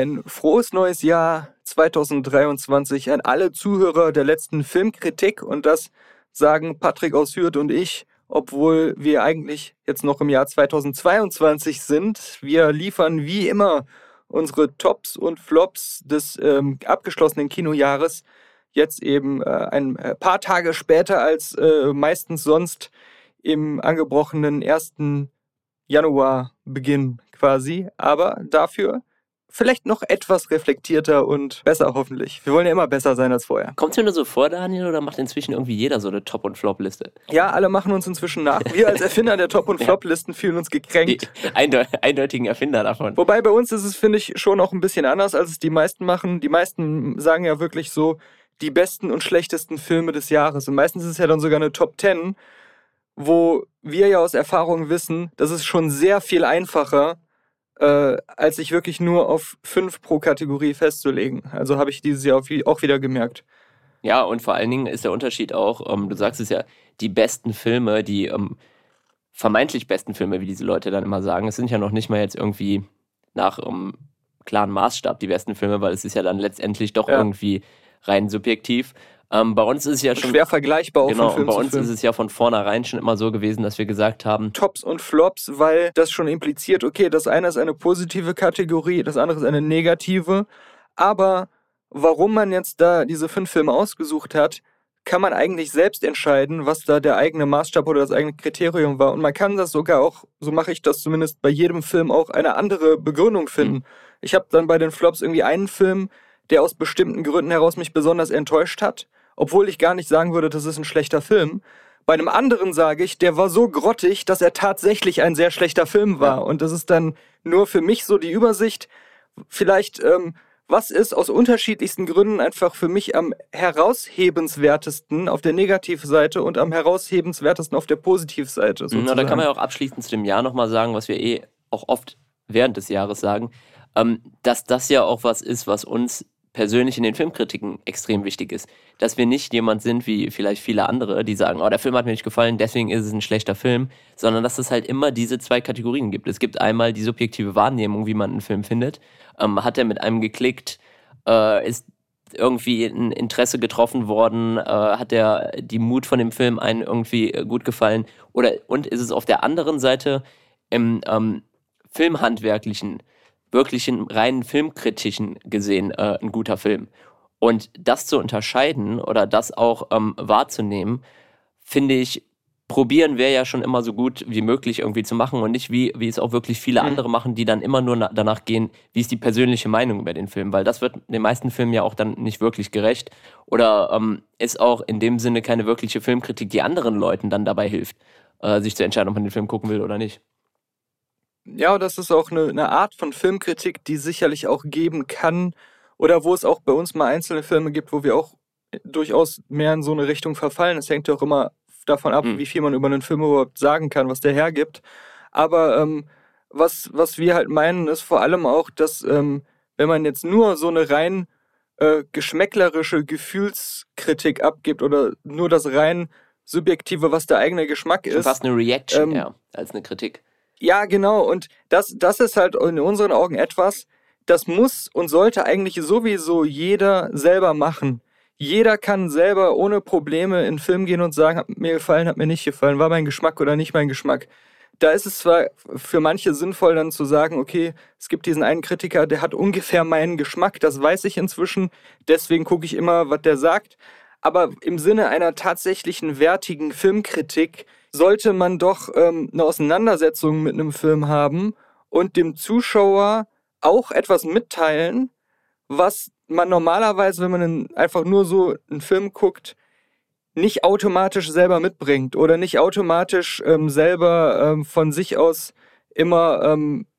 ein frohes neues Jahr 2023 an alle Zuhörer der letzten Filmkritik. Und das sagen Patrick aus Hürth und ich, obwohl wir eigentlich jetzt noch im Jahr 2022 sind. Wir liefern wie immer unsere Tops und Flops des abgeschlossenen Kinojahres. Jetzt eben ein paar Tage später als meistens sonst im angebrochenen 1. Januarbeginn quasi. Aber dafür vielleicht noch etwas reflektierter und besser hoffentlich. Wir wollen ja immer besser sein als vorher. Kommt es dir nur so vor, Daniel, oder macht inzwischen irgendwie jeder so eine Top- und Flop-Liste? Ja, alle machen uns inzwischen nach. Wir als Erfinder der Top- und Flop-Listen fühlen uns gekränkt. Die eindeutigen Erfinder davon. Wobei bei uns ist es, finde ich, schon auch ein bisschen anders, als es die meisten machen. Die meisten sagen ja wirklich so die besten und schlechtesten Filme des Jahres. Und meistens ist es ja dann sogar eine Top 10, wo wir ja aus Erfahrung wissen, das ist schon sehr viel einfacher, als sich wirklich nur auf 5 pro Kategorie festzulegen. Also habe ich dieses Jahr auch wieder gemerkt. Ja, und vor allen Dingen ist der Unterschied auch, du sagst es ja, die besten Filme, die vermeintlich besten Filme, wie diese Leute dann immer sagen, es sind ja noch nicht mal jetzt irgendwie nach klaren Maßstab die besten Filme, weil es ist ja dann letztendlich doch irgendwie rein subjektiv. Bei uns ist es ja schon schwer vergleichbar. Genau, und bei uns ist es ja von vornherein schon immer so gewesen, dass wir gesagt haben, Tops und Flops, weil das schon impliziert, okay, das eine ist eine positive Kategorie, das andere ist eine negative. Aber warum man jetzt da diese 5 Filme ausgesucht hat, kann man eigentlich selbst entscheiden, was da der eigene Maßstab oder das eigene Kriterium war. Und man kann das sogar auch, so mache ich das zumindest bei jedem Film, auch eine andere Begründung finden. Ich habe dann bei den Flops irgendwie einen Film, der aus bestimmten Gründen heraus mich besonders enttäuscht hat, obwohl ich gar nicht sagen würde, das ist ein schlechter Film. Bei einem anderen sage ich, der war so grottig, dass er tatsächlich ein sehr schlechter Film war. Ja. Und das ist dann nur für mich so die Übersicht. Vielleicht, was ist aus unterschiedlichsten Gründen einfach für mich am heraushebenswertesten auf der Negativseite und am heraushebenswertesten auf der Positivseite. Na, da kann man ja auch abschließend zu dem Jahr nochmal sagen, was wir auch oft während des Jahres sagen, dass das ja auch was ist, was uns persönlich in den Filmkritiken extrem wichtig ist. Dass wir nicht jemand sind wie vielleicht viele andere, die sagen, oh, der Film hat mir nicht gefallen, deswegen ist es ein schlechter Film, sondern dass es halt immer diese 2 Kategorien gibt. Es gibt einmal die subjektive Wahrnehmung, wie man einen Film findet. Hat er mit einem geklickt? Ist irgendwie ein Interesse getroffen worden? Hat der die Mut von dem Film einen irgendwie gut gefallen? Und ist es auf der anderen Seite im filmhandwerklichen, wirklich in reinen filmkritischen gesehen ein guter Film. Und das zu unterscheiden oder das auch wahrzunehmen, finde ich, probieren wir ja schon immer so gut wie möglich irgendwie zu machen und nicht wie es auch wirklich viele andere machen, die dann immer nur danach gehen, wie ist die persönliche Meinung über den Film, weil das wird den meisten Filmen ja auch dann nicht wirklich gerecht oder ist auch in dem Sinne keine wirkliche Filmkritik, die anderen Leuten dann dabei hilft, sich zu entscheiden, ob man den Film gucken will oder nicht. Ja, das ist auch eine Art von Filmkritik, die sicherlich auch geben kann oder wo es auch bei uns mal einzelne Filme gibt, wo wir auch durchaus mehr in so eine Richtung verfallen. Es hängt ja auch immer davon ab, wie viel man über einen Film überhaupt sagen kann, was der hergibt. Aber was wir halt meinen, ist vor allem auch, dass wenn man jetzt nur so eine rein geschmäcklerische Gefühlskritik abgibt oder nur das rein subjektive, was der eigene Geschmack ist. Fast eine Reaction, als eine Kritik. Ja, genau. Und das ist halt in unseren Augen etwas, das muss und sollte eigentlich sowieso jeder selber machen. Jeder kann selber ohne Probleme in den Film gehen und sagen, hat mir gefallen, hat mir nicht gefallen, war mein Geschmack oder nicht mein Geschmack. Da ist es zwar für manche sinnvoll dann zu sagen, okay, es gibt diesen einen Kritiker, der hat ungefähr meinen Geschmack, das weiß ich inzwischen, deswegen gucke ich immer, was der sagt. Aber im Sinne einer tatsächlichen wertigen Filmkritik sollte man doch eine Auseinandersetzung mit einem Film haben und dem Zuschauer auch etwas mitteilen, was man normalerweise, wenn man einfach nur so einen Film guckt, nicht automatisch selber mitbringt oder nicht automatisch selber von sich aus immer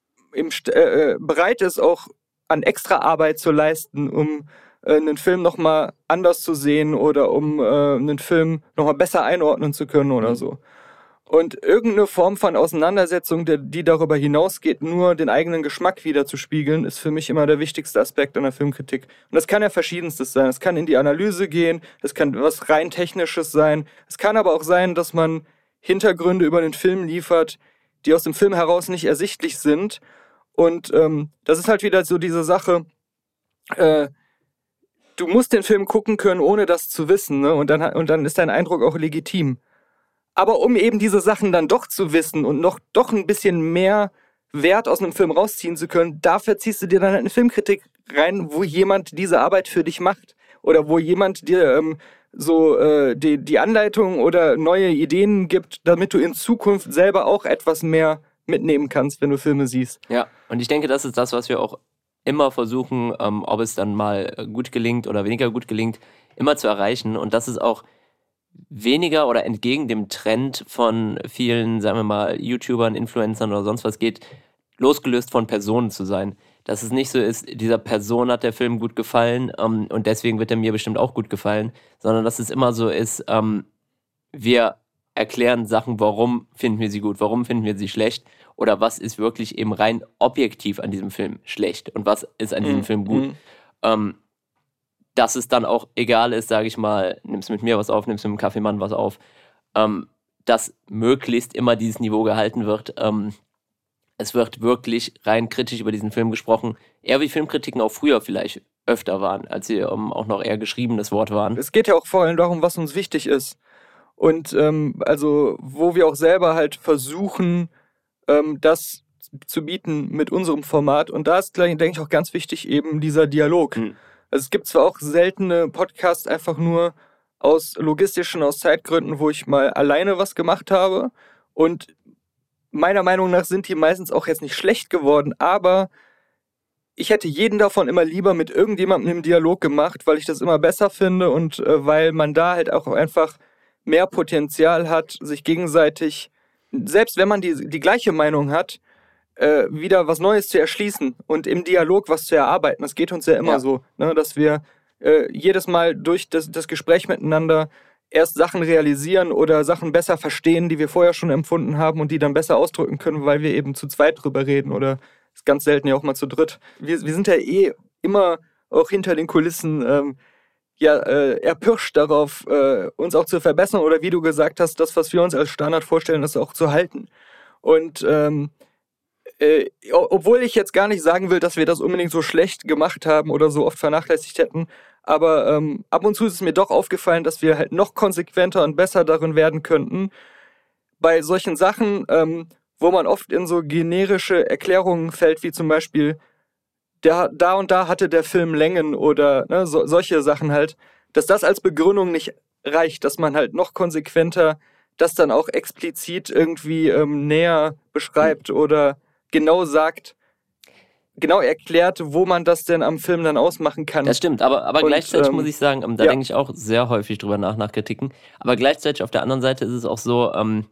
bereit ist, auch an extra Arbeit zu leisten, um einen Film nochmal anders zu sehen oder um einen Film nochmal besser einordnen zu können oder so. Und irgendeine Form von Auseinandersetzung, die darüber hinausgeht, nur den eigenen Geschmack wieder zu spiegeln, ist für mich immer der wichtigste Aspekt einer Filmkritik. Und das kann ja verschiedenstes sein. Es kann in die Analyse gehen, es kann was rein Technisches sein. Es kann aber auch sein, dass man Hintergründe über den Film liefert, die aus dem Film heraus nicht ersichtlich sind. Und das ist halt wieder so diese Sache, du musst den Film gucken können, ohne das zu wissen, ne? Und dann ist dein Eindruck auch legitim. Aber um eben diese Sachen dann doch zu wissen und noch doch ein bisschen mehr Wert aus einem Film rausziehen zu können, dafür ziehst du dir dann halt eine Filmkritik rein, wo jemand diese Arbeit für dich macht. Oder wo jemand dir die Anleitung oder neue Ideen gibt, damit du in Zukunft selber auch etwas mehr mitnehmen kannst, wenn du Filme siehst. Ja, und ich denke, das ist das, was wir auch immer versuchen, ob es dann mal gut gelingt oder weniger gut gelingt, immer zu erreichen. Und das ist auch weniger oder entgegen dem Trend von vielen, sagen wir mal, YouTubern, Influencern oder sonst was geht, losgelöst von Personen zu sein. Dass es nicht so ist, dieser Person hat der Film gut gefallen und deswegen wird er mir bestimmt auch gut gefallen, sondern dass es immer so ist, wir erklären Sachen, warum finden wir sie gut, warum finden wir sie schlecht oder was ist wirklich eben rein objektiv an diesem Film schlecht und was ist an diesem Film gut. Dass es dann auch egal ist, sage ich mal, nimmst mit mir was auf, nimmst mit dem Kaffeemann was auf, dass möglichst immer dieses Niveau gehalten wird. Es wird wirklich rein kritisch über diesen Film gesprochen, eher wie Filmkritiken auch früher vielleicht öfter waren, als sie auch noch eher geschriebenes Wort waren. Es geht ja auch vor allem darum, was uns wichtig ist. Und also wo wir auch selber halt versuchen, das zu bieten mit unserem Format. Und da ist, denke ich, auch ganz wichtig eben dieser Dialog. Also es gibt zwar auch seltene Podcasts einfach nur aus logistischen, aus Zeitgründen, wo ich mal alleine was gemacht habe. Und meiner Meinung nach sind die meistens auch jetzt nicht schlecht geworden, aber ich hätte jeden davon immer lieber mit irgendjemandem im Dialog gemacht, weil ich das immer besser finde und weil man da halt auch einfach mehr Potenzial hat, sich gegenseitig, selbst wenn man die gleiche Meinung hat, wieder was Neues zu erschließen und im Dialog was zu erarbeiten. Das geht uns ja immer so, ne, dass wir jedes Mal durch das Gespräch miteinander erst Sachen realisieren oder Sachen besser verstehen, die wir vorher schon empfunden haben und die dann besser ausdrücken können, weil wir eben zu zweit drüber reden oder ist ganz selten ja auch mal zu dritt. Wir sind ja immer auch hinter den Kulissen erpirscht darauf, uns auch zu verbessern oder wie du gesagt hast, das, was wir uns als Standard vorstellen, das auch zu halten. Und obwohl ich jetzt gar nicht sagen will, dass wir das unbedingt so schlecht gemacht haben oder so oft vernachlässigt hätten, aber ab und zu ist es mir doch aufgefallen, dass wir halt noch konsequenter und besser darin werden könnten, bei solchen Sachen, wo man oft in so generische Erklärungen fällt, wie zum Beispiel, da und da hatte der Film Längen oder ne, solche Sachen halt, dass das als Begründung nicht reicht, dass man halt noch konsequenter das dann auch explizit irgendwie näher beschreibt oder genau erklärt, wo man das denn am Film dann ausmachen kann. Das stimmt, aber und, gleichzeitig muss ich sagen, da denke ich auch sehr häufig drüber nach Kritiken, aber gleichzeitig auf der anderen Seite ist es auch so,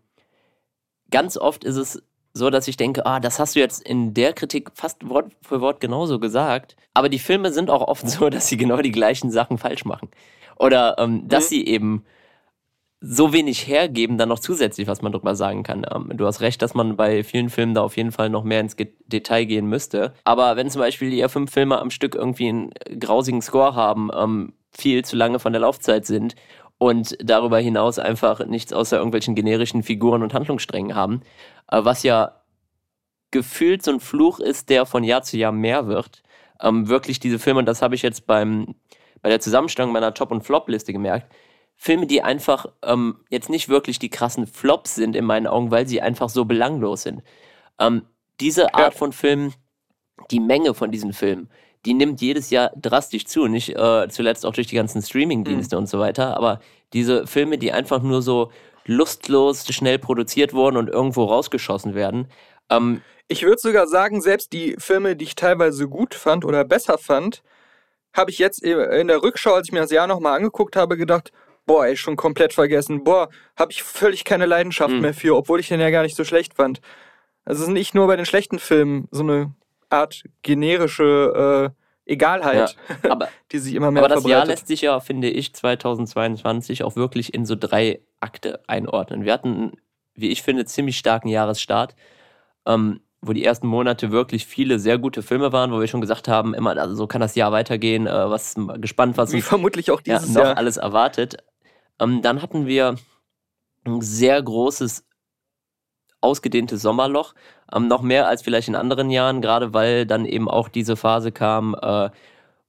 ganz oft ist es so, dass ich denke, das hast du jetzt in der Kritik fast Wort für Wort genauso gesagt, aber die Filme sind auch oft so, dass sie genau die gleichen Sachen falsch machen oder dass sie eben so wenig hergeben, dann noch zusätzlich, was man drüber sagen kann. Du hast recht, dass man bei vielen Filmen da auf jeden Fall noch mehr ins Detail gehen müsste. Aber wenn zum Beispiel die 5 Filme am Stück irgendwie einen grausigen Score haben, viel zu lange von der Laufzeit sind und darüber hinaus einfach nichts außer irgendwelchen generischen Figuren und Handlungssträngen haben, was ja gefühlt so ein Fluch ist, der von Jahr zu Jahr mehr wird. Wirklich diese Filme, und das habe ich jetzt bei der Zusammenstellung meiner Top- und Flop-Liste gemerkt, Filme, die einfach jetzt nicht wirklich die krassen Flops sind in meinen Augen, weil sie einfach so belanglos sind. Diese Art von Filmen, die Menge von diesen Filmen, die nimmt jedes Jahr drastisch zu. Nicht zuletzt auch durch die ganzen Streaming-Dienste und so weiter, aber diese Filme, die einfach nur so lustlos schnell produziert wurden und irgendwo rausgeschossen werden. Ich würde sogar sagen, selbst die Filme, die ich teilweise gut fand oder besser fand, habe ich jetzt in der Rückschau, als ich mir das Jahr nochmal angeguckt habe, gedacht, boah, ey, schon komplett vergessen. Boah, habe ich völlig keine Leidenschaft mehr für, obwohl ich den ja gar nicht so schlecht fand. Also es ist nicht nur bei den schlechten Filmen so eine Art generische Egalheit, die sich immer mehr verbreitet. Aber das Jahr lässt sich ja, finde ich, 2022 auch wirklich in so 3 Akte einordnen. Wir hatten, wie ich finde, ziemlich starken Jahresstart, wo die ersten Monate wirklich viele sehr gute Filme waren, wo wir schon gesagt haben, immer, also so kann das Jahr weitergehen, gespannt, was uns vermutlich auch dieses noch Jahr alles erwartet. Dann hatten wir ein sehr großes, ausgedehntes Sommerloch, noch mehr als vielleicht in anderen Jahren, gerade weil dann eben auch diese Phase kam,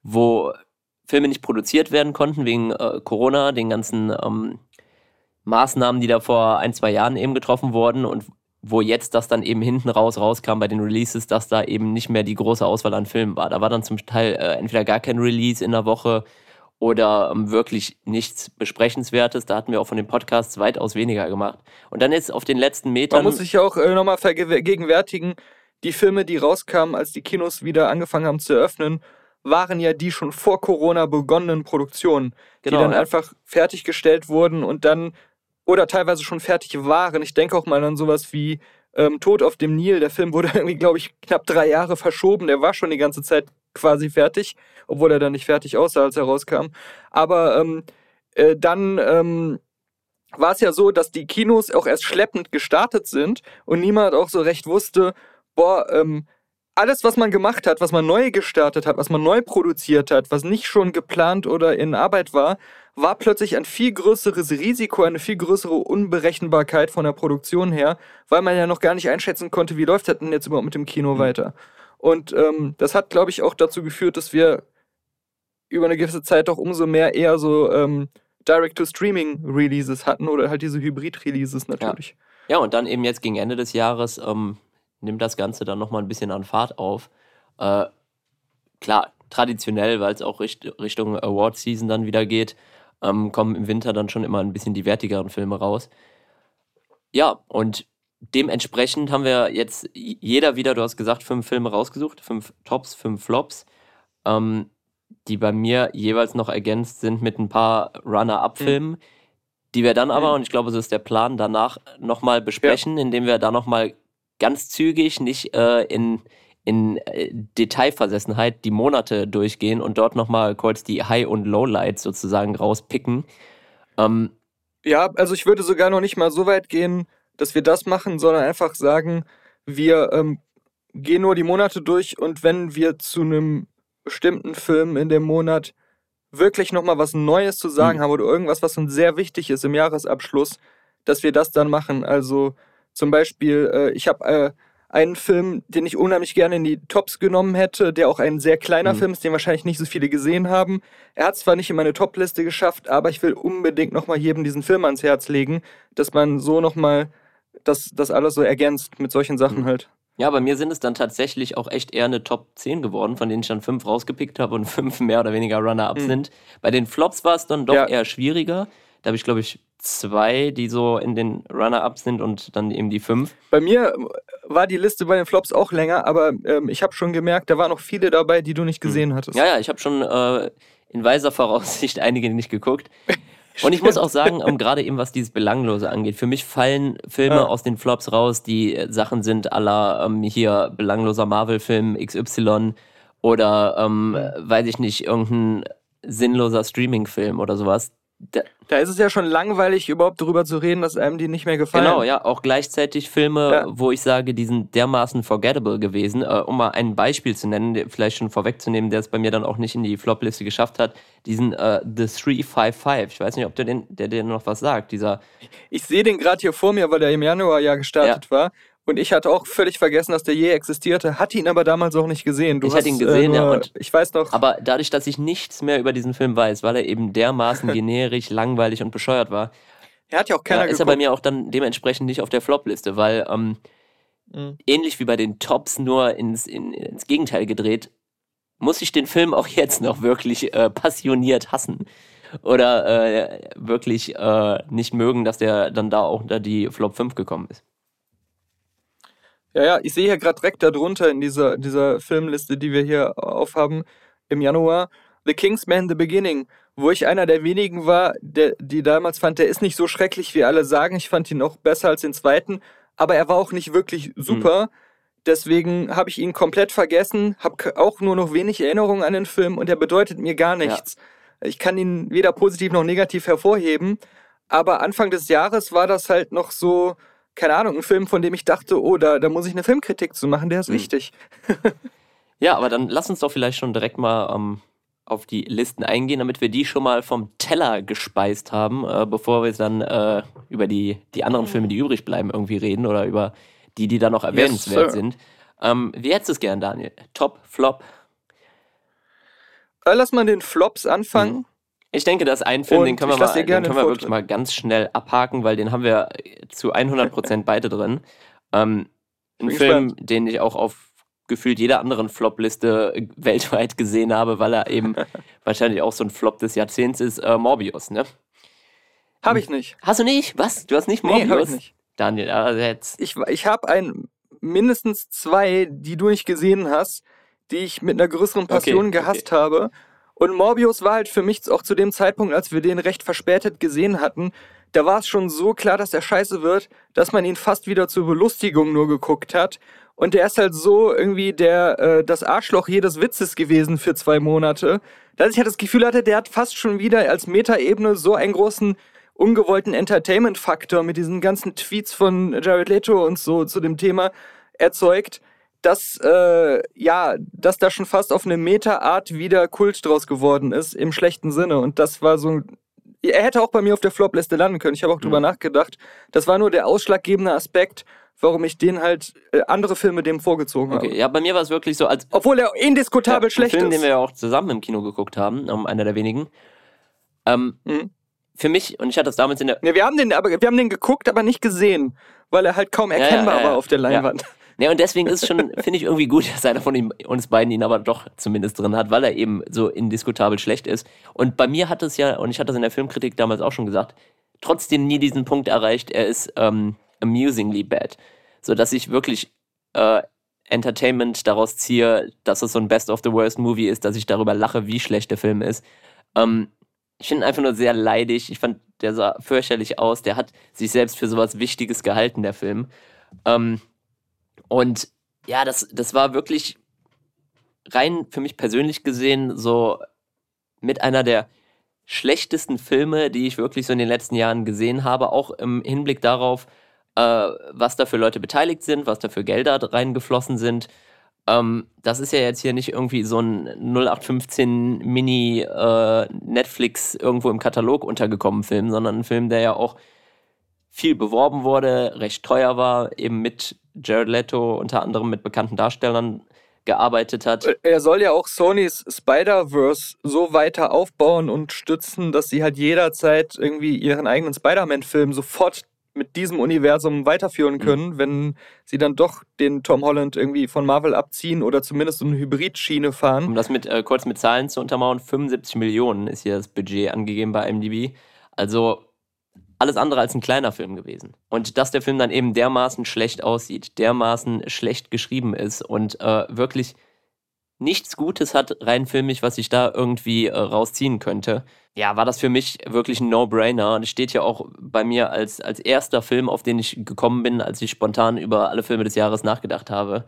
wo Filme nicht produziert werden konnten wegen Corona, den ganzen Maßnahmen, die da vor 1-2 Jahren eben getroffen wurden und wo jetzt das dann eben hinten rauskam bei den Releases, dass da eben nicht mehr die große Auswahl an Filmen war. Da war dann zum Teil entweder gar kein Release in der Woche oder wirklich nichts Besprechenswertes. Da hatten wir auch von den Podcasts weitaus weniger gemacht. Und dann jetzt auf den letzten Metern... Man muss sich ja auch nochmal vergegenwärtigen, die Filme, die rauskamen, als die Kinos wieder angefangen haben zu öffnen, waren ja die schon vor Corona begonnenen Produktionen, genau, die dann einfach fertiggestellt wurden und dann oder teilweise schon fertig waren. Ich denke auch mal an sowas wie Tod auf dem Nil. Der Film wurde irgendwie, glaube ich, knapp 3 Jahre verschoben. Der war schon die ganze Zeit quasi fertig, obwohl er dann nicht fertig aussah, als er rauskam. Aber dann war es ja so, dass die Kinos auch erst schleppend gestartet sind und niemand auch so recht wusste, alles, was man gemacht hat, was man neu gestartet hat, was man neu produziert hat, was nicht schon geplant oder in Arbeit war plötzlich ein viel größeres Risiko, eine viel größere Unberechenbarkeit von der Produktion her, weil man ja noch gar nicht einschätzen konnte, wie läuft das denn jetzt überhaupt mit dem Kino weiter. Und das hat, glaube ich, auch dazu geführt, dass wir über eine gewisse Zeit auch umso mehr eher so Direct-to-Streaming-Releases hatten oder halt diese Hybrid-Releases natürlich. Ja, und dann eben jetzt gegen Ende des Jahres nimmt das Ganze dann nochmal ein bisschen an Fahrt auf. Klar, traditionell, weil es auch Richtung Award-Season dann wieder geht, kommen im Winter dann schon immer ein bisschen die wertigeren Filme raus. Ja, und dementsprechend haben wir jetzt jeder wieder, du hast gesagt, 5 Filme rausgesucht, 5 Tops, 5 Flops, die bei mir jeweils noch ergänzt sind mit ein paar Runner-Up-Filmen, die wir dann aber, und ich glaube, so ist der Plan, danach nochmal besprechen, indem wir da nochmal ganz zügig, nicht in Detailversessenheit die Monate durchgehen und dort nochmal kurz die High- und Lowlights sozusagen rauspicken. Ja, also ich würde sogar noch nicht mal so weit gehen, dass wir das machen, sondern einfach sagen, wir gehen nur die Monate durch und wenn wir zu einem bestimmten Film in dem Monat wirklich nochmal was Neues zu sagen haben oder irgendwas, was uns sehr wichtig ist im Jahresabschluss, dass wir das dann machen. Also zum Beispiel, ich habe einen Film, den ich unheimlich gerne in die Tops genommen hätte, der auch ein sehr kleiner Film ist, den wahrscheinlich nicht so viele gesehen haben. Er hat zwar nicht in meine Top-Liste geschafft, aber ich will unbedingt nochmal jedem diesen Film ans Herz legen, dass man so nochmal das alles so ergänzt mit solchen Sachen halt. Ja, bei mir sind es dann tatsächlich auch echt eher eine Top 10 geworden, von denen ich dann 5 rausgepickt habe und 5 mehr oder weniger Runner-Up sind. Bei den Flops war es dann doch eher schwieriger. Da habe ich, glaube ich, 2, die so in den Runner-Ups sind und dann eben die 5. Bei mir war die Liste bei den Flops auch länger, aber ich habe schon gemerkt, da waren noch viele dabei, die du nicht gesehen hattest. Ja, ich habe schon in weiser Voraussicht einige nicht geguckt. Und ich muss auch sagen, gerade eben was dieses Belanglose angeht, für mich fallen Filme aus den Flops raus, die Sachen sind à la hier belangloser Marvel-Film XY oder weiß ich nicht, irgendein sinnloser Streaming-Film oder sowas. Da ist es ja schon langweilig, überhaupt darüber zu reden, dass einem die nicht mehr gefallen. Genau, ja, auch gleichzeitig Filme, wo ich sage, die sind dermaßen forgettable gewesen. Um mal ein Beispiel zu nennen, vielleicht schon vorwegzunehmen, der es bei mir dann auch nicht in die Flop-Liste geschafft hat, diesen The 355. Ich weiß nicht, ob der dir noch was sagt. Ich sehe den gerade hier vor mir, weil der im Januar ja gestartet war. Und ich hatte auch völlig vergessen, dass der je existierte, hatte ihn aber damals auch nicht gesehen. Ich hatte ihn gesehen, ja. Und ich weiß noch. Aber dadurch, dass ich nichts mehr über diesen Film weiß, weil er eben dermaßen generisch, langweilig und bescheuert war, er hat ja auch keiner ist er bei mir auch dann dementsprechend nicht auf der Flop-Liste, weil ähnlich wie bei den Tops nur ins Gegenteil gedreht, muss ich den Film auch jetzt noch wirklich passioniert hassen. Oder wirklich nicht mögen, dass der dann da auch unter die Flop 5 gekommen ist. Ja, ich sehe hier gerade direkt darunter in dieser Filmliste, die wir hier aufhaben im Januar, The Kingsman: The Beginning, wo ich einer der wenigen war, die damals fand, der ist nicht so schrecklich, wie alle sagen. Ich fand ihn noch besser als den zweiten, aber er war auch nicht wirklich super. Deswegen habe ich ihn komplett vergessen, habe auch nur noch wenig Erinnerungen an den Film und er bedeutet mir gar nichts. Ja. Ich kann ihn weder positiv noch negativ hervorheben, aber Anfang des Jahres war das halt noch so, keine Ahnung, ein Film, von dem ich dachte, da muss ich eine Filmkritik zu machen, der ist wichtig. Ja, aber dann lass uns doch vielleicht schon direkt mal auf die Listen eingehen, damit wir die schon mal vom Teller gespeist haben, bevor wir dann über die anderen Filme, die übrig bleiben, irgendwie reden oder über die dann noch erwähnenswert sind. Wie hättest du es gern, Daniel? Top, Flop? Lass mal den Flops anfangen. Ich denke, dass ein Film, Und den können ich wir, lass dir gerne den können den wir wirklich mal ganz schnell abhaken, weil den haben wir zu 100% beide drin. Ein bin Film, gespannt. den ich auch auf gefühlt jeder anderen Flop-Liste weltweit gesehen habe, weil er eben wahrscheinlich auch so ein Flop des Jahrzehnts ist, Morbius, ne? Habe ich nicht. Hast du nicht? Was? Du hast nicht Morbius? Nee, habe ich nicht. Daniel, also jetzt. Ich habe mindestens 2, die du nicht gesehen hast, die ich mit einer größeren Passion gehasst habe. Und Morbius war halt für mich auch zu dem Zeitpunkt, als wir den recht verspätet gesehen hatten, da war es schon so klar, dass er scheiße wird, dass man ihn fast wieder zur Belustigung nur geguckt hat. Und der ist halt so irgendwie das Arschloch jedes Witzes gewesen für 2 Monate, dass ich halt das Gefühl hatte, der hat fast schon wieder als Metaebene so einen großen ungewollten Entertainment-Faktor mit diesen ganzen Tweets von Jared Leto und so zu dem Thema erzeugt, dass da schon fast auf eine Meta-Art wieder Kult draus geworden ist, im schlechten Sinne. Und das war so, er hätte auch bei mir auf der Flop-Liste landen können. Ich habe auch drüber nachgedacht. Das war nur der ausschlaggebende Aspekt, warum ich den halt andere Filme dem vorgezogen habe. Okay, ja, bei mir war es wirklich so, als obwohl er indiskutabel schlecht Film, ist. den wir ja auch zusammen im Kino geguckt haben, einer der wenigen. Für mich, und ich hatte das damals in der... Ja, wir haben den geguckt, aber nicht gesehen, weil er halt kaum erkennbar war auf der Leinwand. Ja, und deswegen ist es schon, finde ich, irgendwie gut, dass einer von uns beiden ihn aber doch zumindest drin hat, weil er eben so indiskutabel schlecht ist. Und bei mir hat es ja, und ich hatte das in der Filmkritik damals auch schon gesagt, trotzdem nie diesen Punkt erreicht, er ist amusingly bad. So dass ich wirklich Entertainment daraus ziehe, dass es so ein Best of the Worst Movie ist, dass ich darüber lache, wie schlecht der Film ist. Ich finde ihn einfach nur sehr leidig. Ich fand, der sah fürchterlich aus. Der hat sich selbst für sowas Wichtiges gehalten, der Film. Und ja, das war wirklich rein für mich persönlich gesehen so mit einer der schlechtesten Filme, die ich wirklich so in den letzten Jahren gesehen habe, auch im Hinblick darauf, was da für Leute beteiligt sind, was da für Gelder reingeflossen sind. Das ist ja jetzt hier nicht irgendwie so ein 0815 Mini Netflix irgendwo im Katalog untergekommen Film, sondern ein Film, der ja auch viel beworben wurde, recht teuer war, eben mit Jared Leto unter anderem mit bekannten Darstellern gearbeitet hat. Er soll ja auch Sonys Spider-Verse so weiter aufbauen und stützen, dass sie halt jederzeit irgendwie ihren eigenen Spider-Man-Film sofort mit diesem Universum weiterführen können, wenn sie dann doch den Tom Holland irgendwie von Marvel abziehen oder zumindest so eine Hybridschiene fahren. Um das kurz mit Zahlen zu untermauern, 75 Millionen ist hier das Budget angegeben bei IMDb. Also alles andere als ein kleiner Film gewesen. Und dass der Film dann eben dermaßen schlecht aussieht, dermaßen schlecht geschrieben ist und wirklich nichts Gutes hat, rein filmisch, was ich da irgendwie rausziehen könnte, ja, war das für mich wirklich ein No-Brainer. Und es steht ja auch bei mir als erster Film, auf den ich gekommen bin, als ich spontan über alle Filme des Jahres nachgedacht habe.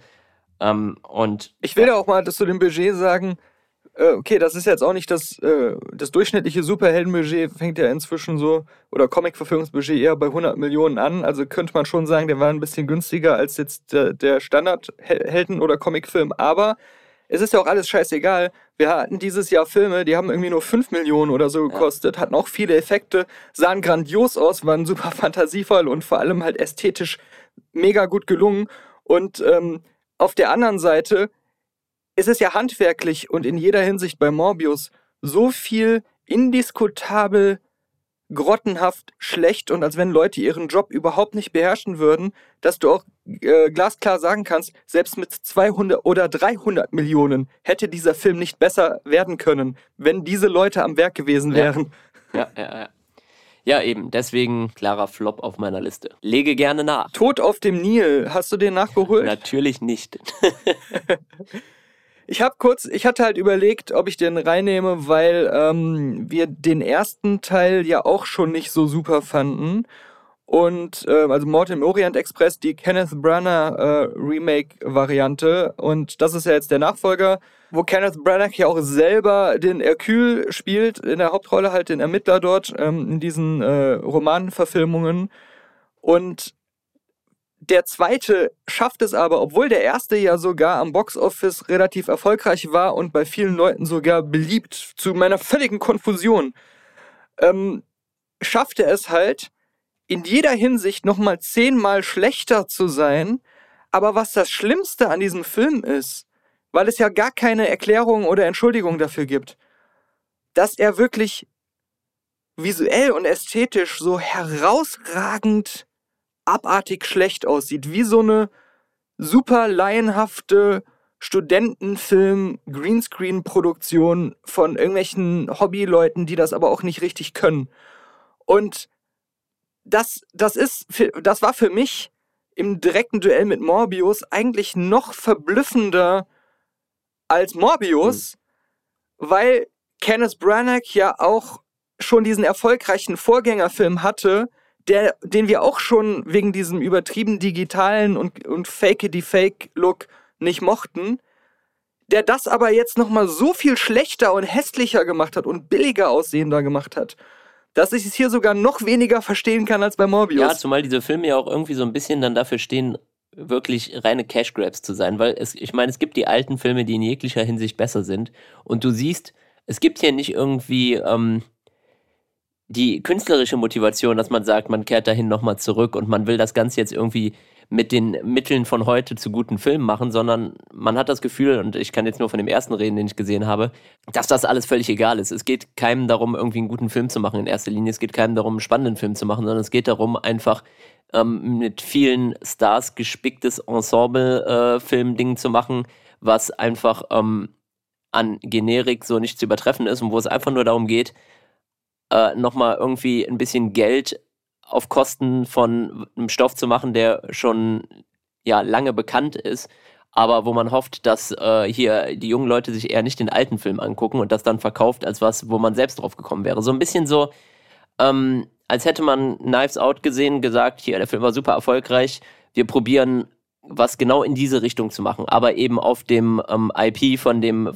Und ich will ja auch mal das zu dem Budget sagen, okay, das ist jetzt auch nicht das durchschnittliche Superheldenbudget, fängt ja inzwischen so, oder Comic-Verfilmungsbudget eher bei 100 Millionen an, also könnte man schon sagen, der war ein bisschen günstiger als jetzt der Standard-Helden- oder Comicfilm, aber es ist ja auch alles scheißegal. Wir hatten dieses Jahr Filme, die haben irgendwie nur 5 Millionen oder so gekostet, hatten auch viele Effekte, sahen grandios aus, waren super fantasievoll und vor allem halt ästhetisch mega gut gelungen. Und auf der anderen Seite ist es ja handwerklich und in jeder Hinsicht bei Morbius so viel indiskutabel grottenhaft schlecht und als wenn Leute ihren Job überhaupt nicht beherrschen würden, dass du auch glasklar sagen kannst, selbst mit 200 oder 300 Millionen hätte dieser Film nicht besser werden können, wenn diese Leute am Werk gewesen wären. Ja. Ja, eben. Deswegen klarer Flop auf meiner Liste. Lege gerne nach. Tod auf dem Nil. Hast du den nachgeholt? Natürlich nicht. Ich hatte halt überlegt, ob ich den reinnehme, weil wir den ersten Teil ja auch schon nicht so super fanden. Und also Mord im Orient Express, die Kenneth Branagh Remake-Variante. Und das ist ja jetzt der Nachfolger, wo Kenneth Branagh ja auch selber den Hercule spielt, in der Hauptrolle halt den Ermittler dort, in diesen Romanverfilmungen. Und der zweite schafft es aber, obwohl der erste ja sogar am Boxoffice relativ erfolgreich war und bei vielen Leuten sogar beliebt, zu meiner völligen Konfusion, schafft er es halt, in jeder Hinsicht nochmal 10-mal schlechter zu sein. Aber was das Schlimmste an diesem Film ist, weil es ja gar keine Erklärung oder Entschuldigung dafür gibt, dass er wirklich visuell und ästhetisch so herausragend abartig schlecht aussieht, wie so eine super laienhafte Studentenfilm-Greenscreen-Produktion von irgendwelchen Hobbyleuten, die das aber auch nicht richtig können. Und das war für mich im direkten Duell mit Morbius eigentlich noch verblüffender als Morbius, weil Kenneth Branagh ja auch schon diesen erfolgreichen Vorgängerfilm hatte, den wir auch schon wegen diesem übertrieben digitalen und Fake-Look nicht mochten, der das aber jetzt nochmal so viel schlechter und hässlicher gemacht hat und billiger aussehender gemacht hat, dass ich es hier sogar noch weniger verstehen kann als bei Morbius. Ja, zumal diese Filme ja auch irgendwie so ein bisschen dann dafür stehen, wirklich reine Cash-Grabs zu sein, weil ich meine, es gibt die alten Filme, die in jeglicher Hinsicht besser sind und du siehst, es gibt hier nicht irgendwie die künstlerische Motivation, dass man sagt, man kehrt dahin nochmal zurück und man will das Ganze jetzt irgendwie mit den Mitteln von heute zu guten Filmen machen, sondern man hat das Gefühl, und ich kann jetzt nur von dem ersten reden, den ich gesehen habe, dass das alles völlig egal ist. Es geht keinem darum, irgendwie einen guten Film zu machen in erster Linie. Es geht keinem darum, einen spannenden Film zu machen, sondern es geht darum, einfach mit vielen Stars gespicktes Ensemble-Film-Ding zu machen, was einfach an Generik so nicht zu übertreffen ist und wo es einfach nur darum geht, nochmal irgendwie ein bisschen Geld auf Kosten von einem Stoff zu machen, der schon ja lange bekannt ist, aber wo man hofft, dass hier die jungen Leute sich eher nicht den alten Film angucken und das dann verkauft als was, wo man selbst drauf gekommen wäre. So ein bisschen so, als hätte man Knives Out gesehen, gesagt, hier, der Film war super erfolgreich, wir probieren was genau in diese Richtung zu machen, aber eben auf dem IP von dem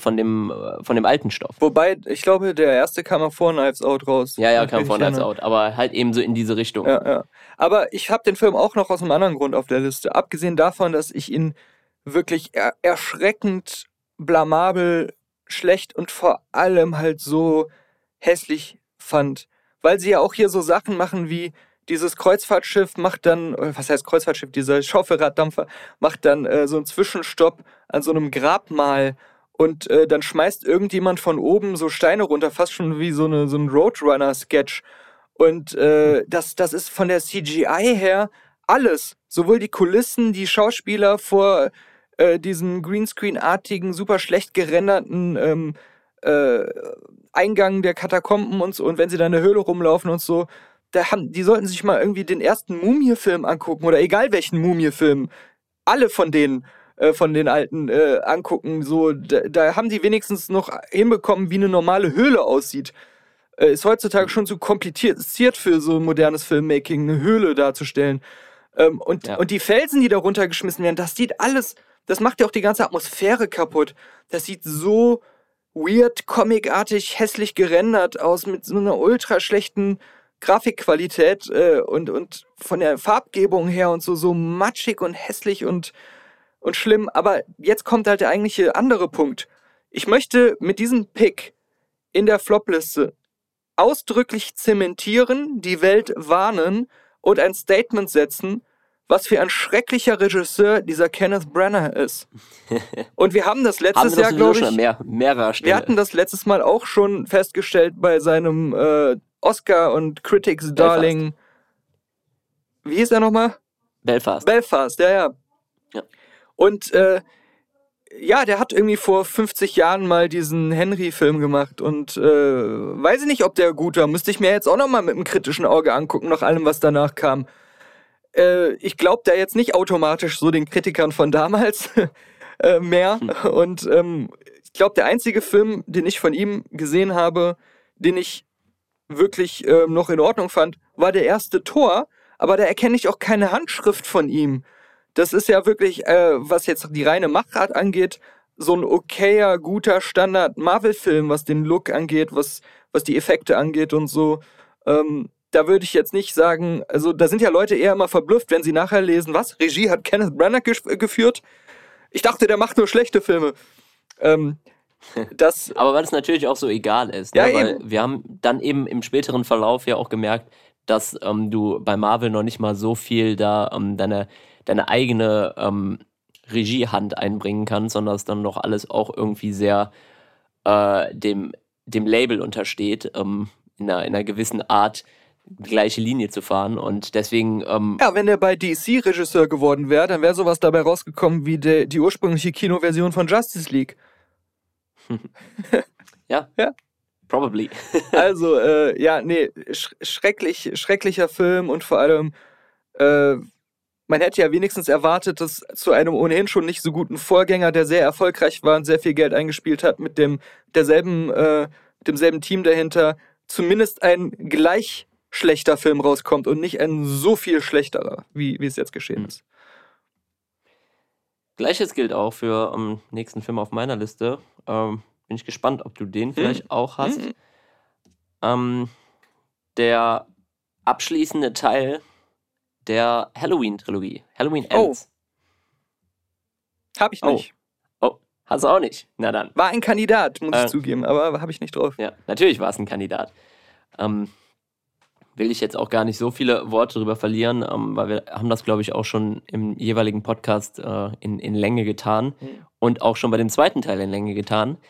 alten Stoff. Wobei, ich glaube, der erste kam ja vor Knives Out raus. Ja, kam vor Knives Out, aber halt eben so in diese Richtung. Ja. Aber ich habe den Film auch noch aus einem anderen Grund auf der Liste. Abgesehen davon, dass ich ihn wirklich erschreckend blamabel, schlecht und vor allem halt so hässlich fand. Weil sie ja auch hier so Sachen machen wie dieses Kreuzfahrtschiff macht dann, was heißt Kreuzfahrtschiff, dieser Schaufelraddampfer macht dann so einen Zwischenstopp an so einem Grabmal und dann schmeißt irgendjemand von oben so Steine runter, fast schon wie so ein Roadrunner-Sketch. Und das ist von der CGI her alles, sowohl die Kulissen, die Schauspieler vor diesen Greenscreen-artigen, super schlecht gerenderten Eingang der Katakomben und so, und wenn sie da in der Höhle rumlaufen und so, die sollten sich mal irgendwie den ersten Mumie-Film angucken oder egal welchen Mumie-Film, alle von denen, von den alten angucken. So, da haben die wenigstens noch hinbekommen, wie eine normale Höhle aussieht. Ist heutzutage schon zu kompliziert für so modernes Filmmaking, eine Höhle darzustellen. Und die Felsen, die da runtergeschmissen werden, das macht ja auch die ganze Atmosphäre kaputt. Das sieht so weird, comicartig, hässlich gerendert aus mit so einer ultra schlechten Grafikqualität und von der Farbgebung her und so matschig und hässlich und schlimm. Aber jetzt kommt halt der eigentliche andere Punkt. Ich möchte mit diesem Pick in der Flopliste ausdrücklich zementieren, die Welt warnen und ein Statement setzen, was für ein schrecklicher Regisseur dieser Kenneth Branagh ist. Und wir haben das letztes Jahr, glaube ich, wir hatten das letztes Mal auch schon festgestellt bei seinem Oscar und Critics Darling. Wie hieß er nochmal? Belfast, ja. Und der hat irgendwie vor 50 Jahren mal diesen Henry-Film gemacht und weiß ich nicht, ob der gut war. Müsste ich mir jetzt auch nochmal mit einem kritischen Auge angucken, nach allem, was danach kam. Ich glaube da jetzt nicht automatisch so den Kritikern von damals mehr. Und ich glaube, der einzige Film, den ich von ihm gesehen habe, den ich wirklich noch in Ordnung fand, war der erste Thor. Aber da erkenne ich auch keine Handschrift von ihm. Das ist ja wirklich, was jetzt die reine Machart angeht, so ein okayer, guter Standard-Marvel-Film, was den Look angeht, was die Effekte angeht und so. Da würde ich jetzt nicht sagen, also da sind ja Leute eher immer verblüfft, wenn sie nachher lesen, was? Regie hat Kenneth Branagh geführt? Ich dachte, der macht nur schlechte Filme. Aber weil es natürlich auch so egal ist, ne? Weil wir haben dann eben im späteren Verlauf ja auch gemerkt, dass du bei Marvel noch nicht mal so viel da deine eigene Regiehand einbringen kannst, sondern dass dann doch alles auch irgendwie sehr dem dem Label untersteht, in einer gewissen Art die gleiche Linie zu fahren. Und deswegen... ja, wenn der bei DC Regisseur geworden wäre, dann wäre sowas dabei rausgekommen wie die ursprüngliche Kinoversion von Justice League. Ja. Probably. Also, schrecklicher Film und vor allem, man hätte ja wenigstens erwartet, dass zu einem ohnehin schon nicht so guten Vorgänger, der sehr erfolgreich war und sehr viel Geld eingespielt hat, mit demselben Team dahinter, zumindest ein gleich schlechter Film rauskommt und nicht ein so viel schlechterer, wie es jetzt geschehen ist. Gleiches gilt auch für nächsten Film auf meiner Liste. Bin ich gespannt, ob du den vielleicht auch hast. Der abschließende Teil der Halloween-Trilogie. Halloween Ends. Hab ich nicht. Oh, hast du auch nicht? Na dann. War ein Kandidat, muss ich zugeben, aber habe ich nicht drauf. Ja, natürlich war es ein Kandidat. Will ich jetzt auch gar nicht so viele Worte drüber verlieren, weil wir haben das, glaube ich, auch schon im jeweiligen Podcast in Länge getan und auch schon bei dem zweiten Teil in Länge getan.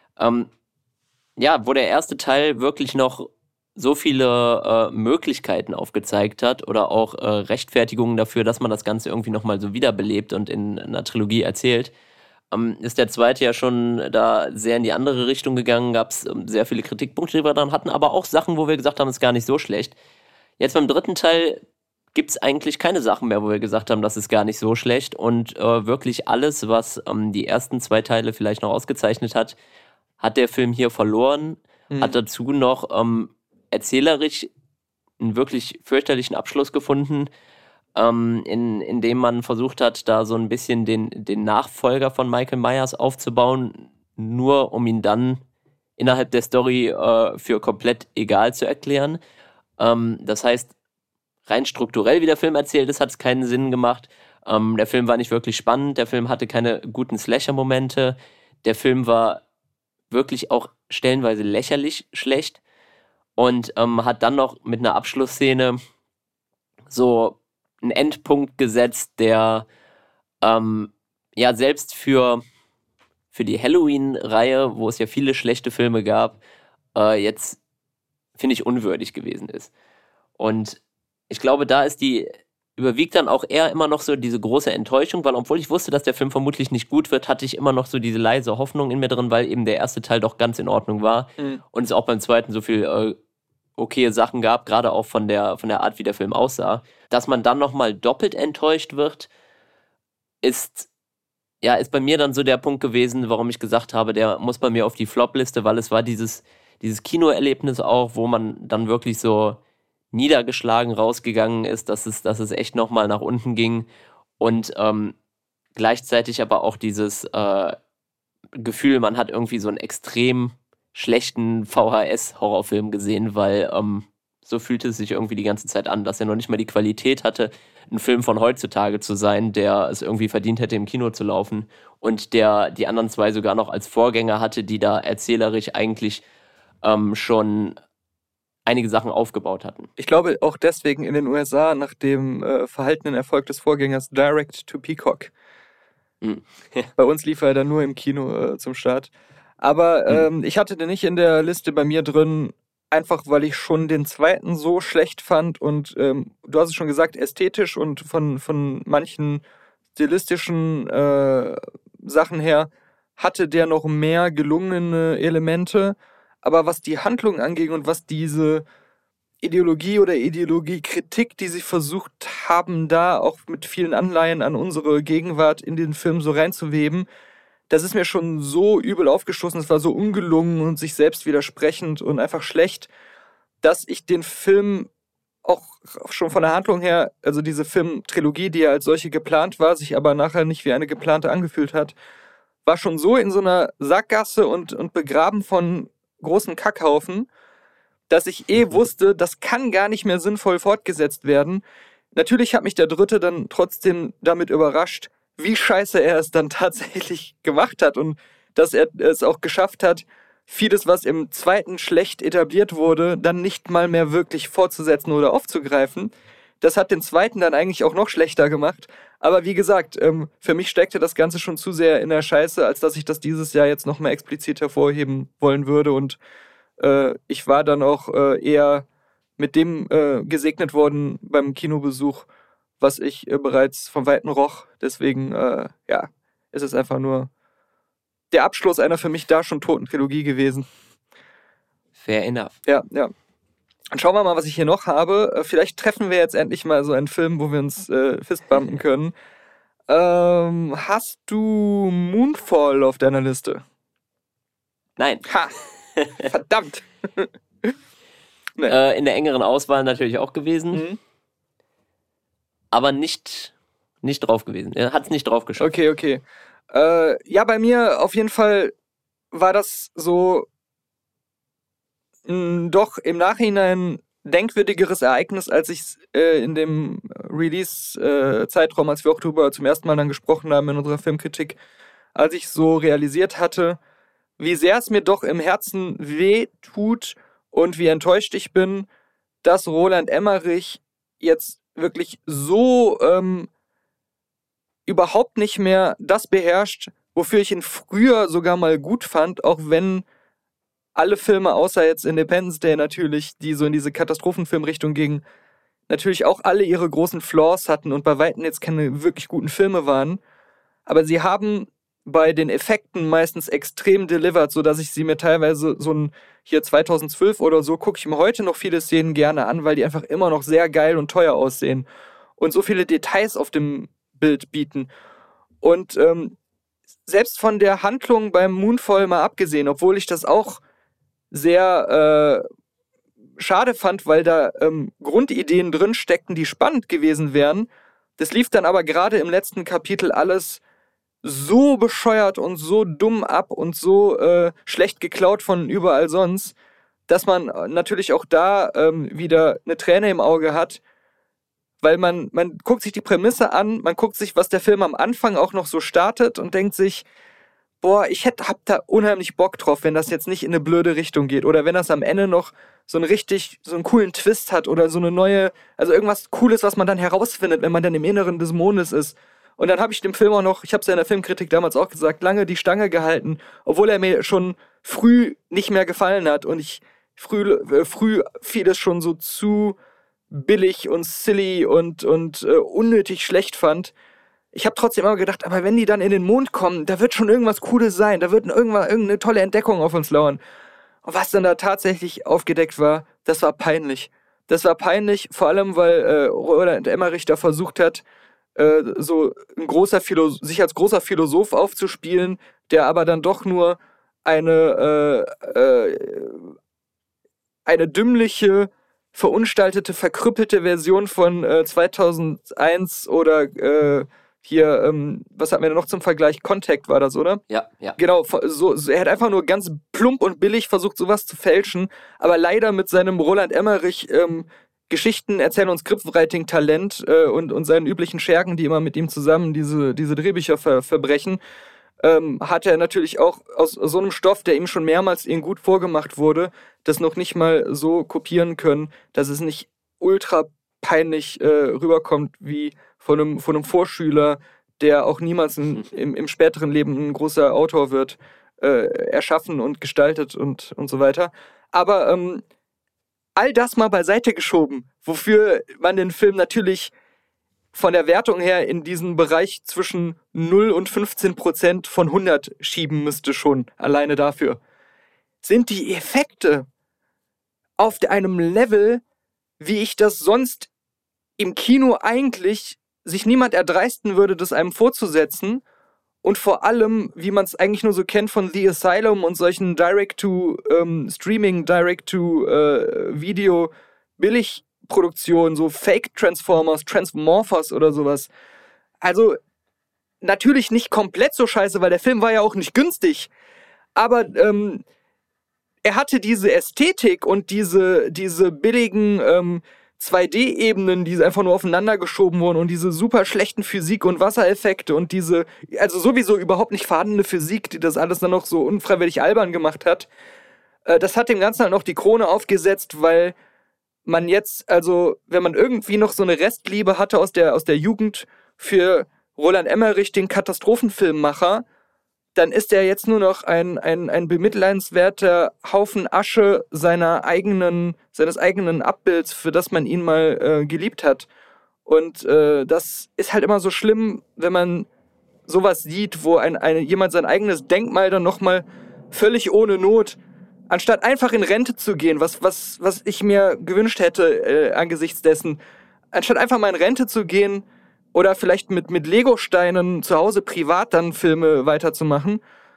Wo der erste Teil wirklich noch so viele Möglichkeiten aufgezeigt hat oder auch Rechtfertigungen dafür, dass man das Ganze irgendwie nochmal so wiederbelebt und in einer Trilogie erzählt, ist der zweite ja schon da sehr in die andere Richtung gegangen, gab es sehr viele Kritikpunkte, die wir dann hatten, aber auch Sachen, wo wir gesagt haben, ist gar nicht so schlecht. Jetzt beim dritten Teil gibt es eigentlich keine Sachen mehr, wo wir gesagt haben, das ist gar nicht so schlecht und wirklich alles, was die ersten zwei Teile vielleicht noch ausgezeichnet hat der Film hier verloren, hat dazu noch erzählerisch einen wirklich fürchterlichen Abschluss gefunden, in dem man versucht hat, da so ein bisschen den Nachfolger von Michael Myers aufzubauen, nur um ihn dann innerhalb der Story für komplett egal zu erklären. Das heißt, rein strukturell, wie der Film erzählt ist, hat es keinen Sinn gemacht. Der Film war nicht wirklich spannend, der Film hatte keine guten Slasher-Momente, der Film war wirklich auch stellenweise lächerlich schlecht und hat dann noch mit einer Abschlussszene so einen Endpunkt gesetzt, der selbst für die Halloween-Reihe, wo es ja viele schlechte Filme gab, jetzt, finde ich, unwürdig gewesen ist. Und ich glaube, da überwiegt dann auch eher immer noch so diese große Enttäuschung, weil obwohl ich wusste, dass der Film vermutlich nicht gut wird, hatte ich immer noch so diese leise Hoffnung in mir drin, weil eben der erste Teil doch ganz in Ordnung war und es auch beim zweiten so viel okaye Sachen gab, gerade auch von der Art, wie der Film aussah. Dass man dann nochmal doppelt enttäuscht wird, ist bei mir dann so der Punkt gewesen, warum ich gesagt habe, der muss bei mir auf die Flop-Liste, weil es war dieses Kinoerlebnis auch, wo man dann wirklich so niedergeschlagen rausgegangen ist, dass es echt nochmal nach unten ging und gleichzeitig aber auch dieses Gefühl, man hat irgendwie so einen extrem schlechten VHS-Horrorfilm gesehen, weil so fühlte es sich irgendwie die ganze Zeit an, dass er noch nicht mal die Qualität hatte, ein Film von heutzutage zu sein, der es irgendwie verdient hätte, im Kino zu laufen und der die anderen zwei sogar noch als Vorgänger hatte, die da erzählerisch eigentlich schon einige Sachen aufgebaut hatten. Ich glaube auch deswegen in den USA nach dem verhaltenen Erfolg des Vorgängers Direct to Peacock. Bei uns lief er dann nur im Kino zum Start. Aber ich hatte den nicht in der Liste bei mir drin, einfach weil ich schon den zweiten so schlecht fand und du hast es schon gesagt, ästhetisch und von manchen stilistischen Sachen her hatte der noch mehr gelungene Elemente. Aber was die Handlung anging und was diese Ideologie oder Ideologiekritik, die sie versucht haben, da auch mit vielen Anleihen an unsere Gegenwart in den Film so reinzuweben, das ist mir schon so übel aufgestoßen, es war so ungelungen und sich selbst widersprechend und einfach schlecht, dass ich den Film auch schon von der Handlung her, also diese Filmtrilogie, die ja als solche geplant war, sich aber nachher nicht wie eine geplante angefühlt hat, war schon so in so einer Sackgasse und begraben von großen Kackhaufen, dass ich wusste, das kann gar nicht mehr sinnvoll fortgesetzt werden. Natürlich hat mich der dritte dann trotzdem damit überrascht, wie scheiße er es dann tatsächlich gemacht hat und dass er es auch geschafft hat, vieles, was im zweiten schlecht etabliert wurde, dann nicht mal mehr wirklich fortzusetzen oder aufzugreifen. Das hat den zweiten dann eigentlich auch noch schlechter gemacht. Aber wie gesagt, für mich steckte das Ganze schon zu sehr in der Scheiße, als dass ich das dieses Jahr jetzt noch mal explizit hervorheben wollen würde. Und ich war dann auch eher mit dem gesegnet worden beim Kinobesuch, was ich bereits vom Weiten roch. Deswegen, ist es einfach nur der Abschluss einer für mich da schon toten Trilogie gewesen. Fair enough. Ja. Und schauen wir mal, was ich hier noch habe. Vielleicht treffen wir jetzt endlich mal so einen Film, wo wir uns fistbumpen können. Hast du Moonfall auf deiner Liste? Nein. Ha! Verdammt! In der engeren Auswahl natürlich auch gewesen. Aber nicht drauf gewesen. Er hat es nicht drauf geschafft. Okay. Bei mir auf jeden Fall war das so doch im Nachhinein denkwürdigeres Ereignis, als ich es in dem Release-Zeitraum, als wir auch darüber zum ersten Mal dann gesprochen haben in unserer Filmkritik, als ich so realisiert hatte, wie sehr es mir doch im Herzen weh tut und wie enttäuscht ich bin, dass Roland Emmerich jetzt wirklich so überhaupt nicht mehr das beherrscht, wofür ich ihn früher sogar mal gut fand, auch wenn alle Filme, außer jetzt Independence Day natürlich, die so in diese Katastrophenfilmrichtung gingen, natürlich auch alle ihre großen Flaws hatten und bei Weitem jetzt keine wirklich guten Filme waren. Aber sie haben bei den Effekten meistens extrem delivered, sodass ich sie mir teilweise hier 2012 oder so, gucke ich mir heute noch viele Szenen gerne an, weil die einfach immer noch sehr geil und teuer aussehen und so viele Details auf dem Bild bieten. Und selbst von der Handlung beim Moonfall mal abgesehen, obwohl ich das auch sehr schade fand, weil da Grundideen drin steckten, die spannend gewesen wären. Das lief dann aber gerade im letzten Kapitel alles so bescheuert und so dumm ab und so schlecht geklaut von überall sonst, dass man natürlich auch da wieder eine Träne im Auge hat, weil man guckt sich die Prämisse an, man guckt sich, was der Film am Anfang auch noch so startet und denkt sich, boah, hab da unheimlich Bock drauf, wenn das jetzt nicht in eine blöde Richtung geht oder wenn das am Ende noch so einen coolen Twist hat oder so eine neue, also irgendwas Cooles, was man dann herausfindet, wenn man dann im Inneren des Mondes ist. Und dann habe ich dem Film auch noch, ich habe es ja in der Filmkritik damals auch gesagt, lange die Stange gehalten, obwohl er mir schon früh nicht mehr gefallen hat und ich früh vieles schon so zu billig und silly und unnötig schlecht fand. Ich habe trotzdem immer gedacht, aber wenn die dann in den Mond kommen, da wird schon irgendwas Cooles sein, da wird irgendeine tolle Entdeckung auf uns lauern. Und was dann da tatsächlich aufgedeckt war, das war peinlich. Das war peinlich, vor allem, weil Roland Emmerich da versucht hat, so sich als großer Philosoph aufzuspielen, der aber dann doch nur eine dümmliche, verunstaltete, verkrüppelte Version von 2001 oder was hatten wir denn noch zum Vergleich? Contact war das, oder? Ja. Genau, er hat einfach nur ganz plump und billig versucht, sowas zu fälschen, aber leider mit seinem Roland Emmerich Geschichten erzählen und Scriptwriting-Talent und seinen üblichen Schergen, die immer mit ihm zusammen diese Drehbücher verbrechen, hat er natürlich auch aus so einem Stoff, der ihm schon mehrmals gut vorgemacht wurde, das noch nicht mal so kopieren können, dass es nicht ultra peinlich rüberkommt wie von einem Vorschüler, der auch niemals im späteren Leben ein großer Autor wird, erschaffen und gestaltet und so weiter. Aber all das mal beiseite geschoben, wofür man den Film natürlich von der Wertung her in diesen Bereich zwischen 0 und 15% von 100 schieben müsste schon, alleine dafür, sind die Effekte auf einem Level, wie ich das sonst im Kino eigentlich sich niemand erdreisten würde, das einem vorzusetzen. Und vor allem, wie man es eigentlich nur so kennt von The Asylum und solchen Direct-to-Streaming, Direct-to-Video-Billigproduktionen, so Fake-Transformers, Transmorphers oder sowas. Also natürlich nicht komplett so scheiße, weil der Film war ja auch nicht günstig. Aber er hatte diese Ästhetik und diese billigen 2D-Ebenen, die einfach nur aufeinander geschoben wurden und diese super schlechten Physik- und Wassereffekte und also sowieso überhaupt nicht vorhandene Physik, die das alles dann noch so unfreiwillig albern gemacht hat, das hat dem Ganzen halt noch die Krone aufgesetzt, weil man jetzt, also wenn man irgendwie noch so eine Restliebe hatte aus der Jugend für Roland Emmerich, den Katastrophenfilmmacher, dann ist er jetzt nur noch ein bemitleidenswerter Haufen Asche seines eigenen Abbilds, für das man ihn mal geliebt hat. Und das ist halt immer so schlimm, wenn man sowas sieht, wo jemand sein eigenes Denkmal dann nochmal völlig ohne Not, anstatt einfach in Rente zu gehen, was ich mir gewünscht hätte angesichts dessen, anstatt einfach mal in Rente zu gehen oder vielleicht mit Lego-Steinen zu Hause privat dann Filme weiterzumachen,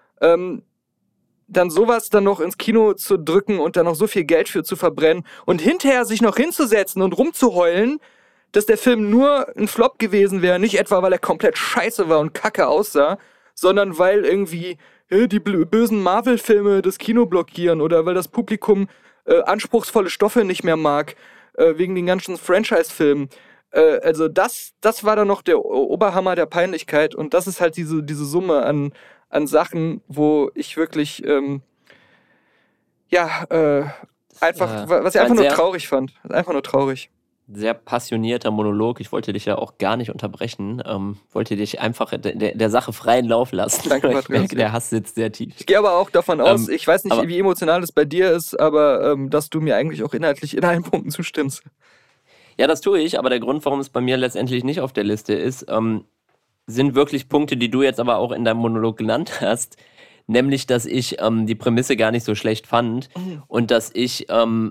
dann sowas dann noch ins Kino zu drücken und dann noch so viel Geld für zu verbrennen und hinterher sich noch hinzusetzen und rumzuheulen, dass der Film nur ein Flop gewesen wäre, nicht etwa, weil er komplett scheiße war und kacke aussah, sondern weil irgendwie die bösen Marvel-Filme das Kino blockieren oder weil das Publikum anspruchsvolle Stoffe nicht mehr mag, wegen den ganzen Franchise-Filmen. Also das war dann noch der Oberhammer der Peinlichkeit und das ist halt diese Summe an Sachen, wo ich wirklich was ich einfach nur traurig fand. Einfach nur traurig. Sehr passionierter Monolog. Ich wollte dich ja auch gar nicht unterbrechen. Wollte dich einfach der Sache freien Lauf lassen. Danke, Patrick. Ich merke, der Hass sitzt sehr tief. Ich gehe aber auch davon aus, ich weiß nicht, wie emotional das bei dir ist, aber dass du mir eigentlich auch inhaltlich in allen Punkten zustimmst. Ja, das tue ich, aber der Grund, warum es bei mir letztendlich nicht auf der Liste ist, sind wirklich Punkte, die du jetzt aber auch in deinem Monolog genannt hast. Nämlich, dass ich die Prämisse gar nicht so schlecht fand und dass ich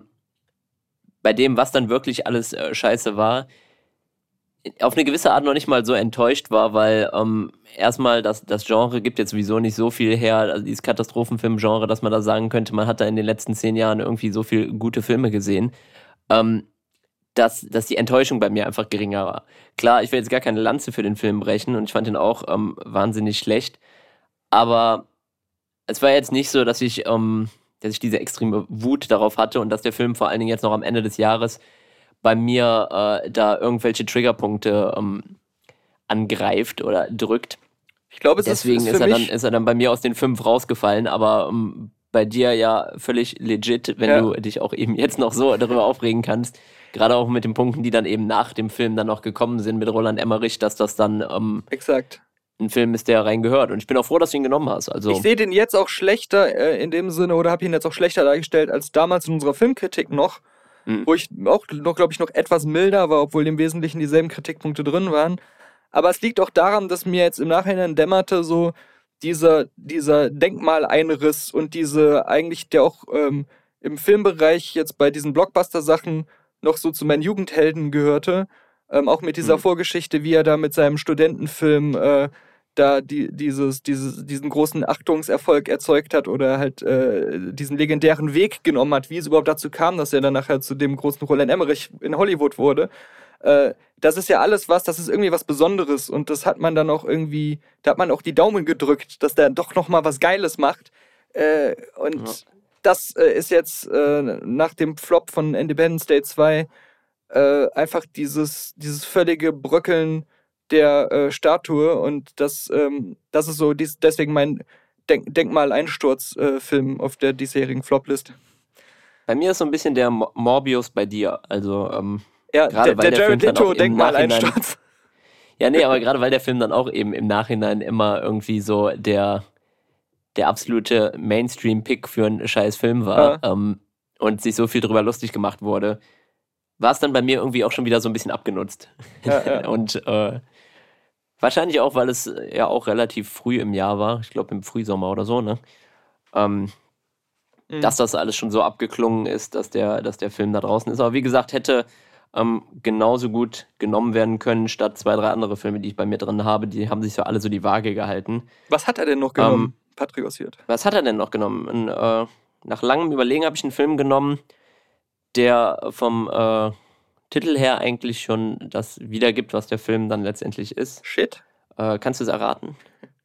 bei dem, was dann wirklich alles scheiße war, auf eine gewisse Art noch nicht mal so enttäuscht war, weil erstmal das Genre gibt jetzt sowieso nicht so viel her, also dieses Katastrophenfilm-Genre, dass man da sagen könnte, man hat da in den letzten 10 Jahren irgendwie so viele gute Filme gesehen, dass die Enttäuschung bei mir einfach geringer war. Klar, ich will jetzt gar keine Lanze für den Film brechen und ich fand ihn auch wahnsinnig schlecht, aber es war jetzt nicht so, dass ich diese extreme Wut darauf hatte und dass der Film vor allen Dingen jetzt noch am Ende des Jahres bei mir da irgendwelche Triggerpunkte angreift oder drückt. Ich glaube, deswegen ist er dann bei mir aus den 5 rausgefallen, aber bei dir ja völlig legit, wenn du dich auch eben jetzt noch so darüber aufregen kannst. Gerade auch mit den Punkten, die dann eben nach dem Film dann noch gekommen sind mit Roland Emmerich, dass das dann exakt ein Film ist, der reingehört. Und ich bin auch froh, dass du ihn genommen hast. Also ich sehe den jetzt auch schlechter in dem Sinne oder habe ihn jetzt auch schlechter dargestellt als damals in unserer Filmkritik noch, wo ich auch noch, glaube ich, noch etwas milder war, obwohl im Wesentlichen dieselben Kritikpunkte drin waren. Aber es liegt auch daran, dass mir jetzt im Nachhinein dämmerte, so dieser Denkmaleinriss und diese eigentlich, der auch im Filmbereich jetzt bei diesen Blockbuster-Sachen noch so zu meinen Jugendhelden gehörte, auch mit dieser Vorgeschichte, wie er da mit seinem Studentenfilm diesen großen Achtungserfolg erzeugt hat oder halt diesen legendären Weg genommen hat, wie es überhaupt dazu kam, dass er dann nachher zu dem großen Roland Emmerich in Hollywood wurde. Das ist ja alles das ist irgendwie was Besonderes und das hat man dann auch irgendwie, da hat man auch die Daumen gedrückt, dass der doch nochmal was Geiles macht. Das ist jetzt nach dem Flop von Independence Day 2 einfach dieses völlige Bröckeln der Statue und das ist so deswegen mein Denkmal-Einsturz-Film auf der diesjährigen Flop-Liste. Bei mir ist so ein bisschen der Morbius bei dir, also der Jared Leto Denkmal-Einsturz. Ja, nee, aber gerade weil der Film dann auch eben im Nachhinein immer irgendwie so der absolute Mainstream-Pick für einen scheiß Film war und sich so viel drüber lustig gemacht wurde, war es dann bei mir irgendwie auch schon wieder so ein bisschen abgenutzt. Ja. Und wahrscheinlich auch, weil es ja auch relativ früh im Jahr war, ich glaube im Frühsommer oder so, ne? Dass das alles schon so abgeklungen ist, dass der Film da draußen ist. Aber wie gesagt, hätte genauso gut genommen werden können, statt 2, 3 andere Filme, die ich bei mir drin habe, die haben sich so alle so die Waage gehalten. Was hat er denn noch genommen, Patrick Ossiert? Was hat er denn noch genommen? Und, nach langem Überlegen habe ich einen Film genommen, der vom Titel her eigentlich schon das wiedergibt, was der Film dann letztendlich ist. Shit. Kannst du es erraten?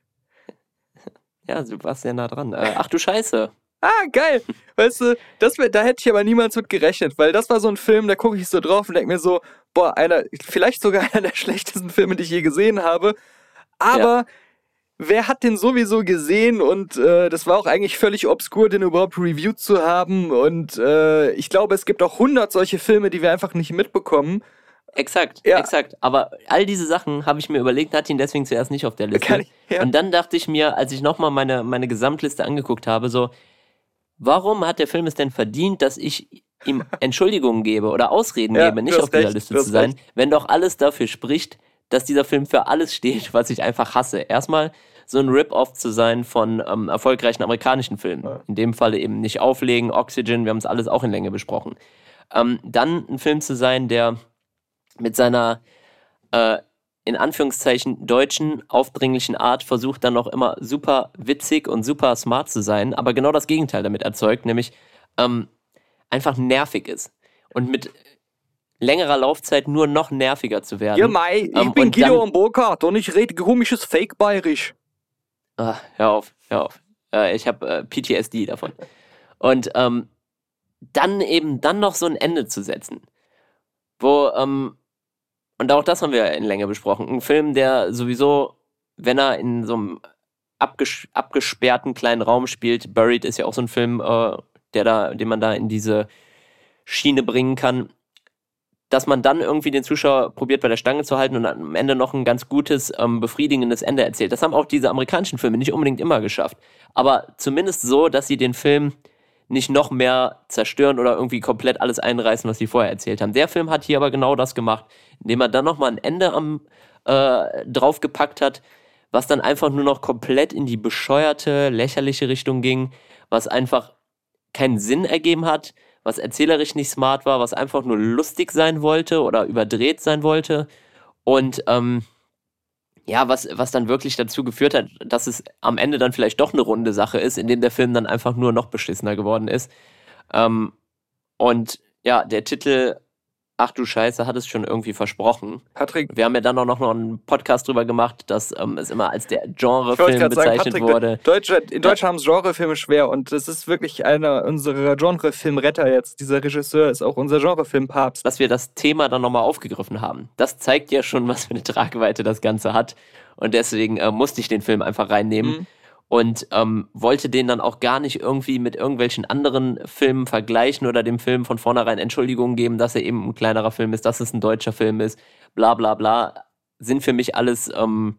Ja, du warst sehr nah dran. Ach du Scheiße. Ah, geil. Weißt du, da hätte ich aber niemals mit gerechnet, weil das war so ein Film, da gucke ich so drauf und denke mir so, boah, vielleicht sogar einer der schlechtesten Filme, die ich je gesehen habe. Aber wer hat den sowieso gesehen und das war auch eigentlich völlig obskur, den überhaupt reviewed zu haben und ich glaube, es gibt auch 100 solche Filme, die wir einfach nicht mitbekommen Exakt, Ja. exakt. Aber all diese Sachen habe ich mir überlegt, hatte ihn deswegen zuerst nicht auf der Liste. Ja. Und dann dachte ich mir, als ich nochmal meine Gesamtliste angeguckt habe, so, warum hat der Film es denn verdient, dass ich ihm Entschuldigungen gebe oder Ausreden Ja, gebe, du nicht hast auf dieser recht, Liste du hast zu sein, recht. wenn doch alles dafür spricht, dass dieser Film für alles steht, was ich einfach hasse. Erstmal so ein Rip-Off zu sein von erfolgreichen amerikanischen Filmen. Ja. In dem Falle eben Nicht auflegen, Oxygen, wir haben es alles auch in Länge besprochen. Dann ein Film zu sein, der mit seiner in Anführungszeichen deutschen, aufdringlichen Art versucht dann noch immer super witzig und super smart zu sein, aber genau das Gegenteil damit erzeugt, nämlich einfach nervig ist. Und mit längerer Laufzeit nur noch nerviger zu werden. Ja, Mai, ich bin Guido Burkhardt und ich rede komisches Fake-Bayerisch. Hör auf. Ich habe PTSD davon. Und dann noch so ein Ende zu setzen. Wo, und auch das haben wir in Länge besprochen. Ein Film, der sowieso, wenn er in so einem abgesperrten kleinen Raum spielt, Buried ist ja auch so ein Film, den man da in diese Schiene bringen kann, dass man dann irgendwie den Zuschauer probiert bei der Stange zu halten und am Ende noch ein ganz gutes, befriedigendes Ende erzählt. Das haben auch diese amerikanischen Filme nicht unbedingt immer geschafft. Aber zumindest so, dass sie den Film nicht noch mehr zerstören oder irgendwie komplett alles einreißen, was sie vorher erzählt haben. Der Film hat hier aber genau das gemacht, indem er dann nochmal ein Ende draufgepackt hat, was dann einfach nur noch komplett in die bescheuerte, lächerliche Richtung ging, was einfach keinen Sinn ergeben hat, was erzählerisch nicht smart war, was einfach nur lustig sein wollte oder überdreht sein wollte und was dann wirklich dazu geführt hat, dass es am Ende dann vielleicht doch eine runde Sache ist, indem der Film dann einfach nur noch beschissener geworden ist. Und ja, der Titel Ach du Scheiße hat es schon irgendwie versprochen. Patrick, Wir haben ja dann auch noch einen Podcast drüber gemacht, dass es immer als der Genrefilm bezeichnet wurde. In Deutschland haben es Genrefilme schwer und das ist wirklich einer unserer Genrefilmretter jetzt. Dieser Regisseur ist auch unser Genrefilmpapst. Dass wir das Thema dann nochmal aufgegriffen haben. Das zeigt ja schon, was für eine Tragweite das Ganze hat. Und deswegen musste ich den Film einfach reinnehmen. Und wollte den dann auch gar nicht irgendwie mit irgendwelchen anderen Filmen vergleichen oder dem Film von vornherein Entschuldigungen geben, dass er eben ein kleinerer Film ist, dass es ein deutscher Film ist, bla bla bla. Sind für mich alles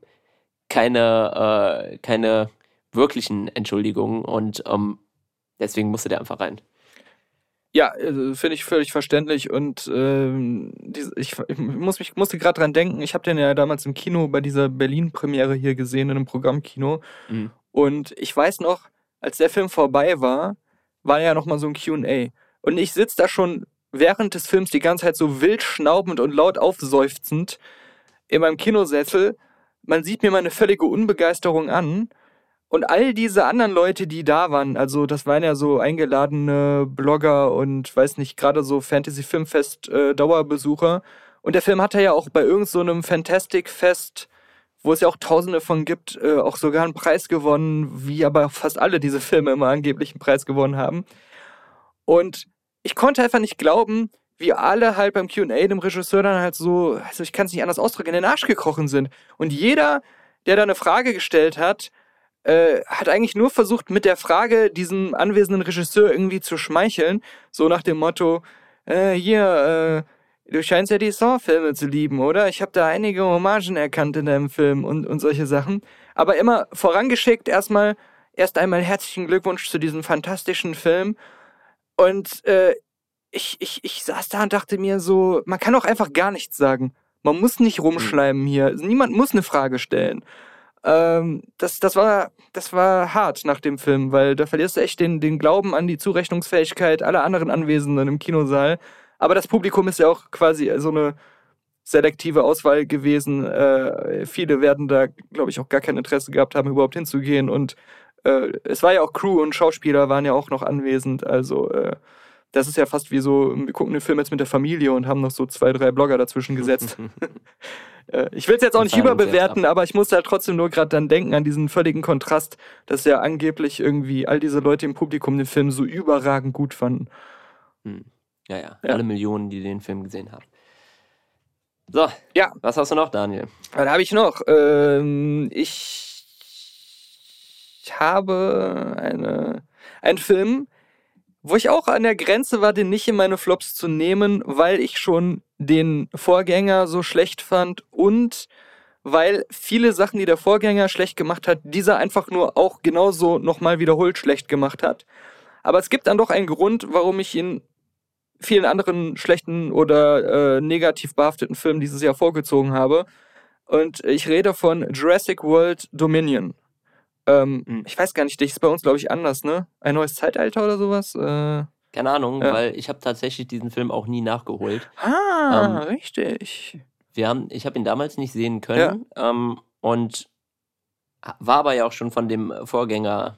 keine wirklichen Entschuldigungen und deswegen musste der einfach rein. Ja, finde ich völlig verständlich und ich musste gerade dran denken, ich habe den ja damals im Kino bei dieser Berlin-Premiere hier gesehen, in einem Programmkino. Und ich weiß noch, als der Film vorbei war ja nochmal so ein Q&A. Und ich sitze da schon während des Films die ganze Zeit so wild schnaubend und laut aufseufzend in meinem Kinosessel. Man sieht mir meine völlige Unbegeisterung an. Und all diese anderen Leute, die da waren, also das waren ja so eingeladene Blogger und weiß nicht, gerade so Fantasy-Filmfest-Dauerbesucher. Und der Film hatte ja auch bei irgend so einem Fantastic-Fest, wo es ja auch Tausende von gibt, auch sogar einen Preis gewonnen, wie aber fast alle diese Filme immer angeblich einen Preis gewonnen haben. Und ich konnte einfach nicht glauben, wie alle halt beim Q&A dem Regisseur dann halt so, also ich kann es nicht anders ausdrücken, in den Arsch gekrochen sind. Und jeder, der da eine Frage gestellt hat eigentlich nur versucht, mit der Frage diesem anwesenden Regisseur irgendwie zu schmeicheln. So nach dem Motto, du scheinst ja die Saw-Filme zu lieben, oder? Ich habe da einige Hommagen erkannt in deinem Film und solche Sachen. Aber immer vorangeschickt erst einmal herzlichen Glückwunsch zu diesem fantastischen Film. Und ich saß da und dachte mir so, man kann auch einfach gar nichts sagen. Man muss nicht rumschleimen hier. Niemand muss eine Frage stellen. Das war hart nach dem Film, weil da verlierst du echt den Glauben an die Zurechnungsfähigkeit aller anderen Anwesenden im Kinosaal. Aber das Publikum ist ja auch quasi so eine selektive Auswahl gewesen. Viele werden da, glaube ich, auch gar kein Interesse gehabt haben, überhaupt hinzugehen. Und es war ja auch Crew und Schauspieler waren ja auch noch anwesend. Also das ist ja fast wie so, wir gucken den Film jetzt mit der Familie und haben noch so 2, 3 Blogger dazwischen gesetzt. Ich will es jetzt auch nicht überbewerten, aber ich musste halt trotzdem nur gerade dann denken an diesen völligen Kontrast, dass ja angeblich irgendwie all diese Leute im Publikum den Film so überragend gut fanden. Ja. Alle Millionen, die den Film gesehen haben. So, ja. Was hast du noch, Daniel? Was habe ich noch? Ich habe einen Film, Wo ich auch an der Grenze war, den nicht in meine Flops zu nehmen, weil ich schon den Vorgänger so schlecht fand und weil viele Sachen, die der Vorgänger schlecht gemacht hat, dieser einfach nur auch genauso nochmal wiederholt schlecht gemacht hat. Aber es gibt dann doch einen Grund, warum ich ihn vielen anderen schlechten oder negativ behafteten Filmen dieses Jahr vorgezogen habe. Und ich rede von Jurassic World Dominion. Ich weiß gar nicht, das ist bei uns, glaube ich, anders, ne? Ein neues Zeitalter oder sowas? Keine Ahnung, Ja. weil ich habe tatsächlich diesen Film auch nie nachgeholt. Richtig. Ich habe ihn damals nicht sehen können und war aber ja auch schon von dem Vorgänger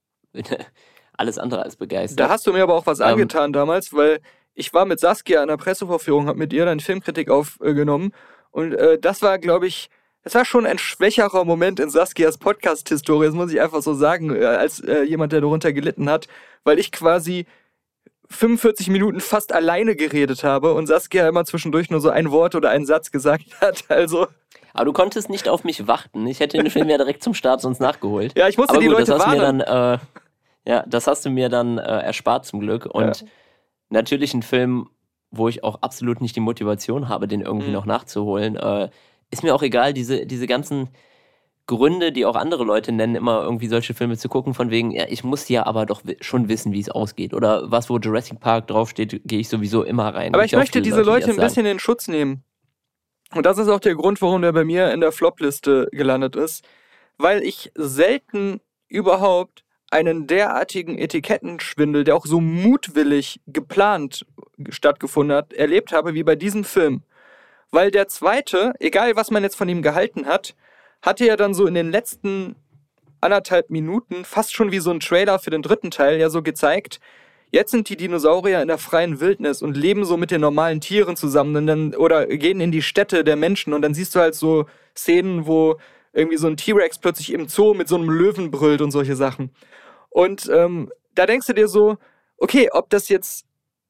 alles andere als begeistert. Da hast du mir aber auch was angetan damals, weil ich war mit Saskia an der Pressevorführung, habe mit ihr dann Filmkritik aufgenommen und das war, glaube ich, es war schon ein schwächerer Moment in Saskias Podcast-Historie, das muss ich einfach so sagen, als jemand, der darunter gelitten hat, weil ich quasi 45 Minuten fast alleine geredet habe und Saskia immer zwischendurch nur so ein Wort oder einen Satz gesagt hat, also... Aber du konntest nicht auf mich warten. Ich hätte den Film ja direkt zum Start sonst nachgeholt. Ja, ich musste die Leute warnen. Das hast du mir dann erspart zum Glück. Und natürlich ein Film, wo ich auch absolut nicht die Motivation habe, den irgendwie noch nachzuholen. Ist mir auch egal, diese ganzen Gründe, die auch andere Leute nennen, immer irgendwie solche Filme zu gucken, von wegen, ja, ich muss ja aber doch schon wissen, wie es ausgeht. Oder was, wo Jurassic Park draufsteht, gehe ich sowieso immer rein. Aber ich möchte diese Leute ein bisschen in Schutz nehmen. Und das ist auch der Grund, warum der bei mir in der Flop-Liste gelandet ist. Weil ich selten überhaupt einen derartigen Etikettenschwindel, der auch so mutwillig geplant stattgefunden hat, erlebt habe wie bei diesem Film. Weil der zweite, egal was man jetzt von ihm gehalten hat, hatte ja dann so in den letzten 1,5 Minuten fast schon wie so ein Trailer für den dritten Teil ja so gezeigt, jetzt sind die Dinosaurier in der freien Wildnis und leben so mit den normalen Tieren zusammen oder gehen in die Städte der Menschen und dann siehst du halt so Szenen, wo irgendwie so ein T-Rex plötzlich im Zoo mit so einem Löwen brüllt und solche Sachen. Und da denkst du dir so, okay, ob das jetzt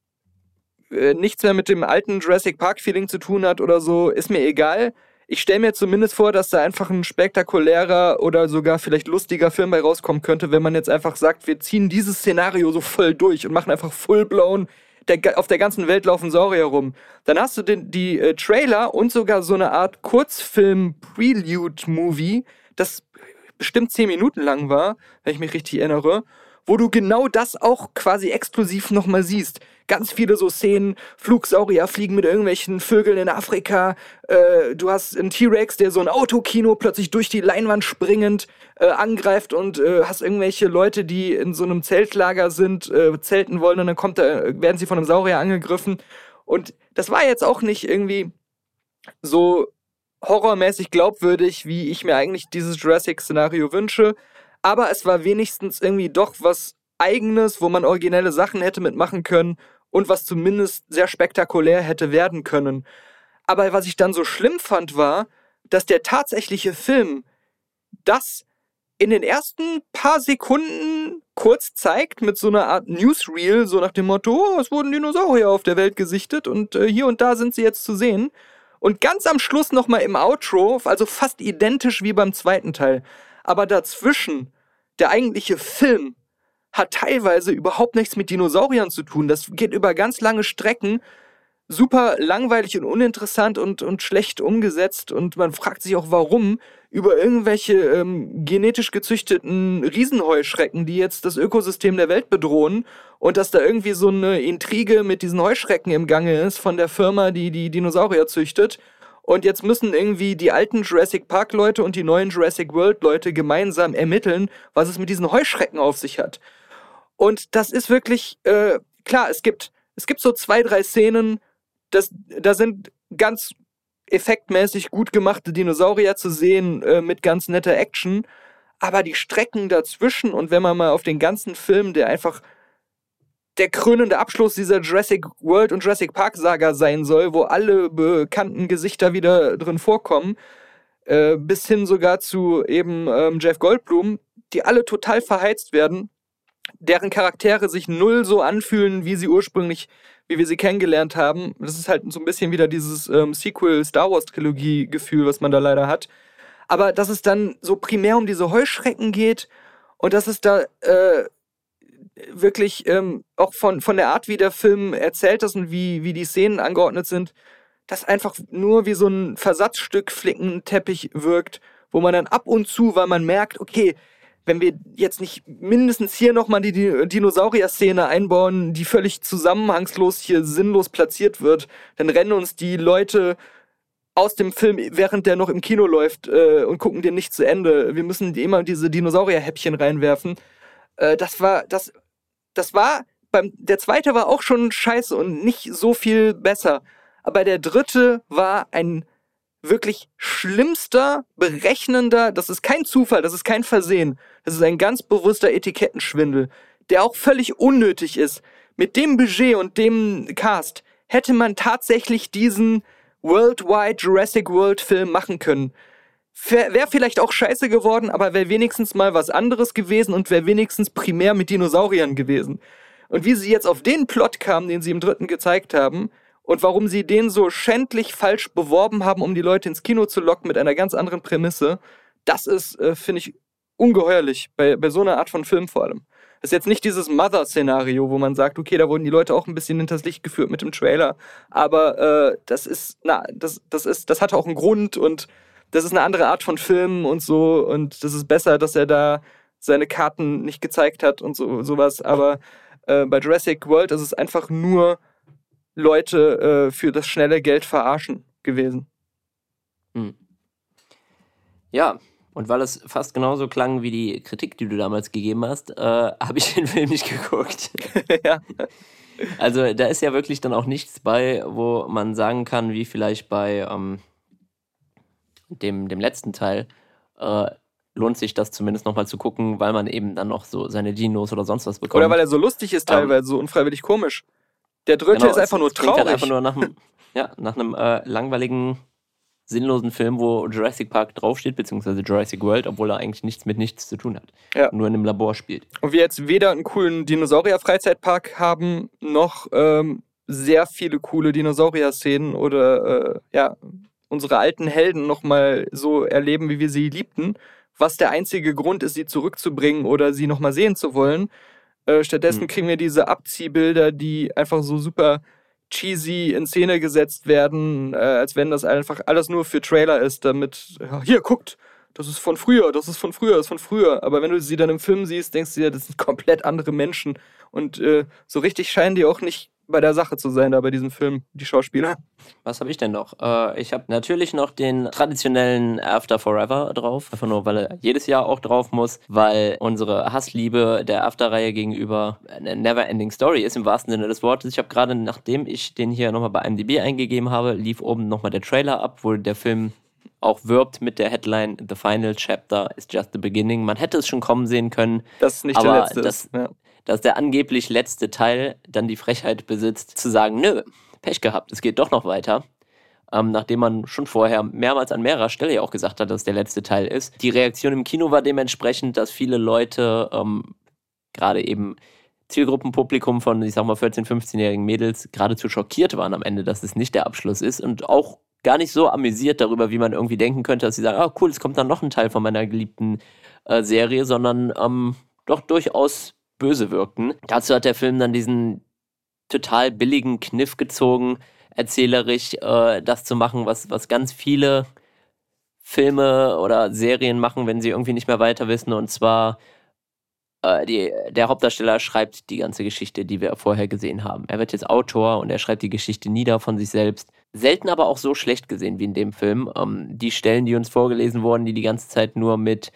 nichts mehr mit dem alten Jurassic Park-Feeling zu tun hat oder so, ist mir egal. Ich stelle mir zumindest vor, dass da einfach ein spektakulärer oder sogar vielleicht lustiger Film bei rauskommen könnte, wenn man jetzt einfach sagt, wir ziehen dieses Szenario so voll durch und machen einfach full-blown, auf der ganzen Welt laufen Saurier rum. Dann hast du die Trailer und sogar so eine Art Kurzfilm-Prelude-Movie, das bestimmt 10 Minuten lang war, wenn ich mich richtig erinnere, wo du genau das auch quasi exklusiv nochmal siehst. Ganz viele so Szenen, Flugsaurier fliegen mit irgendwelchen Vögeln in Afrika, du hast einen T-Rex, der so ein Autokino plötzlich durch die Leinwand springend angreift und hast irgendwelche Leute, die in so einem Zeltlager sind, zelten wollen und dann werden sie von einem Saurier angegriffen. Und das war jetzt auch nicht irgendwie so horrormäßig glaubwürdig, wie ich mir eigentlich dieses Jurassic-Szenario wünsche, aber es war wenigstens irgendwie doch was Eigenes, wo man originelle Sachen hätte mitmachen können und was zumindest sehr spektakulär hätte werden können. Aber was ich dann so schlimm fand, war, dass der tatsächliche Film das in den ersten paar Sekunden kurz zeigt mit so einer Art Newsreel, so nach dem Motto, oh, es wurden Dinosaurier auf der Welt gesichtet und hier und da sind sie jetzt zu sehen. Und ganz am Schluss nochmal im Outro, also fast identisch wie beim zweiten Teil, aber dazwischen, der eigentliche Film hat teilweise überhaupt nichts mit Dinosauriern zu tun. Das geht über ganz lange Strecken, super langweilig und uninteressant und schlecht umgesetzt. Und man fragt sich auch, warum über irgendwelche genetisch gezüchteten Riesenheuschrecken, die jetzt das Ökosystem der Welt bedrohen und dass da irgendwie so eine Intrige mit diesen Heuschrecken im Gange ist von der Firma, die die Dinosaurier züchtet. Und jetzt müssen irgendwie die alten Jurassic Park Leute und die neuen Jurassic World Leute gemeinsam ermitteln, was es mit diesen Heuschrecken auf sich hat. Und das ist wirklich, klar, es gibt so 2, 3 Szenen, da sind ganz effektmäßig gut gemachte Dinosaurier zu sehen, mit ganz netter Action. Aber die Strecken dazwischen und wenn man mal auf den ganzen Film, der einfach der krönende Abschluss dieser Jurassic World und Jurassic Park Saga sein soll, wo alle bekannten Gesichter wieder drin vorkommen, bis hin sogar zu eben Jeff Goldblum, die alle total verheizt werden, deren Charaktere sich null so anfühlen, wie wir sie kennengelernt haben. Das ist halt so ein bisschen wieder dieses Sequel-Star Wars-Trilogie-Gefühl, was man da leider hat. Aber dass es dann so primär um diese Heuschrecken geht und dass es da wirklich auch von der Art, wie der Film erzählt ist und wie die Szenen angeordnet sind, das einfach nur wie so ein Versatzstück Flickenteppich wirkt, wo man dann ab und zu, weil man merkt, okay, wenn wir jetzt nicht mindestens hier nochmal die Dinosaurier-Szene einbauen, die völlig zusammenhangslos hier sinnlos platziert wird, dann rennen uns die Leute aus dem Film, während der noch im Kino läuft, und gucken den nicht zu Ende. Wir müssen immer diese Dinosaurier-Häppchen reinwerfen. Der zweite war auch schon scheiße und nicht so viel besser. Aber der dritte war ein wirklich schlimmster, berechnender, das ist kein Zufall, das ist kein Versehen. Das ist ein ganz bewusster Etikettenschwindel, der auch völlig unnötig ist. Mit dem Budget und dem Cast hätte man tatsächlich diesen Worldwide Jurassic World Film machen können. Wäre vielleicht auch scheiße geworden, aber wäre wenigstens mal was anderes gewesen und wäre wenigstens primär mit Dinosauriern gewesen. Und wie sie jetzt auf den Plot kamen, den sie im dritten gezeigt haben, und warum sie den so schändlich falsch beworben haben, um die Leute ins Kino zu locken mit einer ganz anderen Prämisse, das ist, finde ich, ungeheuerlich, bei so einer Art von Film vor allem. Das ist jetzt nicht dieses Mother-Szenario, wo man sagt, okay, da wurden die Leute auch ein bisschen hinters Licht geführt mit dem Trailer, aber das hatte auch einen Grund und das ist eine andere Art von Film und so und das ist besser, dass er da seine Karten nicht gezeigt hat und sowas, aber bei Jurassic World ist es einfach nur Leute für das schnelle Geld verarschen gewesen. Ja, und weil es fast genauso klang wie die Kritik, die du damals gegeben hast, habe ich den Film nicht geguckt. Ja. Also da ist ja wirklich dann auch nichts bei, wo man sagen kann, wie vielleicht bei dem letzten Teil, lohnt sich das zumindest nochmal zu gucken, weil man eben dann noch so seine Dinos oder sonst was bekommt. Oder weil er so lustig ist teilweise, so unfreiwillig komisch. Der dritte ist einfach nur traurig. Halt einfach nur nach einem langweiligen, sinnlosen Film, wo Jurassic Park draufsteht, beziehungsweise Jurassic World, obwohl er eigentlich nichts mit nichts zu tun hat. Ja. Nur in einem Labor spielt. Und wir jetzt weder einen coolen Dinosaurier-Freizeitpark haben, noch sehr viele coole Dinosaurier-Szenen oder unsere alten Helden nochmal so erleben, wie wir sie liebten, was der einzige Grund ist, sie zurückzubringen oder sie nochmal sehen zu wollen. Stattdessen kriegen wir diese Abziehbilder, die einfach so super cheesy in Szene gesetzt werden, als wenn das einfach alles nur für Trailer ist, damit, hier, guckt, das ist von früher. Aber wenn du sie dann im Film siehst, denkst du dir, das sind komplett andere Menschen. Und so richtig scheinen die auch nicht bei der Sache zu sein, da bei diesem Film, die Schauspieler. Was habe ich denn noch? Ich habe natürlich noch den traditionellen After Forever drauf, einfach nur, weil er jedes Jahr auch drauf muss, weil unsere Hassliebe der After-Reihe gegenüber eine Never-Ending Story ist, im wahrsten Sinne des Wortes. Ich habe gerade, nachdem ich den hier nochmal bei IMDb eingegeben habe, lief oben nochmal der Trailer ab, wo der Film auch wirbt mit der Headline The Final Chapter is just the beginning. Man hätte es schon kommen sehen können. Das ist nicht der letzte ist. Ja. Dass der angeblich letzte Teil dann die Frechheit besitzt, zu sagen, nö, Pech gehabt, es geht doch noch weiter. Nachdem man schon vorher mehrmals an mehrerer Stelle ja auch gesagt hat, dass der letzte Teil ist. Die Reaktion im Kino war dementsprechend, dass viele Leute, gerade eben Zielgruppenpublikum von, ich sag mal, 14-, 15-jährigen Mädels, geradezu schockiert waren am Ende, dass es nicht der Abschluss ist und auch gar nicht so amüsiert darüber, wie man irgendwie denken könnte, dass sie sagen, cool, es kommt dann noch ein Teil von meiner geliebten Serie, sondern doch durchaus böse wirkten. Dazu hat der Film dann diesen total billigen Kniff gezogen, erzählerisch das zu machen, was ganz viele Filme oder Serien machen, wenn sie irgendwie nicht mehr weiter wissen. Und zwar der Hauptdarsteller schreibt die ganze Geschichte, die wir vorher gesehen haben. Er wird jetzt Autor und er schreibt die Geschichte nieder von sich selbst. Selten aber auch so schlecht gesehen wie in dem Film. Die Stellen, die uns vorgelesen wurden, die ganze Zeit nur mit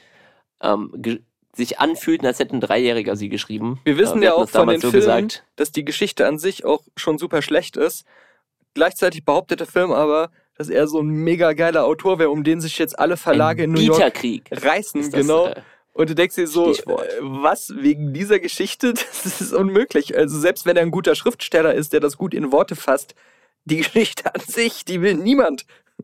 sich anfühlten, als hätte ein Dreijähriger sie geschrieben. Wir wissen ja auch von den Filmen, dass die Geschichte an sich auch schon super schlecht ist. Gleichzeitig behauptet der Film aber, dass er so ein mega geiler Autor wäre, um den sich jetzt alle Verlage in New York reißen. Genau. Und du denkst dir so, was, wegen dieser Geschichte? Das ist unmöglich. Also selbst wenn er ein guter Schriftsteller ist, der das gut in Worte fasst, die Geschichte an sich, die will niemand.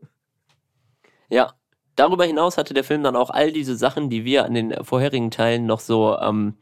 Ja. Darüber hinaus hatte der Film dann auch all diese Sachen, die wir an den vorherigen Teilen noch so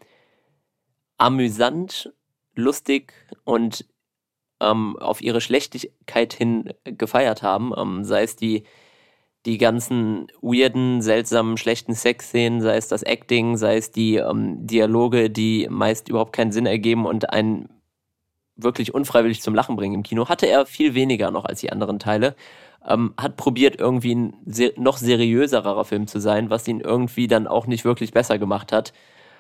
amüsant, lustig und auf ihre Schlechtigkeit hin gefeiert haben. Sei es die die ganzen weirden, seltsamen, schlechten Sexszenen, sei es das Acting, sei es die Dialoge, die meist überhaupt keinen Sinn ergeben und einen wirklich unfreiwillig zum Lachen bringen im Kino, hatte er viel weniger noch als die anderen Teile. Hat probiert, irgendwie ein noch seriöserer Film zu sein, was ihn irgendwie dann auch nicht wirklich besser gemacht hat.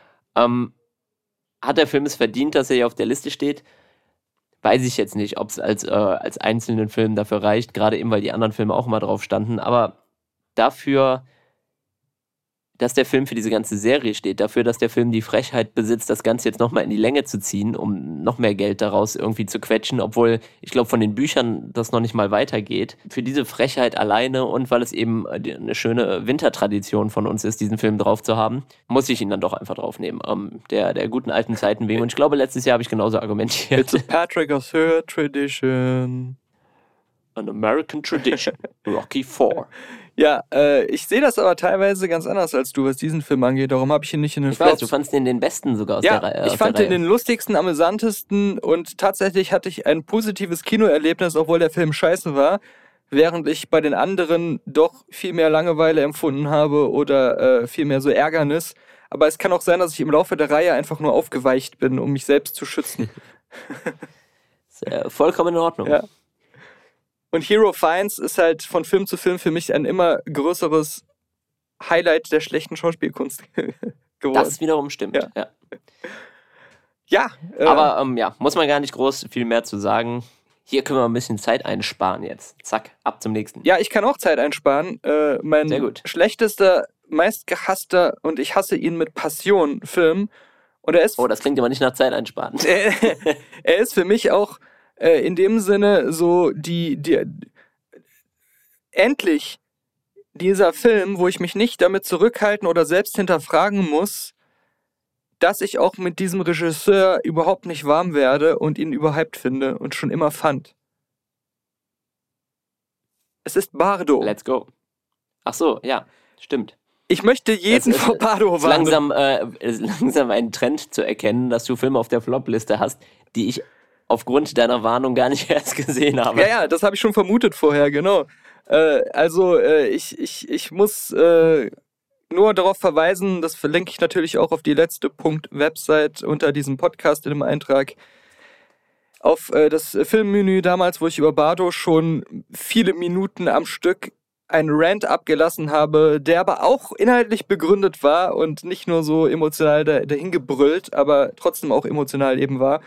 Hat der Film es verdient, dass er hier auf der Liste steht? Weiß ich jetzt nicht, ob es als einzelnen Film dafür reicht, gerade eben, weil die anderen Filme auch immer drauf standen, aber dafür, dass der Film für diese ganze Serie steht, dafür, dass der Film die Frechheit besitzt, das Ganze jetzt nochmal in die Länge zu ziehen, um noch mehr Geld daraus irgendwie zu quetschen, obwohl ich glaube, von den Büchern das noch nicht mal weitergeht. Für diese Frechheit alleine und weil es eben eine schöne Wintertradition von uns ist, diesen Film drauf zu haben, muss ich ihn dann doch einfach draufnehmen. Der guten alten Zeiten wegen. Und ich glaube, letztes Jahr habe ich genauso argumentiert. It's a Patrick O'Third tradition. An American tradition. Rocky IV. Ja, ich sehe das aber teilweise ganz anders als du, was diesen Film angeht. Darum habe ich ihn nicht in den Ich weiß, du fandst den besten sogar aus der Reihe. Ja, ich fand den lustigsten, amüsantesten und tatsächlich hatte ich ein positives Kinoerlebnis, obwohl der Film scheiße war, während ich bei den anderen doch viel mehr Langeweile empfunden habe oder viel mehr so Ärgernis. Aber es kann auch sein, dass ich im Laufe der Reihe einfach nur aufgeweicht bin, um mich selbst zu schützen. Ist vollkommen in Ordnung. Ja. Und Hero Fiennes ist halt von Film zu Film für mich ein immer größeres Highlight der schlechten Schauspielkunst geworden. Das wiederum stimmt, ja. Ja. Aber muss man gar nicht groß viel mehr zu sagen. Hier können wir ein bisschen Zeit einsparen jetzt. Zack, ab zum nächsten. Ja, ich kann auch Zeit einsparen. Mein schlechtester, meistgehasster und ich hasse ihn mit Passion Film. Und er ist. Oh, das klingt aber nicht nach Zeit einsparen. Er ist für mich auch in dem Sinne so endlich dieser Film, wo ich mich nicht damit zurückhalten oder selbst hinterfragen muss, dass ich auch mit diesem Regisseur überhaupt nicht warm werde und ihn überhyped finde und schon immer fand. Es ist Bardo. Let's go. Ach so, ja, stimmt. Ich möchte jeden vor Bardo warnen. Langsam ein Trend zu erkennen, dass du Filme auf der Flop-Liste hast, die ich aufgrund deiner Warnung gar nicht erst gesehen habe. Ja, das habe ich schon vermutet vorher, genau. Ich muss nur darauf verweisen, das verlinke ich natürlich auch auf die letzte Website unter diesem Podcast in dem Eintrag, auf das Filmmenü damals, wo ich über Bardo schon viele Minuten am Stück einen Rant abgelassen habe, der aber auch inhaltlich begründet war und nicht nur so emotional dahin gebrüllt, aber trotzdem auch emotional eben war.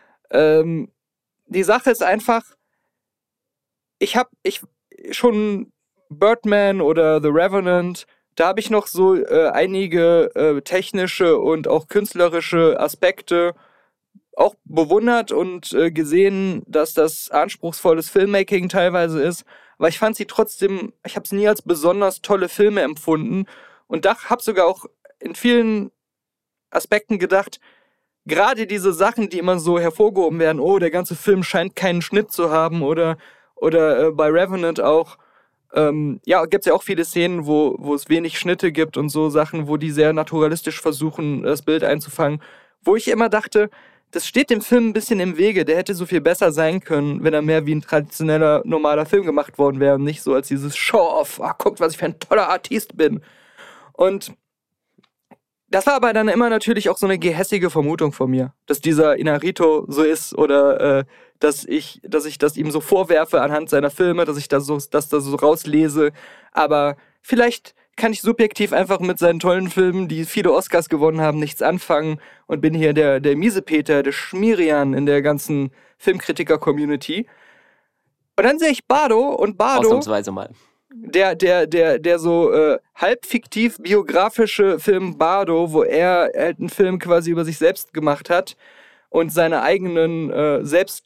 Die Sache ist einfach, ich schon Birdman oder The Revenant, da habe ich noch so einige technische und auch künstlerische Aspekte auch bewundert und gesehen, dass das anspruchsvolles Filmmaking teilweise ist. Aber ich fand sie trotzdem, ich habe es nie als besonders tolle Filme empfunden und habe sogar auch in vielen Aspekten gedacht, gerade diese Sachen, die immer so hervorgehoben werden, oh, der ganze Film scheint keinen Schnitt zu haben oder bei Revenant auch, gibt's ja auch viele Szenen, wo es wenig Schnitte gibt und so Sachen, wo die sehr naturalistisch versuchen, das Bild einzufangen, wo ich immer dachte, das steht dem Film ein bisschen im Wege, der hätte so viel besser sein können, wenn er mehr wie ein traditioneller, normaler Film gemacht worden wäre und nicht so als dieses Show-off, guckt, was ich für ein toller Artist bin. Und das war aber dann immer natürlich auch so eine gehässige Vermutung von mir, dass dieser Inarito so ist oder dass ich das ihm so vorwerfe anhand seiner Filme, dass ich das so rauslese. Aber vielleicht kann ich subjektiv einfach mit seinen tollen Filmen, die viele Oscars gewonnen haben, nichts anfangen und bin hier der Miesepeter, der Schmirian in der ganzen Filmkritiker-Community. Und dann sehe ich Bardo und Bardo... Ausnahmsweise mal. Der so halb fiktiv biografische Film Bardo, wo er halt einen Film quasi über sich selbst gemacht hat und seine eigenen halb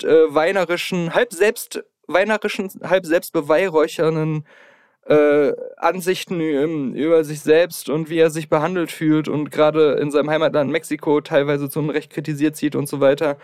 selbstbeweihräuchernden Ansichten über sich selbst und wie er sich behandelt fühlt und gerade in seinem Heimatland Mexiko teilweise zum Recht kritisiert sieht und so weiter.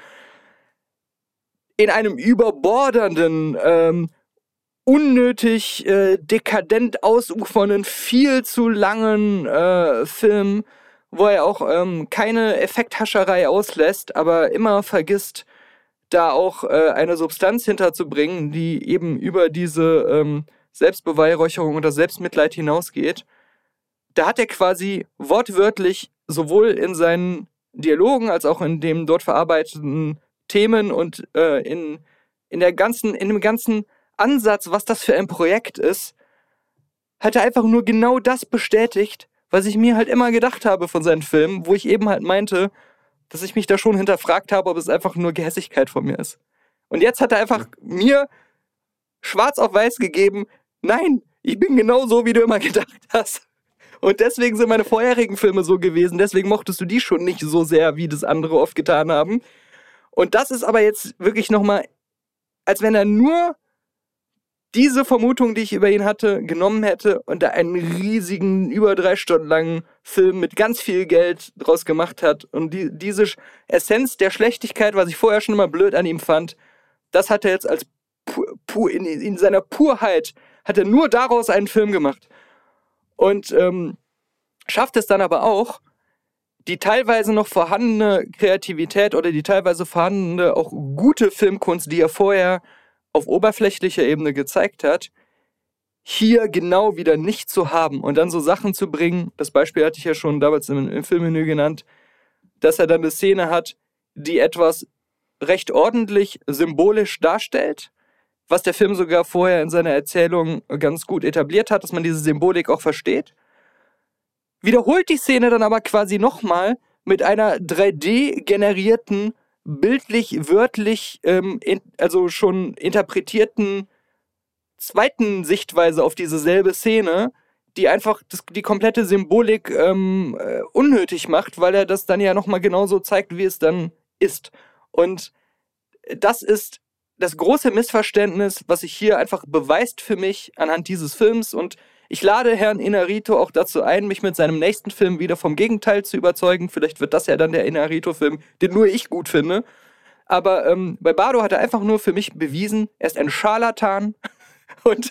In einem überbordernden, unnötig dekadent ausufernden, viel zu langen Film, wo er auch keine Effekthascherei auslässt, aber immer vergisst, da auch eine Substanz hinterzubringen, die eben über diese Selbstbeweihräucherung und das Selbstmitleid hinausgeht, da hat er quasi wortwörtlich sowohl in seinen Dialogen als auch in dem dort verarbeiteten Themen und in dem ganzen Ansatz, was das für ein Projekt ist, hat er einfach nur genau das bestätigt, was ich mir halt immer gedacht habe von seinen Filmen, wo ich eben halt meinte, dass ich mich da schon hinterfragt habe, ob es einfach nur Gehässigkeit von mir ist. Und jetzt hat er einfach mir schwarz auf weiß gegeben, nein, ich bin genau so, wie du immer gedacht hast. Und deswegen sind meine vorherigen Filme so gewesen, deswegen mochtest du die schon nicht so sehr, wie das andere oft getan haben. Und das ist aber jetzt wirklich nochmal, als wenn er nur diese Vermutung, die ich über ihn hatte, genommen hätte und da einen riesigen, über 3 Stunden langen Film mit ganz viel Geld draus gemacht hat. Und diese Essenz der Schlechtigkeit, was ich vorher schon immer blöd an ihm fand, das hat er jetzt als in seiner Purheit, hat er nur daraus einen Film gemacht. Und schafft es dann aber auch, die teilweise noch vorhandene Kreativität oder die teilweise vorhandene auch gute Filmkunst, die er vorher auf oberflächlicher Ebene gezeigt hat, hier genau wieder nicht zu haben und dann so Sachen zu bringen, das Beispiel hatte ich ja schon damals im Filmmenü genannt, dass er dann eine Szene hat, die etwas recht ordentlich symbolisch darstellt, was der Film sogar vorher in seiner Erzählung ganz gut etabliert hat, dass man diese Symbolik auch versteht. Wiederholt die Szene dann aber quasi nochmal mit einer 3D-generierten, bildlich, wörtlich, also schon interpretierten zweiten Sichtweise auf diese selbe Szene, die einfach die komplette Symbolik unnötig macht, weil er das dann ja nochmal genauso zeigt, wie es dann ist. Und das ist das große Missverständnis, was sich hier einfach beweist für mich anhand dieses Films. Und ich lade Herrn Inarritu auch dazu ein, mich mit seinem nächsten Film wieder vom Gegenteil zu überzeugen. Vielleicht wird das ja dann der Inarritu-Film, den nur ich gut finde. Aber bei Bardo hat er einfach nur für mich bewiesen, er ist ein Scharlatan und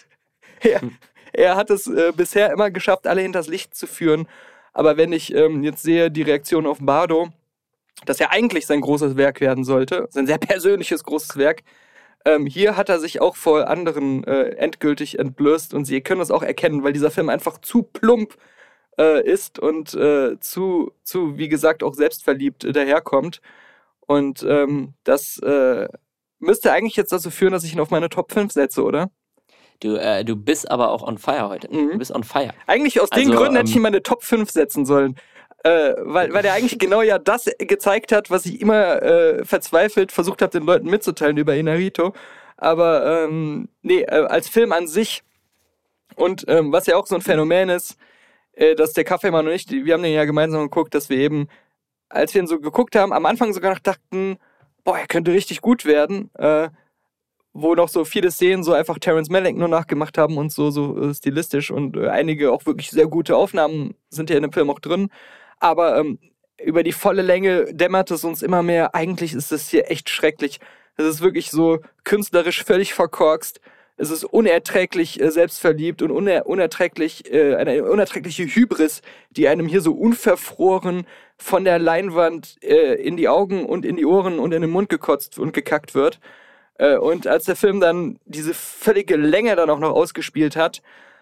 er hat es bisher immer geschafft, alle hinters Licht zu führen. Aber wenn ich jetzt sehe, die Reaktion auf Bardo, das ja eigentlich sein großes Werk werden sollte, sein sehr persönliches großes Werk, hier hat er sich auch vor anderen endgültig entblößt und Sie können das auch erkennen, weil dieser Film einfach zu plump ist und zu, wie gesagt, auch selbstverliebt daherkommt. Und das müsste eigentlich jetzt dazu führen, dass ich ihn auf meine Top 5 setze, oder? Du bist aber auch on fire heute. Mhm. Du bist on fire. Eigentlich aus den Gründen hätte ich ihn meine Top 5 setzen sollen. Weil er eigentlich genau ja das gezeigt hat, was ich immer verzweifelt versucht habe, den Leuten mitzuteilen über Inarritu. Aber als Film an sich und was ja auch so ein Phänomen ist, dass der Kaffeemann und ich, wir haben den ja gemeinsam geguckt, dass wir eben, als wir ihn so geguckt haben, am Anfang sogar noch dachten, boah, er könnte richtig gut werden, wo noch so viele Szenen so einfach Terrence Malick nur nachgemacht haben und so stilistisch und einige auch wirklich sehr gute Aufnahmen sind ja in dem Film auch drin. Aber über die volle Länge dämmert es uns immer mehr, eigentlich ist das hier echt schrecklich. Es ist wirklich so künstlerisch völlig verkorkst. Es ist unerträglich selbstverliebt und eine unerträgliche Hybris, die einem hier so unverfroren von der Leinwand in die Augen und in die Ohren und in den Mund gekotzt und gekackt wird. Und als der Film dann diese völlige Länge dann auch noch ausgespielt hat,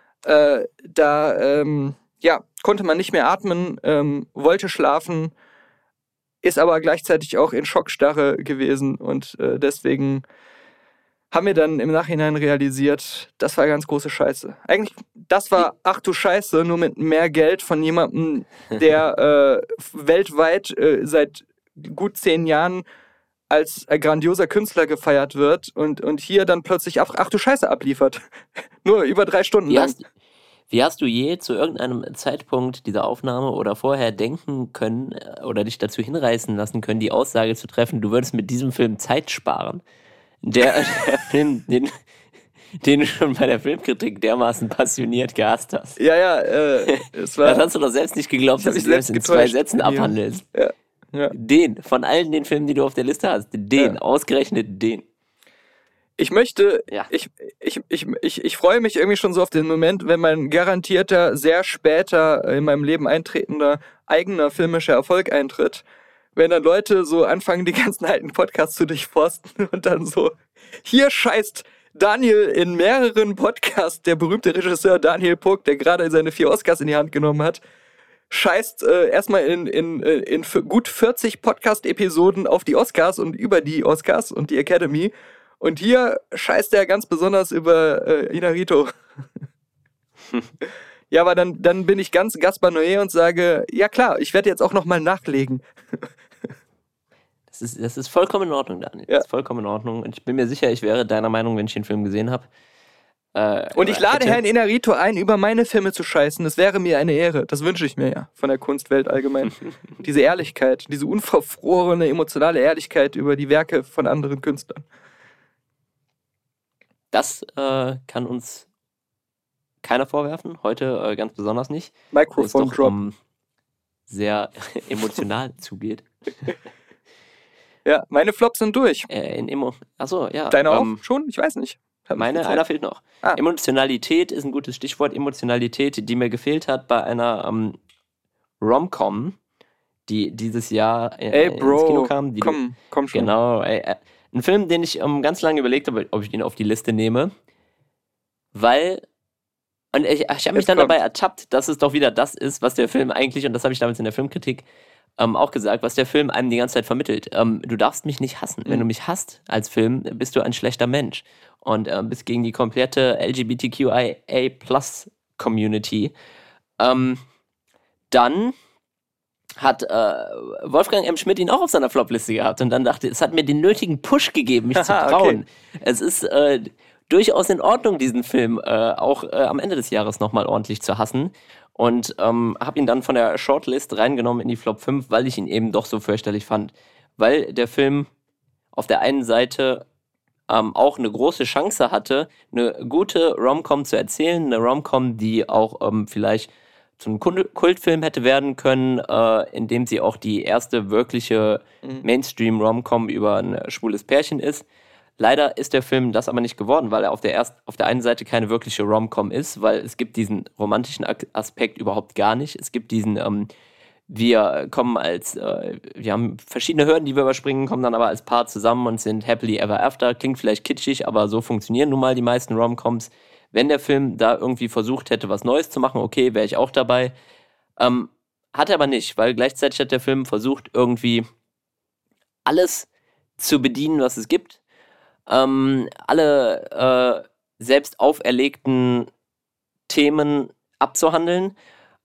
konnte man nicht mehr atmen, wollte schlafen, ist aber gleichzeitig auch in Schockstarre gewesen und deswegen haben wir dann im Nachhinein realisiert, das war ganz große Scheiße. Eigentlich, das war ach du Scheiße, nur mit mehr Geld von jemandem, der weltweit seit gut 10 Jahren als grandioser Künstler gefeiert wird und hier dann plötzlich ach du Scheiße abliefert. Nur über 3 Stunden lang. Wie hast du je zu irgendeinem Zeitpunkt dieser Aufnahme oder vorher denken können oder dich dazu hinreißen lassen können, die Aussage zu treffen, du würdest mit diesem Film Zeit sparen? Der Film, den du schon bei der Filmkritik dermaßen passioniert gehasst hast. Ja, es war... Das hast du doch selbst nicht geglaubt, dass du das in 2 Sätzen abhandelst. Ja. Von allen den Filmen, die du auf der Liste hast, ausgerechnet den. Ich möchte, ich freue mich irgendwie schon so auf den Moment, wenn mein garantierter, sehr später in meinem Leben eintretender eigener filmischer Erfolg eintritt, wenn dann Leute so anfangen, die ganzen alten Podcasts zu durchforsten und dann so, hier scheißt Daniel in mehreren Podcasts, der berühmte Regisseur Daniel Puck, der gerade seine 4 Oscars in die Hand genommen hat, scheißt erstmal in gut 40 Podcast-Episoden auf die Oscars und über die Oscars und die Academy. Und hier scheißt er ganz besonders über Inarritu. Ja, aber dann bin ich ganz Gaspar Noé und sage, ja klar, ich werde jetzt auch nochmal nachlegen. Das ist vollkommen in Ordnung, Daniel. Ja. Das ist vollkommen in Ordnung. Und ich bin mir sicher, ich wäre deiner Meinung, wenn ich den Film gesehen habe. Und ich lade Herrn Inarritu ein, über meine Filme zu scheißen. Das wäre mir eine Ehre. Das wünsche ich mir ja von der Kunstwelt allgemein. Diese Ehrlichkeit, diese unverfrorene, emotionale Ehrlichkeit über die Werke von anderen Künstlern. Das kann uns keiner vorwerfen. Heute ganz besonders nicht. Microphone Drop. Sehr emotional zugeht. Ja, meine Flops sind durch. Achso, ja. Deine auch schon? Ich weiß nicht. Einer fehlt noch. Emotionalität ist ein gutes Stichwort. Emotionalität, die mir gefehlt hat bei einer Rom-Com, die dieses Jahr ins Kino kam. Komm schon. Genau. Ein Film, den ich ganz lange überlegt habe, ob ich ihn auf die Liste nehme, weil und ich habe mich dann dabei ertappt, dass es doch wieder das ist, was der Film eigentlich, und das habe ich damals in der Filmkritik auch gesagt, was der Film einem die ganze Zeit vermittelt. Du darfst mich nicht hassen. Wenn du mich hasst als Film, bist du ein schlechter Mensch und bist gegen die komplette LGBTQIA+-Community. Dann hat Wolfgang M. Schmidt ihn auch auf seiner Flop-Liste gehabt und dann dachte, es hat mir den nötigen Push gegeben, mich zu trauen. Okay. Es ist durchaus in Ordnung, diesen Film auch am Ende des Jahres nochmal ordentlich zu hassen. Und habe ihn dann von der Shortlist reingenommen in die Flop 5, weil ich ihn eben doch so fürchterlich fand. Weil der Film auf der einen Seite auch eine große Chance hatte, eine gute Rom-Com zu erzählen. Eine Rom-Com, die auch vielleicht zu einem Kultfilm hätte werden können, indem sie auch die erste wirkliche Mainstream-Rom-Com über ein schwules Pärchen ist. Leider ist der Film das aber nicht geworden, weil er auf der einen Seite keine wirkliche Rom-Com ist, weil es gibt diesen romantischen Aspekt überhaupt gar nicht. Es gibt diesen, wir haben verschiedene Hürden, die wir überspringen, kommen dann aber als Paar zusammen und sind happily ever after. Klingt vielleicht kitschig, aber so funktionieren nun mal die meisten Rom-Coms. Wenn der Film da irgendwie versucht hätte, was Neues zu machen, okay, wäre ich auch dabei. Hat er aber nicht, weil gleichzeitig hat der Film versucht, irgendwie alles zu bedienen, was es gibt. Alle selbst auferlegten Themen abzuhandeln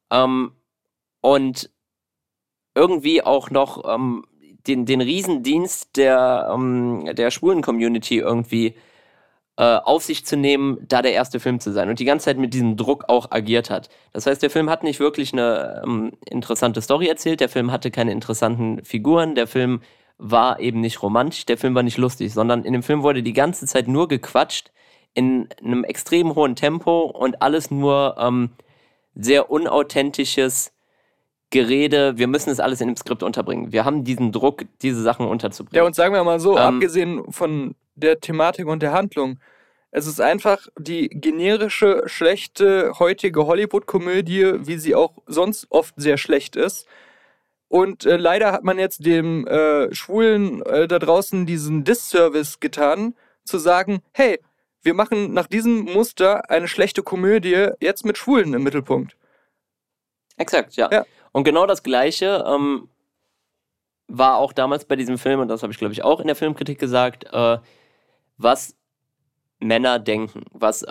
und irgendwie auch noch den Riesendienst der schwulen Community irgendwie auf sich zu nehmen, da der erste Film zu sein und die ganze Zeit mit diesem Druck auch agiert hat. Das heißt, der Film hat nicht wirklich eine interessante Story erzählt, der Film hatte keine interessanten Figuren, der Film war eben nicht romantisch, der Film war nicht lustig, sondern in dem Film wurde die ganze Zeit nur gequatscht in einem extrem hohen Tempo und alles nur sehr unauthentisches Gerede. Wir müssen es alles in dem Skript unterbringen. Wir haben diesen Druck, diese Sachen unterzubringen. Ja, und sagen wir mal so, abgesehen von der Thematik und der Handlung, es ist einfach die generische, schlechte, heutige Hollywood-Komödie, wie sie auch sonst oft sehr schlecht ist. Und leider hat man jetzt dem Schwulen da draußen diesen Disservice getan, zu sagen, hey, wir machen nach diesem Muster eine schlechte Komödie jetzt mit Schwulen im Mittelpunkt. Exakt, ja. Und genau das Gleiche war auch damals bei diesem Film, und das habe ich, glaube ich, auch in der Filmkritik gesagt, was Männer denken, was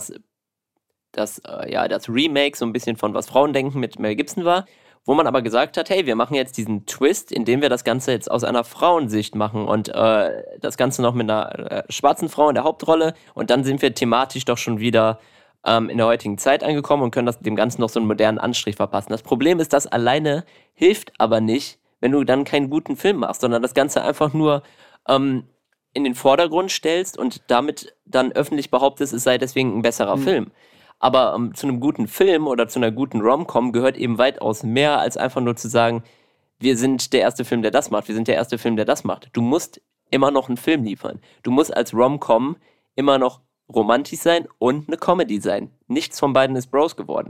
das Remake so ein bisschen von was Frauen denken mit Mel Gibson war, wo man aber gesagt hat, hey, wir machen jetzt diesen Twist, indem wir das Ganze jetzt aus einer Frauensicht machen und das Ganze noch mit einer schwarzen Frau in der Hauptrolle und dann sind wir thematisch doch schon wieder in der heutigen Zeit angekommen und können dem Ganzen noch so einen modernen Anstrich verpassen. Das Problem ist, das alleine hilft aber nicht, wenn du dann keinen guten Film machst, sondern das Ganze einfach nur in den Vordergrund stellst und damit dann öffentlich behauptest, es sei deswegen ein besserer Film. Aber zu einem guten Film oder zu einer guten Rom-Com gehört eben weitaus mehr, als einfach nur zu sagen, wir sind der erste Film, der das macht, wir sind der erste Film, der das macht. Du musst immer noch einen Film liefern. Du musst als Rom-Com immer noch romantisch sein und eine Comedy sein. Nichts von beiden ist Bros geworden.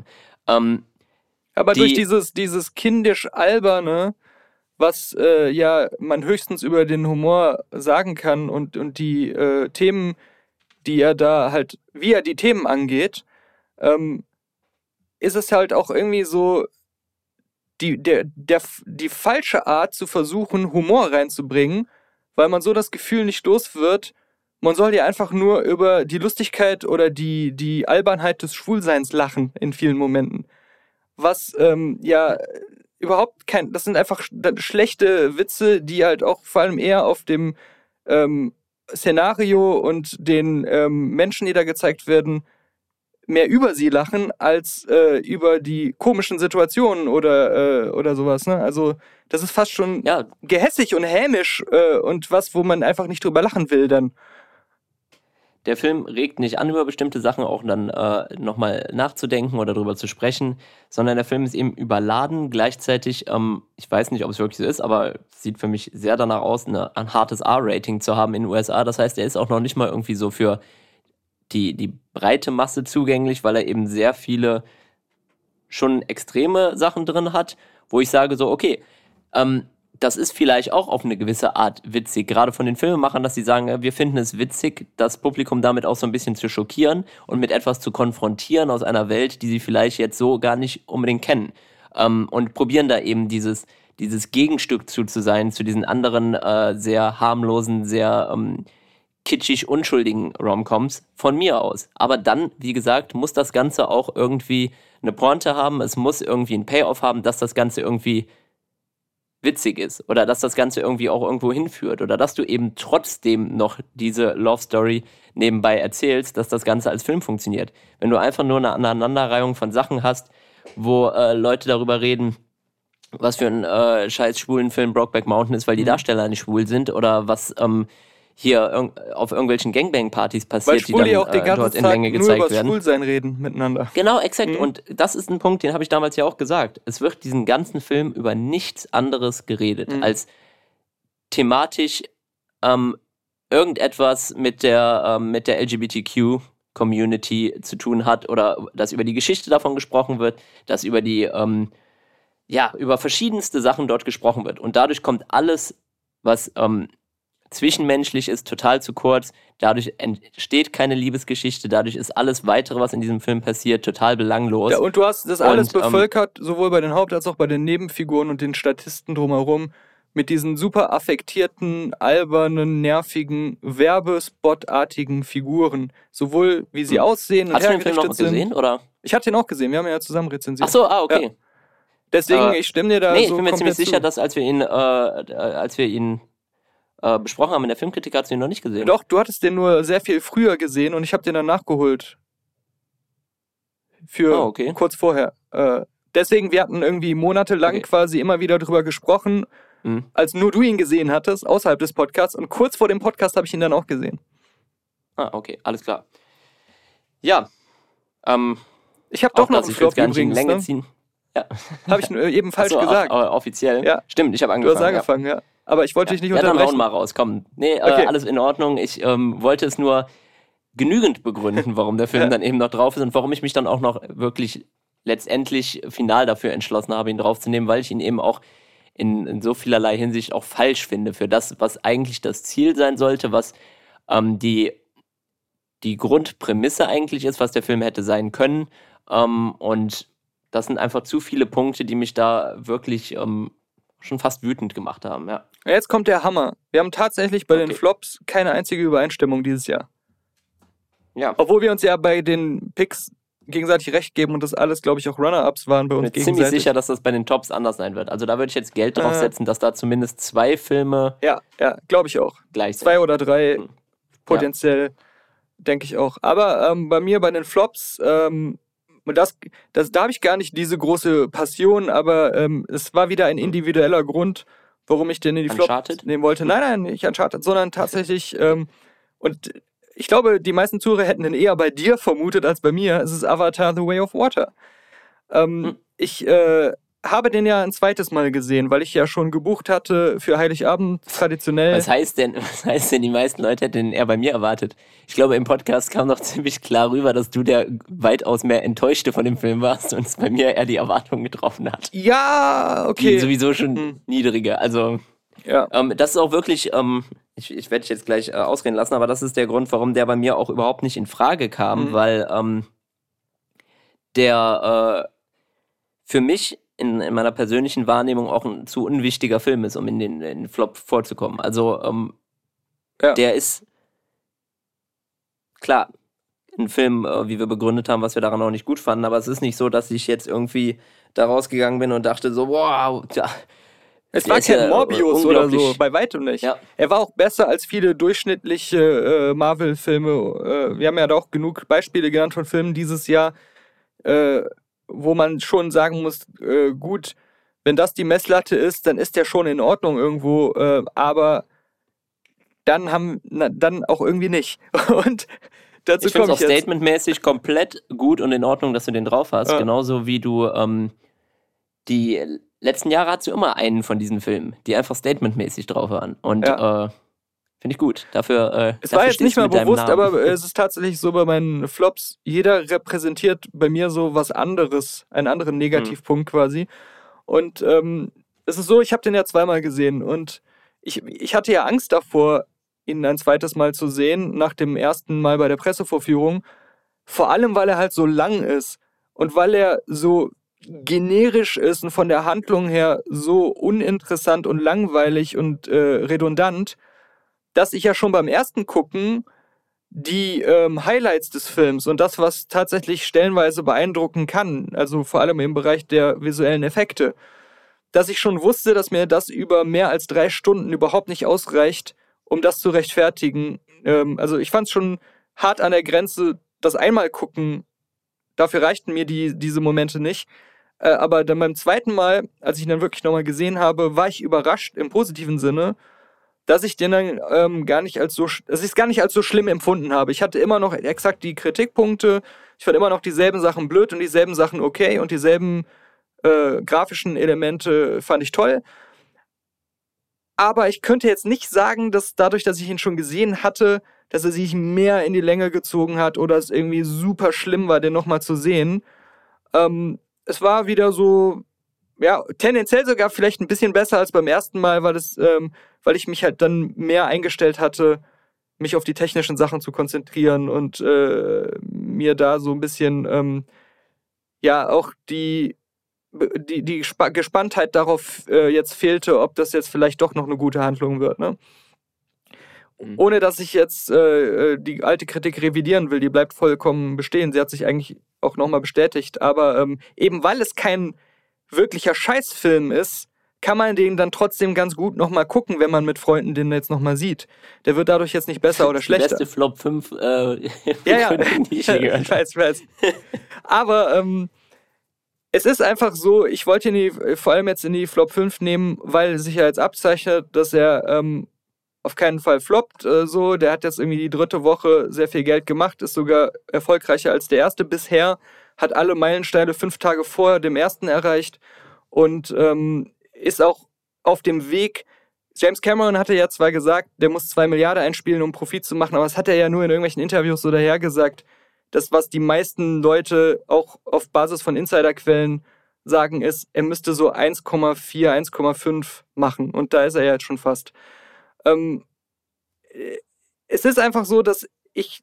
Aber durch dieses kindisch Alberne, was man höchstens über den Humor sagen kann und die Themen, die er da halt, wie er die Themen angeht, ist es halt auch irgendwie so die falsche Art zu versuchen, Humor reinzubringen, weil man so das Gefühl nicht los wird, man soll ja einfach nur über die Lustigkeit oder die Albernheit des Schwulseins lachen in vielen Momenten. Was ja überhaupt das sind einfach schlechte Witze, die halt auch vor allem eher auf dem Szenario und den Menschen, die da gezeigt werden, mehr über sie lachen, als über die komischen Situationen oder sowas. Ne? Also das ist fast schon gehässig und hämisch und was, wo man einfach nicht drüber lachen will dann. Der Film regt nicht an, über bestimmte Sachen auch dann nochmal nachzudenken oder drüber zu sprechen, sondern der Film ist eben überladen. Gleichzeitig, ich weiß nicht, ob es wirklich so ist, aber es sieht für mich sehr danach aus, ein hartes R-Rating zu haben in den USA. Das heißt, er ist auch noch nicht mal irgendwie so für die breite Masse zugänglich, weil er eben sehr viele schon extreme Sachen drin hat, wo ich sage so, okay, das ist vielleicht auch auf eine gewisse Art witzig, gerade von den Filmemachern, dass sie sagen, wir finden es witzig, das Publikum damit auch so ein bisschen zu schockieren und mit etwas zu konfrontieren aus einer Welt, die sie vielleicht jetzt so gar nicht unbedingt kennen. Und probieren da eben dieses Gegenstück zu sein, zu diesen anderen sehr harmlosen, sehr kitschig unschuldigen Rom-Coms von mir aus. Aber dann, wie gesagt, muss das Ganze auch irgendwie eine Pointe haben, es muss irgendwie einen Payoff haben, dass das Ganze irgendwie witzig ist oder dass das Ganze irgendwie auch irgendwo hinführt oder dass du eben trotzdem noch diese Love Story nebenbei erzählst, dass das Ganze als Film funktioniert. Wenn du einfach nur eine Aneinanderreihung von Sachen hast, wo Leute darüber reden, was für ein scheiß schwulen Film Brokeback Mountain ist, weil die Darsteller nicht schwul sind oder was hier auf irgendwelchen Gangbang-Partys passiert, die dann auch die ganze dort in Zeit Länge nur gezeigt über werden. Schwulsein reden miteinander. Genau, exakt. Und das ist ein Punkt, den habe ich damals ja auch gesagt. Es wird diesen ganzen Film über nichts anderes geredet, als thematisch irgendetwas mit der LGBTQ-Community zu tun hat oder dass über die Geschichte davon gesprochen wird, dass über die über verschiedenste Sachen dort gesprochen wird. Und dadurch kommt alles, was zwischenmenschlich ist, total zu kurz. Dadurch entsteht keine Liebesgeschichte. Dadurch ist alles Weitere, was in diesem Film passiert, total belanglos. Ja, und du hast das alles bevölkert, sowohl bei den Haupt- als auch bei den Nebenfiguren und den Statisten drumherum, mit diesen super affektierten, albernen, nervigen, Werbespot-artigen Figuren. Sowohl wie sie aussehen und hergerichtet sind. Hast du den Film noch gesehen, oder? Ich hatte den auch gesehen, wir haben ja zusammen rezensiert. Ach so, okay. Ja. Deswegen, ich stimme dir da so ich bin mir ziemlich sicher, zu. dass als wir ihn besprochen haben in der Filmkritik, hast du ihn noch nicht gesehen. Doch, du hattest den nur sehr viel früher gesehen und ich habe den dann nachgeholt. Kurz vorher. Deswegen, wir hatten irgendwie monatelang quasi immer wieder drüber gesprochen, als nur du ihn gesehen hattest, außerhalb des Podcasts. Und kurz vor dem Podcast habe ich ihn dann auch gesehen. Ah, okay, alles klar. Ja. Ich habe doch noch einen Flop übrigens. Länge ziehen. Ja. Habe ich eben falsch gesagt. Offiziell? Ja. Stimmt, ich habe angefangen. Du hast angefangen, ja. Aber ich wollte dich nicht unterbrechen. Dann hauen mal raus, komm. Nee, okay. Alles in Ordnung. Ich wollte es nur genügend begründen, warum der Film dann eben noch drauf ist und warum ich mich dann auch noch wirklich letztendlich final dafür entschlossen habe, ihn draufzunehmen, weil ich ihn eben auch in so vielerlei Hinsicht auch falsch finde für das, was eigentlich das Ziel sein sollte, was die Grundprämisse eigentlich ist, was der Film hätte sein können. Und das sind einfach zu viele Punkte, die mich da wirklich schon fast wütend gemacht haben. Ja. Jetzt kommt der Hammer. Wir haben tatsächlich bei den Flops keine einzige Übereinstimmung dieses Jahr. Ja. Obwohl wir uns ja bei den Picks gegenseitig recht geben und das alles, glaube ich, auch Runner-Ups waren bei uns gegenseitig. Ich bin ziemlich sicher, dass das bei den Tops anders sein wird. Also da würde ich jetzt Geld drauf setzen, dass da zumindest 2 Filme ja, glaube ich auch. Gleich sind. 2 oder 3 potenziell, denke ich auch. Aber bei mir bei den Flops, da habe ich gar nicht diese große Passion, aber es war wieder ein individueller Grund, warum ich den in die Flops nehmen wollte. Nein, nicht Uncharted, sondern tatsächlich, und ich glaube, die meisten Zuhörer hätten den eher bei dir vermutet als bei mir. Es ist Avatar The Way of Water. Ich habe den ja ein zweites Mal gesehen, weil ich ja schon gebucht hatte für Heiligabend, traditionell. Was heißt denn, die meisten Leute hätten den eher bei mir erwartet? Ich glaube, im Podcast kam noch ziemlich klar rüber, dass du der weitaus mehr Enttäuschte von dem Film warst und es bei mir eher die Erwartungen getroffen hat. Ja, okay. Die sowieso schon niedrige, also... Ja. Das ist auch wirklich, ich werde dich jetzt gleich ausreden lassen, aber das ist der Grund, warum der bei mir auch überhaupt nicht in Frage kam, weil der für mich in meiner persönlichen Wahrnehmung auch ein zu unwichtiger Film ist, um in den Flop vorzukommen. Also der ist klar ein Film, wie wir begründet haben, was wir daran auch nicht gut fanden, aber es ist nicht so, dass ich jetzt irgendwie da rausgegangen bin und dachte so, wow, ja, es war kein Morbius oder so, bei weitem nicht. Ja. Er war auch besser als viele durchschnittliche Marvel-Filme. Wir haben ja da auch genug Beispiele genannt von Filmen dieses Jahr, wo man schon sagen muss, gut, wenn das die Messlatte ist, dann ist der schon in Ordnung irgendwo, aber dann auch irgendwie nicht. Und dazu ich finde komme es auch statementmäßig komplett gut und in Ordnung, dass du den drauf hast, genauso wie du die letzten Jahre hattest du immer einen von diesen Filmen, die einfach statementmäßig drauf waren. Und finde ich gut. Dafür es war jetzt nicht mal bewusst, aber es ist tatsächlich so bei meinen Flops, jeder repräsentiert bei mir so was anderes, einen anderen Negativpunkt quasi. Und es ist so, ich habe den ja zweimal gesehen und ich hatte ja Angst davor, ihn ein zweites Mal zu sehen, nach dem ersten Mal bei der Pressevorführung. Vor allem, weil er halt so lang ist und weil er so generisch ist und von der Handlung her so uninteressant und langweilig und redundant, dass ich ja schon beim ersten Gucken die Highlights des Films und das, was tatsächlich stellenweise beeindrucken kann, also vor allem im Bereich der visuellen Effekte, dass ich schon wusste, dass mir das über mehr als 3 Stunden überhaupt nicht ausreicht, um das zu rechtfertigen. Also ich fand es schon hart an der Grenze, das einmal gucken, dafür reichten mir diese Momente nicht. Aber dann beim zweiten Mal, als ich ihn dann wirklich nochmal gesehen habe, war ich überrascht im positiven Sinne, dass ich den dann gar nicht als so schlimm empfunden habe. Ich hatte immer noch exakt die Kritikpunkte, ich fand immer noch dieselben Sachen blöd und dieselben Sachen okay und dieselben grafischen Elemente fand ich toll. Aber ich könnte jetzt nicht sagen, dass dadurch, dass ich ihn schon gesehen hatte, dass er sich mehr in die Länge gezogen hat oder es irgendwie super schlimm war, den nochmal zu sehen. Es war wieder so, ja, tendenziell sogar vielleicht ein bisschen besser als beim ersten Mal, weil ich mich halt dann mehr eingestellt hatte, mich auf die technischen Sachen zu konzentrieren und mir da so ein bisschen, auch die Gespanntheit darauf jetzt fehlte, ob das jetzt vielleicht doch noch eine gute Handlung wird, ne? Ohne dass ich jetzt die alte Kritik revidieren will, die bleibt vollkommen bestehen. Sie hat sich eigentlich auch nochmal bestätigt. Aber eben weil es kein wirklicher Scheißfilm ist, kann man den dann trotzdem ganz gut nochmal gucken, wenn man mit Freunden den jetzt nochmal sieht. Der wird dadurch jetzt nicht besser oder schlechter. Die beste Flop 5 ja. Ich weiß. Aber es ist einfach so, ich wollte ihn vor allem jetzt in die Flop 5 nehmen, weil sich ja jetzt abzeichnet, dass er auf keinen Fall floppt. Der hat jetzt irgendwie die 3. Woche sehr viel Geld gemacht, ist sogar erfolgreicher als der erste bisher, hat alle Meilensteine 5 Tage vor dem ersten erreicht und ist auch auf dem Weg. James Cameron hatte ja zwar gesagt, der muss 2 Milliarden einspielen, um Profit zu machen, aber das hat er ja nur in irgendwelchen Interviews so daher gesagt. Das, was die meisten Leute auch auf Basis von Insiderquellen sagen, ist, er müsste so 1,4, 1,5 machen und da ist er ja jetzt schon fast. Es ist einfach so, dass ich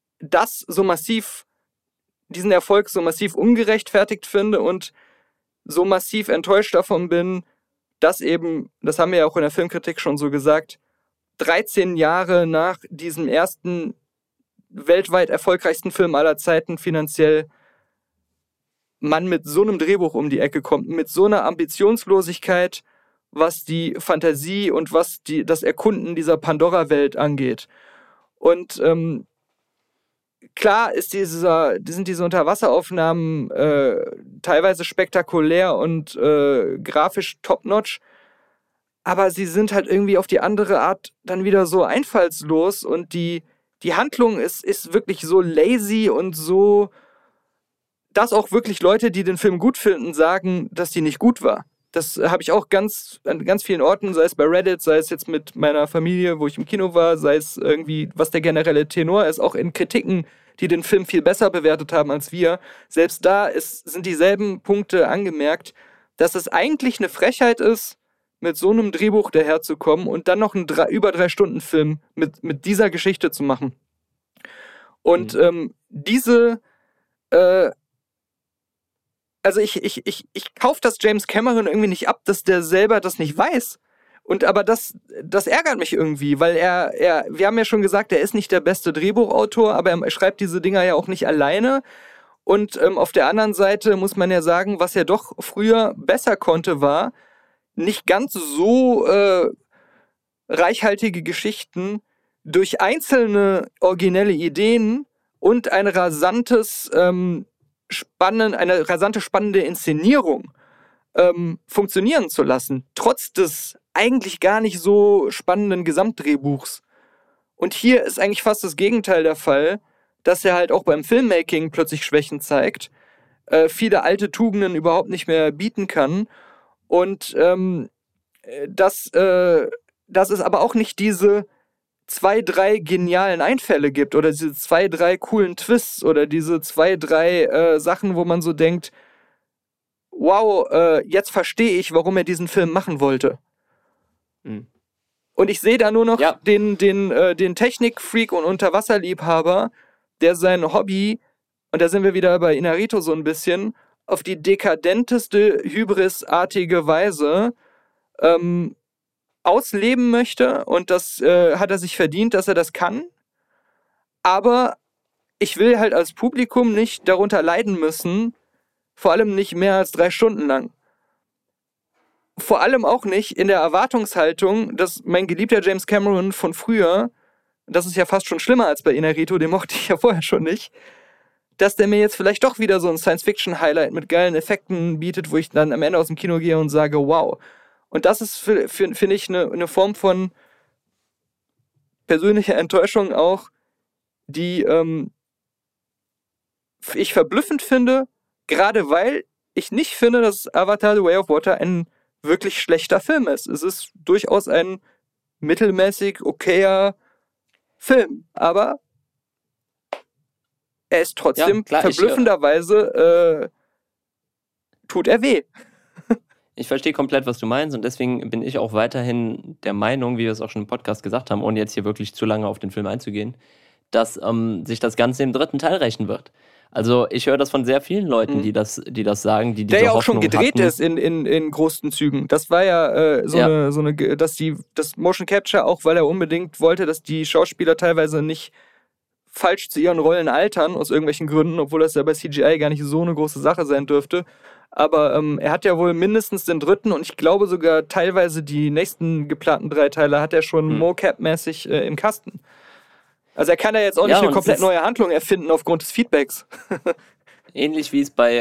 diesen Erfolg so massiv ungerechtfertigt finde und so massiv enttäuscht davon bin, dass eben, das haben wir ja auch in der Filmkritik schon so gesagt, 13 Jahre nach diesem ersten weltweit erfolgreichsten Film aller Zeiten finanziell man mit so einem Drehbuch um die Ecke kommt, mit so einer Ambitionslosigkeit, was die Fantasie und was das Erkunden dieser Pandora-Welt angeht. Und klar sind diese Unterwasseraufnahmen teilweise spektakulär und grafisch top-notch, aber sie sind halt irgendwie auf die andere Art dann wieder so einfallslos und die Handlung ist wirklich so lazy und so, dass auch wirklich Leute, die den Film gut finden, sagen, dass die nicht gut war. Das habe ich auch an ganz vielen Orten, sei es bei Reddit, sei es jetzt mit meiner Familie, wo ich im Kino war, sei es irgendwie, was der generelle Tenor ist, auch in Kritiken, die den Film viel besser bewertet haben als wir. Selbst da sind dieselben Punkte angemerkt, dass es eigentlich eine Frechheit ist, mit so einem Drehbuch daherzukommen und dann noch einen über 3-Stunden-Film mit dieser Geschichte zu machen. Und also ich kaufe das James Cameron irgendwie nicht ab, dass der selber das nicht weiß. Aber das ärgert mich irgendwie, weil wir haben ja schon gesagt, er ist nicht der beste Drehbuchautor, aber er schreibt diese Dinger ja auch nicht alleine. Und auf der anderen Seite muss man ja sagen, was er doch früher besser konnte, war nicht ganz so reichhaltige Geschichten durch einzelne originelle Ideen und eine rasante, spannende Inszenierung funktionieren zu lassen, trotz des eigentlich gar nicht so spannenden Gesamtdrehbuchs. Und hier ist eigentlich fast das Gegenteil der Fall, dass er halt auch beim Filmmaking plötzlich Schwächen zeigt, viele alte Tugenden überhaupt nicht mehr bieten kann und dass es aber auch nicht diese 2, 3 genialen Einfälle gibt oder diese 2, 3 coolen Twists oder diese 2, 3 Sachen, wo man so denkt, wow, jetzt verstehe ich, warum er diesen Film machen wollte. Und ich sehe da nur noch den Technikfreak und Unterwasserliebhaber, der sein Hobby, und da sind wir wieder bei Inarito so ein bisschen, auf die dekadenteste, hybrisartige Weise ausleben möchte. Und das hat er sich verdient, dass er das kann. Aber ich will halt als Publikum nicht darunter leiden müssen, vor allem nicht mehr als 3 Stunden lang. Vor allem auch nicht in der Erwartungshaltung, dass mein geliebter James Cameron von früher, das ist ja fast schon schlimmer als bei Inarito, den mochte ich ja vorher schon nicht, dass der mir jetzt vielleicht doch wieder so ein Science-Fiction-Highlight mit geilen Effekten bietet, wo ich dann am Ende aus dem Kino gehe und sage, wow. Und das ist, finde ich, eine Form von persönlicher Enttäuschung auch, die ich verblüffend finde, gerade weil ich nicht finde, dass Avatar The Way of Water ein wirklich schlechter Film ist. Es ist durchaus ein mittelmäßig okayer Film, aber er ist trotzdem verblüffenderweise tut er weh. Ich verstehe komplett, was du meinst und deswegen bin ich auch weiterhin der Meinung, wie wir es auch schon im Podcast gesagt haben, ohne jetzt hier wirklich zu lange auf den Film einzugehen, dass sich das Ganze im 3. Teil rächen wird. Also ich höre das von sehr vielen Leuten, die das sagen, die diese der ja auch Hoffnung schon gedreht hatten. ist in großen Zügen. Das war ja dass das Motion Capture auch, weil er unbedingt wollte, dass die Schauspieler teilweise nicht falsch zu ihren Rollen altern, aus irgendwelchen Gründen, obwohl das ja bei CGI gar nicht so eine große Sache sein dürfte. Aber er hat ja wohl mindestens den 3. und ich glaube sogar teilweise die nächsten geplanten 3 Teile hat er schon Mocap-mäßig im Kasten. Also er kann ja jetzt auch nicht eine komplett neue Handlung erfinden aufgrund des Feedbacks. Ähnlich wie es bei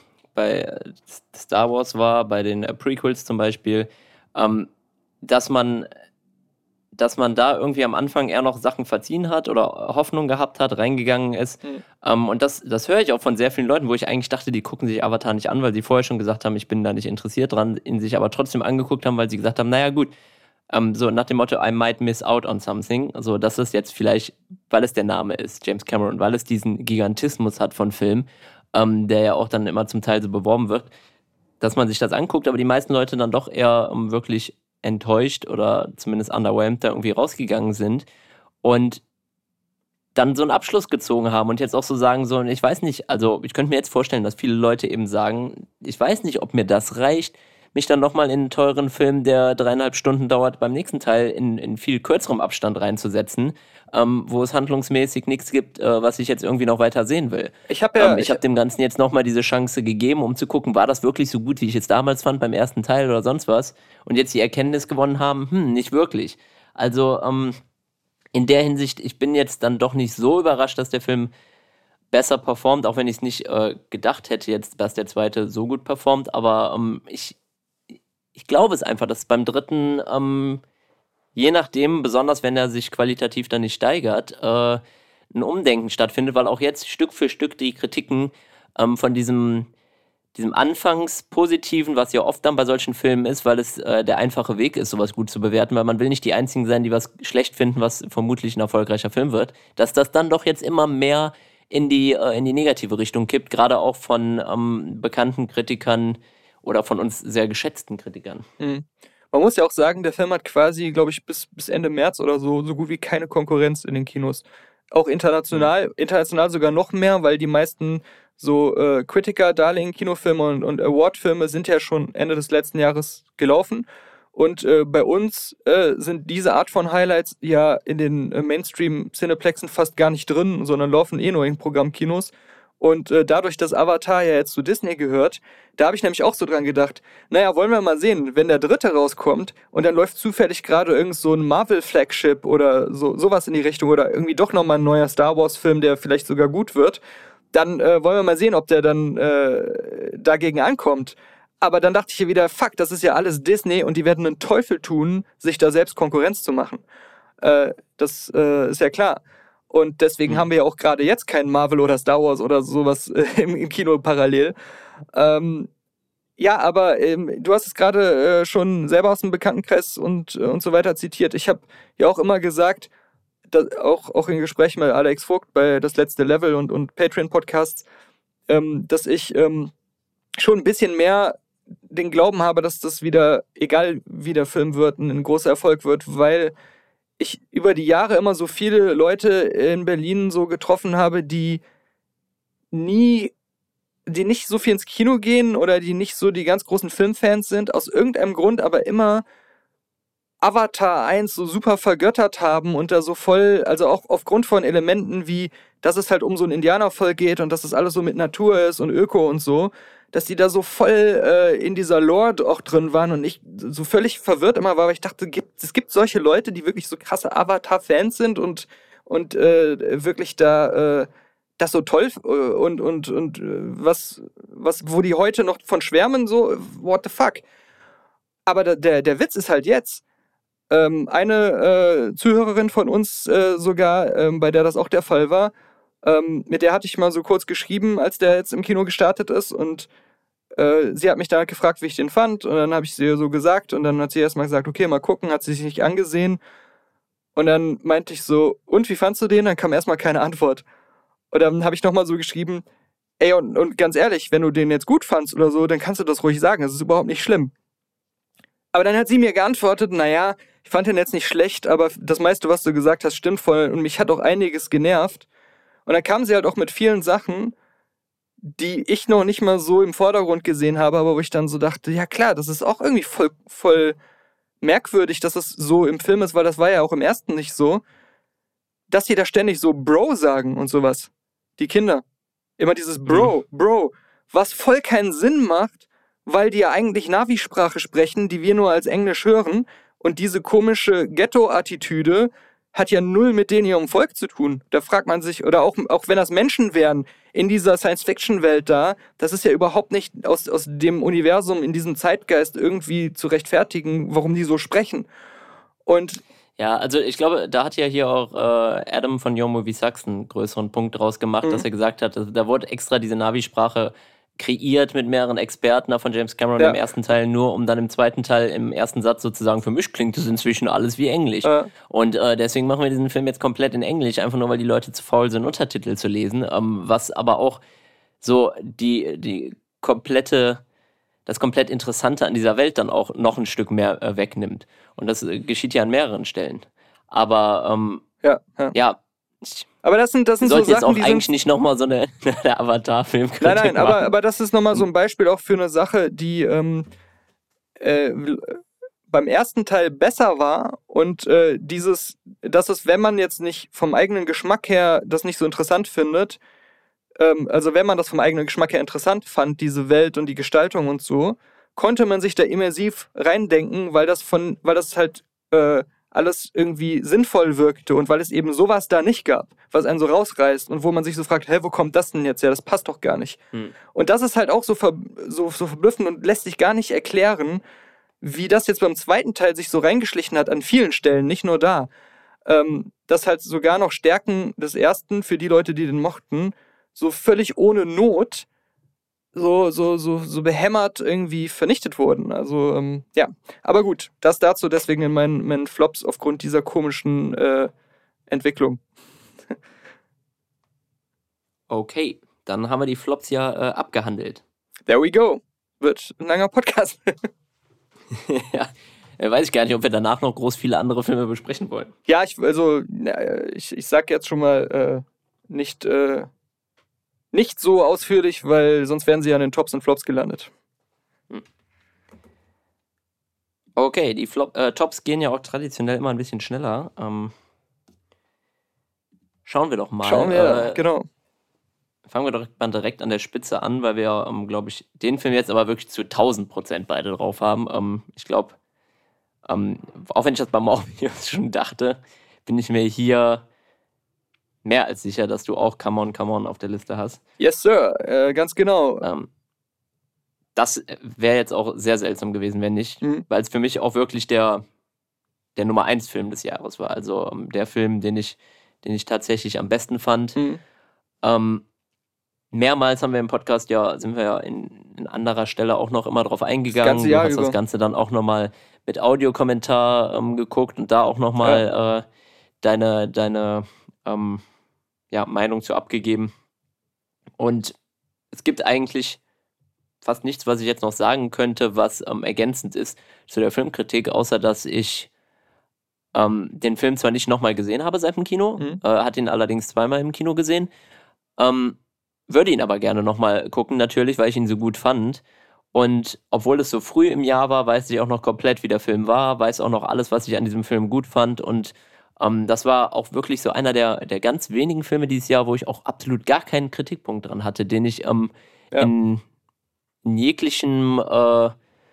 Star Wars war, bei den Prequels zum Beispiel, dass man da irgendwie am Anfang eher noch Sachen verziehen hat oder Hoffnung gehabt hat, reingegangen ist. Und das höre ich auch von sehr vielen Leuten, wo ich eigentlich dachte, die gucken sich Avatar nicht an, weil sie vorher schon gesagt haben, ich bin da nicht interessiert dran, ihn sich aber trotzdem angeguckt haben, weil sie gesagt haben, naja gut, so nach dem Motto, I might miss out on something. Also das ist jetzt vielleicht, weil es der Name ist, James Cameron, weil es diesen Gigantismus hat von Film, der ja auch dann immer zum Teil so beworben wird, dass man sich das anguckt, aber die meisten Leute dann doch eher wirklich enttäuscht oder zumindest underwhelmed da irgendwie rausgegangen sind und dann so einen Abschluss gezogen haben und jetzt auch so sagen so, ich weiß nicht, also ich könnte mir jetzt vorstellen, dass viele Leute eben sagen, ich weiß nicht, ob mir das reicht, mich dann nochmal in einen teuren Film, der 3,5 Stunden dauert, beim nächsten Teil in viel kürzerem Abstand reinzusetzen, wo es handlungsmäßig nichts gibt, was ich jetzt irgendwie noch weiter sehen will. Ich habe dem Ganzen jetzt nochmal diese Chance gegeben, um zu gucken, war das wirklich so gut, wie ich es damals fand beim ersten Teil oder sonst was? Und jetzt die Erkenntnis gewonnen haben, nicht wirklich. Also in der Hinsicht, ich bin jetzt dann doch nicht so überrascht, dass der Film besser performt, auch wenn ich es nicht gedacht hätte jetzt, dass der 2. so gut performt, aber ich glaube es einfach, dass beim 3., je nachdem, besonders wenn er sich qualitativ dann nicht steigert, ein Umdenken stattfindet, weil auch jetzt Stück für Stück die Kritiken von diesem anfangs Positiven, was ja oft dann bei solchen Filmen ist, weil es der einfache Weg ist, sowas gut zu bewerten, weil man will nicht die Einzigen sein, die was schlecht finden, was vermutlich ein erfolgreicher Film wird, dass das dann doch jetzt immer mehr in die negative Richtung kippt, gerade auch von bekannten Kritikern oder von uns sehr geschätzten Kritikern. Man muss ja auch sagen, der Film hat quasi, glaube ich, bis Ende März oder so gut wie keine Konkurrenz in den Kinos. Auch international sogar noch mehr, weil die meisten so Kritiker-Darling-Kinofilme und Award-Filme sind ja schon Ende des letzten Jahres gelaufen. Und bei uns sind diese Art von Highlights ja in den Mainstream-Cineplexen fast gar nicht drin, sondern laufen nur in Programmkinos. Und dadurch, dass Avatar ja jetzt zu Disney gehört, da habe ich nämlich auch so dran gedacht, naja, wollen wir mal sehen, wenn der dritte rauskommt und dann läuft zufällig gerade irgend so ein Marvel-Flagship oder sowas in die Richtung oder irgendwie doch nochmal ein neuer Star Wars-Film, der vielleicht sogar gut wird, dann wollen wir mal sehen, ob der dann dagegen ankommt. Aber dann dachte ich hier wieder, fuck, das ist ja alles Disney und die werden einen Teufel tun, sich da selbst Konkurrenz zu machen. Das ist ja klar. Und deswegen haben wir ja auch gerade jetzt keinen Marvel oder Star Wars oder sowas im Kino parallel. Ja, aber du hast es gerade schon selber aus dem Bekanntenkreis und so weiter zitiert. Ich habe ja auch immer gesagt, auch in Gesprächen mit Alex Vogt bei Das letzte Level und Patreon-Podcasts, dass ich schon ein bisschen mehr den Glauben habe, dass das wieder, egal wie der Film wird, ein großer Erfolg wird, weil ich über die Jahre immer so viele Leute in Berlin so getroffen habe, die nicht so viel ins Kino gehen oder die nicht so die ganz großen Filmfans sind, aus irgendeinem Grund aber immer Avatar 1 so super vergöttert haben und da so voll, also auch aufgrund von Elementen wie, dass es halt um so ein Indianervolk geht und dass es alles so mit Natur ist und Öko und so, dass die da so voll in dieser Lore auch drin waren und ich so völlig verwirrt immer war, weil ich dachte, es gibt solche Leute, die wirklich so krasse Avatar-Fans sind und wirklich da das so toll und wo die heute noch von schwärmen, so, what the fuck. Aber der Witz ist halt jetzt, eine Zuhörerin von uns sogar, bei der das auch der Fall war, mit der hatte ich mal so kurz geschrieben, als der jetzt im Kino gestartet ist und sie hat mich dann gefragt, wie ich den fand und dann habe ich sie so gesagt und dann hat sie erstmal gesagt, okay, mal gucken, hat sie sich nicht angesehen und dann meinte ich so, und wie fandst du den? Dann kam erstmal keine Antwort und dann habe ich nochmal so geschrieben, ey und ganz ehrlich, wenn du den jetzt gut fandst oder so, dann kannst du das ruhig sagen, das ist überhaupt nicht schlimm. Aber dann hat sie mir geantwortet, naja, ich fand den jetzt nicht schlecht, aber das meiste, was du gesagt hast, stimmt voll und mich hat auch einiges genervt. Und dann kam sie halt auch mit vielen Sachen, die ich noch nicht mal so im Vordergrund gesehen habe, aber wo ich dann so dachte, ja klar, das ist auch irgendwie voll merkwürdig, dass es so im Film ist, weil das war ja auch im ersten nicht so, dass die da ständig so Bro sagen und sowas. Die Kinder. Immer dieses Bro, was voll keinen Sinn macht, weil die ja eigentlich Navi-Sprache sprechen, die wir nur als Englisch hören. Und diese komische Ghetto-Attitüde hat ja null mit denen ihrem Volk zu tun. Da fragt man sich, oder auch wenn das Menschen wären, in dieser Science-Fiction-Welt da, das ist ja überhaupt nicht aus dem Universum, in diesem Zeitgeist irgendwie zu rechtfertigen, warum die so sprechen. Und ja, also ich glaube, da hat ja hier auch Adam von Your Movie Sucks einen größeren Punkt draus gemacht, dass er gesagt hat, da wurde extra diese Navi-Sprache kreiert mit mehreren Experten von James Cameron im ersten Teil, nur um dann im zweiten Teil, im ersten Satz sozusagen, für mich klingt das inzwischen alles wie Englisch. Und deswegen machen wir diesen Film jetzt komplett in Englisch, einfach nur, weil die Leute zu faul sind, Untertitel zu lesen, was aber auch so das komplett Interessante an dieser Welt dann auch noch ein Stück mehr wegnimmt. Und das geschieht ja an mehreren Stellen. Aber ja. Aber das sind so Sachen, jetzt auch eigentlich nicht nochmal so eine Avatar-Film-Kritik Nein, aber das ist nochmal so ein Beispiel auch für eine Sache, die beim ersten Teil besser war und dass es, wenn man jetzt nicht vom eigenen Geschmack her das nicht so interessant findet, also wenn man das vom eigenen Geschmack her interessant fand, diese Welt und die Gestaltung und so, konnte man sich da immersiv reindenken, weil das halt alles irgendwie sinnvoll wirkte und weil es eben sowas da nicht gab, was einen so rausreißt und wo man sich so fragt, wo kommt das denn jetzt her? Das passt doch gar nicht. Und das ist halt auch so verblüffend und lässt sich gar nicht erklären, wie das jetzt beim zweiten Teil sich so reingeschlichen hat an vielen Stellen, nicht nur da. Dass halt sogar noch Stärken des ersten für die Leute, die den mochten, so völlig ohne Not so behämmert irgendwie vernichtet wurden. Also, ja. Aber gut, das dazu deswegen in meinen Flops aufgrund dieser komischen Entwicklung. Okay, dann haben wir die Flops ja abgehandelt. There we go. Wird ein langer Podcast. Ja. Weiß ich gar nicht, ob wir danach noch groß viele andere Filme besprechen wollen. Ja, ich sag jetzt schon mal nicht so ausführlich, weil sonst wären sie ja in den Tops und Flops gelandet. Okay, die Tops gehen ja auch traditionell immer ein bisschen schneller. Schauen wir doch mal. Genau. Fangen wir doch mal direkt an der Spitze an, weil wir, glaube ich, den Film jetzt aber wirklich zu 1000% beide drauf haben. Ich glaube, auch wenn ich das bei Morbius schon dachte, bin ich mir hier mehr als sicher, dass du auch Come On auf der Liste hast. Yes, Sir, ganz genau. Das wäre jetzt auch sehr seltsam gewesen, wenn nicht, weil es für mich auch wirklich der Nummer 1 Film des Jahres war. Also der Film, den ich tatsächlich am besten fand. Mehrmals haben wir im Podcast sind wir ja in anderer Stelle auch noch immer drauf eingegangen. Du hast das Ganze dann auch nochmal mit Audiokommentar geguckt und da auch nochmal deine Meinung zu abgegeben. Und es gibt eigentlich fast nichts, was ich jetzt noch sagen könnte, was ergänzend ist zu der Filmkritik, außer dass ich den Film zwar nicht nochmal gesehen habe seit dem Kino, hat ihn allerdings zweimal im Kino gesehen, würde ihn aber gerne nochmal gucken, natürlich, weil ich ihn so gut fand. Und obwohl es so früh im Jahr war, weiß ich auch noch komplett, wie der Film war, weiß auch noch alles, was ich an diesem Film gut fand. Und das war auch wirklich so einer der ganz wenigen Filme dieses Jahr, wo ich auch absolut gar keinen Kritikpunkt dran hatte, den ich in jeglicher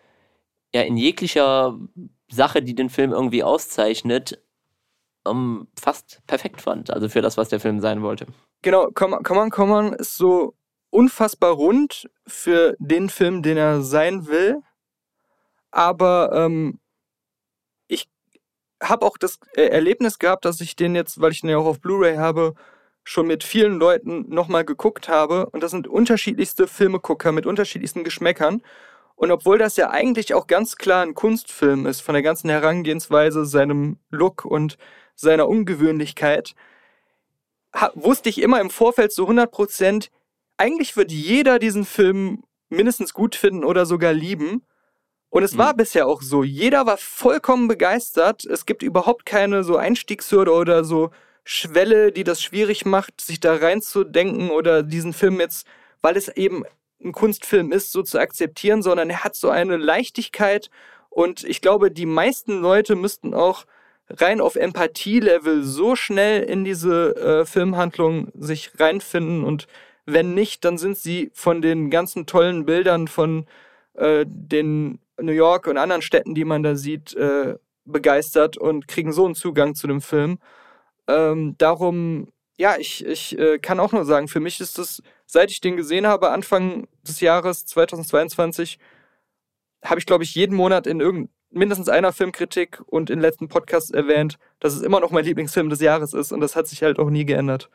Sache, die den Film irgendwie auszeichnet, fast perfekt fand. Also für das, was der Film sein wollte. Genau, Come On ist so unfassbar rund für den Film, den er sein will. Aber ich habe auch das Erlebnis gehabt, dass ich den jetzt, weil ich den ja auch auf Blu-ray habe, schon mit vielen Leuten nochmal geguckt habe. Und das sind unterschiedlichste Filmegucker mit unterschiedlichsten Geschmäckern. Und obwohl das ja eigentlich auch ganz klar ein Kunstfilm ist, von der ganzen Herangehensweise, seinem Look und seiner Ungewöhnlichkeit, wusste ich immer im Vorfeld zu 100%, eigentlich wird jeder diesen Film mindestens gut finden oder sogar lieben. Und es war bisher auch so. Jeder war vollkommen begeistert. Es gibt überhaupt keine so Einstiegshürde oder so Schwelle, die das schwierig macht, sich da reinzudenken oder diesen Film jetzt, weil es eben ein Kunstfilm ist, so zu akzeptieren, sondern er hat so eine Leichtigkeit. Und ich glaube, die meisten Leute müssten auch rein auf Empathie-Level so schnell in diese Filmhandlung sich reinfinden, und wenn nicht, dann sind sie von den ganzen tollen Bildern von den New York und anderen Städten, die man da sieht, begeistert und kriegen so einen Zugang zu dem Film. Darum, ja, ich kann auch nur sagen, für mich ist das, seit ich den gesehen habe, Anfang des Jahres 2022, habe ich, glaube ich, jeden Monat in mindestens einer Filmkritik und in letzten Podcasts erwähnt, dass es immer noch mein Lieblingsfilm des Jahres ist, und das hat sich halt auch nie geändert.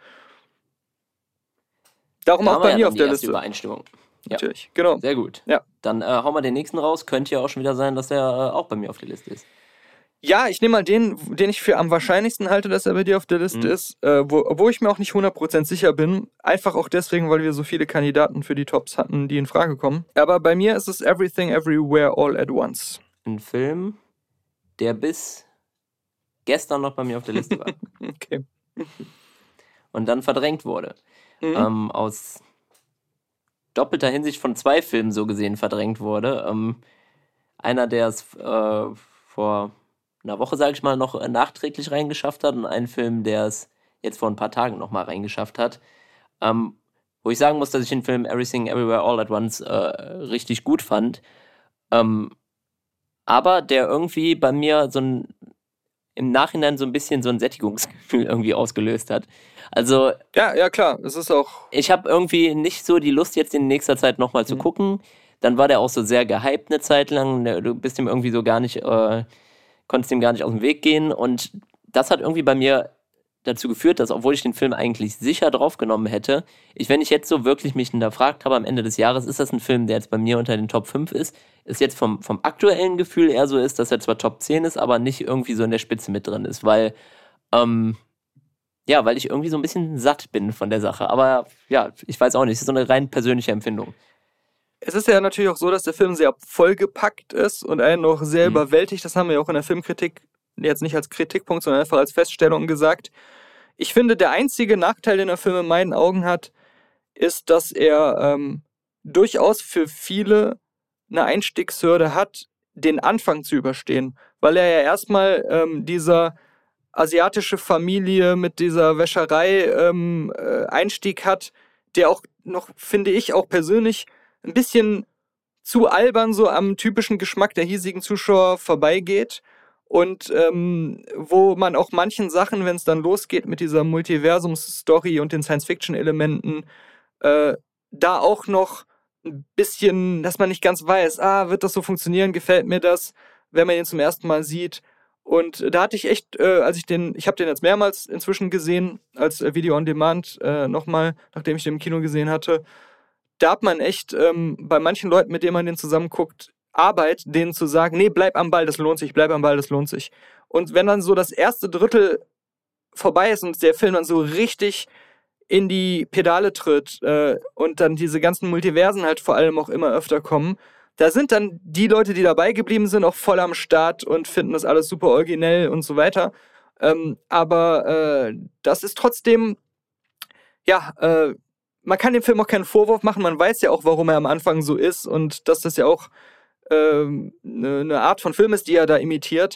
Darum auch bei mir auf der Liste. Übereinstimmung. Natürlich, genau. Sehr gut. Ja. Dann hauen wir den nächsten raus. Könnte ja auch schon wieder sein, dass der auch bei mir auf der Liste ist. Ja, ich nehme mal den ich für am wahrscheinlichsten halte, dass er bei dir auf der Liste ist, wo ich mir auch nicht 100% sicher bin. Einfach auch deswegen, weil wir so viele Kandidaten für die Tops hatten, die in Frage kommen. Aber bei mir ist es Everything Everywhere All at Once. Ein Film, der bis gestern noch bei mir auf der Liste war. Okay. Und dann verdrängt wurde. Aus doppelter Hinsicht von 2 Filmen so gesehen verdrängt wurde. Einer, der es vor einer Woche, sage ich mal, noch nachträglich reingeschafft hat, und ein Film, der es jetzt vor ein paar Tagen noch mal reingeschafft hat. Wo ich sagen muss, dass ich den Film Everything Everywhere All at Once richtig gut fand. Aber der irgendwie bei mir im Nachhinein so ein bisschen so ein Sättigungsgefühl irgendwie ausgelöst hat. Also ja klar, es ist auch... Ich habe irgendwie nicht so die Lust, jetzt in nächster Zeit nochmal zu gucken. Dann war der auch so sehr gehypt eine Zeit lang. Du bist ihm irgendwie so gar nicht, konntest ihm gar nicht aus dem Weg gehen. Und das hat irgendwie bei mir dazu geführt, dass, obwohl ich den Film eigentlich sicher draufgenommen hätte, wenn ich jetzt so wirklich mich hinterfragt habe am Ende des Jahres, ist das ein Film, der jetzt bei mir unter den Top 5 ist jetzt vom aktuellen Gefühl eher so ist, dass er zwar Top 10 ist, aber nicht irgendwie so in der Spitze mit drin ist, weil weil ich irgendwie so ein bisschen satt bin von der Sache. Aber ja, ich weiß auch nicht, es ist so eine rein persönliche Empfindung. es ist ja natürlich auch so, dass der Film sehr vollgepackt ist und einen noch sehr überwältigt. Das haben wir ja auch in der Filmkritik jetzt nicht als Kritikpunkt, sondern einfach als Feststellung gesagt. Ich finde, der einzige Nachteil, den der Film in meinen Augen hat, ist, dass er durchaus für viele eine Einstiegshürde hat, den Anfang zu überstehen. Weil er ja erstmal dieser asiatische Familie mit dieser Wäscherei Einstieg hat, der auch noch, finde ich, auch persönlich ein bisschen zu albern so am typischen Geschmack der hiesigen Zuschauer vorbeigeht. Und wo man auch manchen Sachen, wenn es dann losgeht mit dieser Multiversums-Story und den Science-Fiction-Elementen, da auch noch ein bisschen, dass man nicht ganz weiß, wird das so funktionieren, gefällt mir das, wenn man ihn zum ersten Mal sieht. Und da hatte ich echt, ich habe den jetzt mehrmals inzwischen gesehen, als Video on Demand nochmal, nachdem ich den im Kino gesehen hatte, da hat man echt bei manchen Leuten, mit denen man den zusammen guckt, Arbeit, denen zu sagen, nee, bleib am Ball, das lohnt sich, bleib am Ball, das lohnt sich. Und wenn dann so das erste Drittel vorbei ist und der Film dann so richtig in die Pedale tritt und dann diese ganzen Multiversen halt vor allem auch immer öfter kommen, da sind dann die Leute, die dabei geblieben sind, auch voll am Start und finden das alles super originell und so weiter. Aber das ist trotzdem, man kann dem Film auch keinen Vorwurf machen, man weiß ja auch, warum er am Anfang so ist und dass das ja auch eine Art von Film ist, die er da imitiert.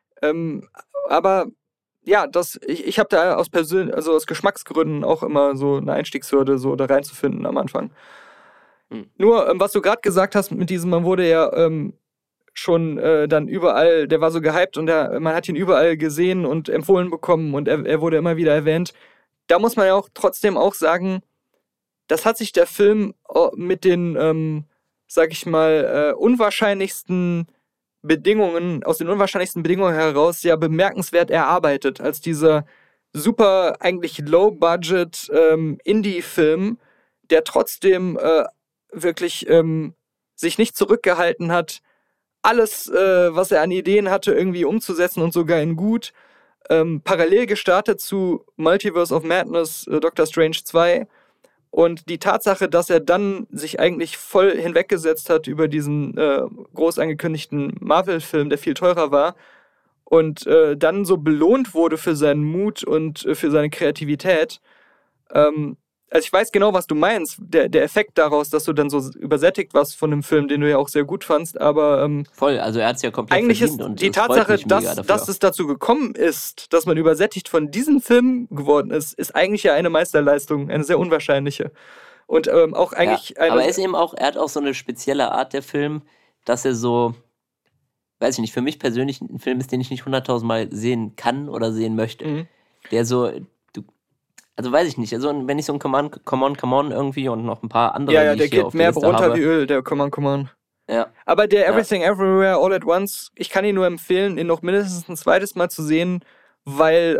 Aber ja, ich habe da aus Geschmacksgründen auch immer so eine Einstiegshürde, so da reinzufinden am Anfang. Nur, was du gerade gesagt hast mit diesem, man wurde ja schon dann überall, der war so gehypt und man hat ihn überall gesehen und empfohlen bekommen und er wurde immer wieder erwähnt. Da muss man ja auch trotzdem auch sagen, das hat sich der Film mit den, sag ich mal, unwahrscheinlichsten Bedingungen heraus ja bemerkenswert erarbeitet, als dieser super eigentlich Low-Budget Indie-Film, der trotzdem wirklich sich nicht zurückgehalten hat, alles, was er an Ideen hatte, irgendwie umzusetzen und sogar in gut. Parallel gestartet zu Multiverse of Madness, Doctor Strange 2. Und die Tatsache, dass er dann sich eigentlich voll hinweggesetzt hat über diesen groß angekündigten Marvel-Film, der viel teurer war, und dann so belohnt wurde für seinen Mut und für seine Kreativität. Also ich weiß genau, was du meinst, der Effekt daraus, dass du dann so übersättigt warst von dem Film, den du ja auch sehr gut fandst, aber voll, also er hat es ja komplett eigentlich verdient. ist Und die Tatsache, dass es dazu gekommen ist, dass man übersättigt von diesem Film geworden ist eigentlich ja eine Meisterleistung, eine sehr unwahrscheinliche. Und auch eigentlich eine... Aber er hat auch so eine spezielle Art, der Film, dass er so, weiß ich nicht, für mich persönlich ein Film ist, den ich nicht 100.000 Mal sehen kann oder sehen möchte. Der so... Also weiß ich nicht, also wenn ich so ein Come on irgendwie und noch ein paar andere, ja, der geht mehr runter wie Öl, der Come on. Ja. Aber der Everything Everywhere All at Once, ich kann ihn nur empfehlen, ihn noch mindestens ein zweites Mal zu sehen, weil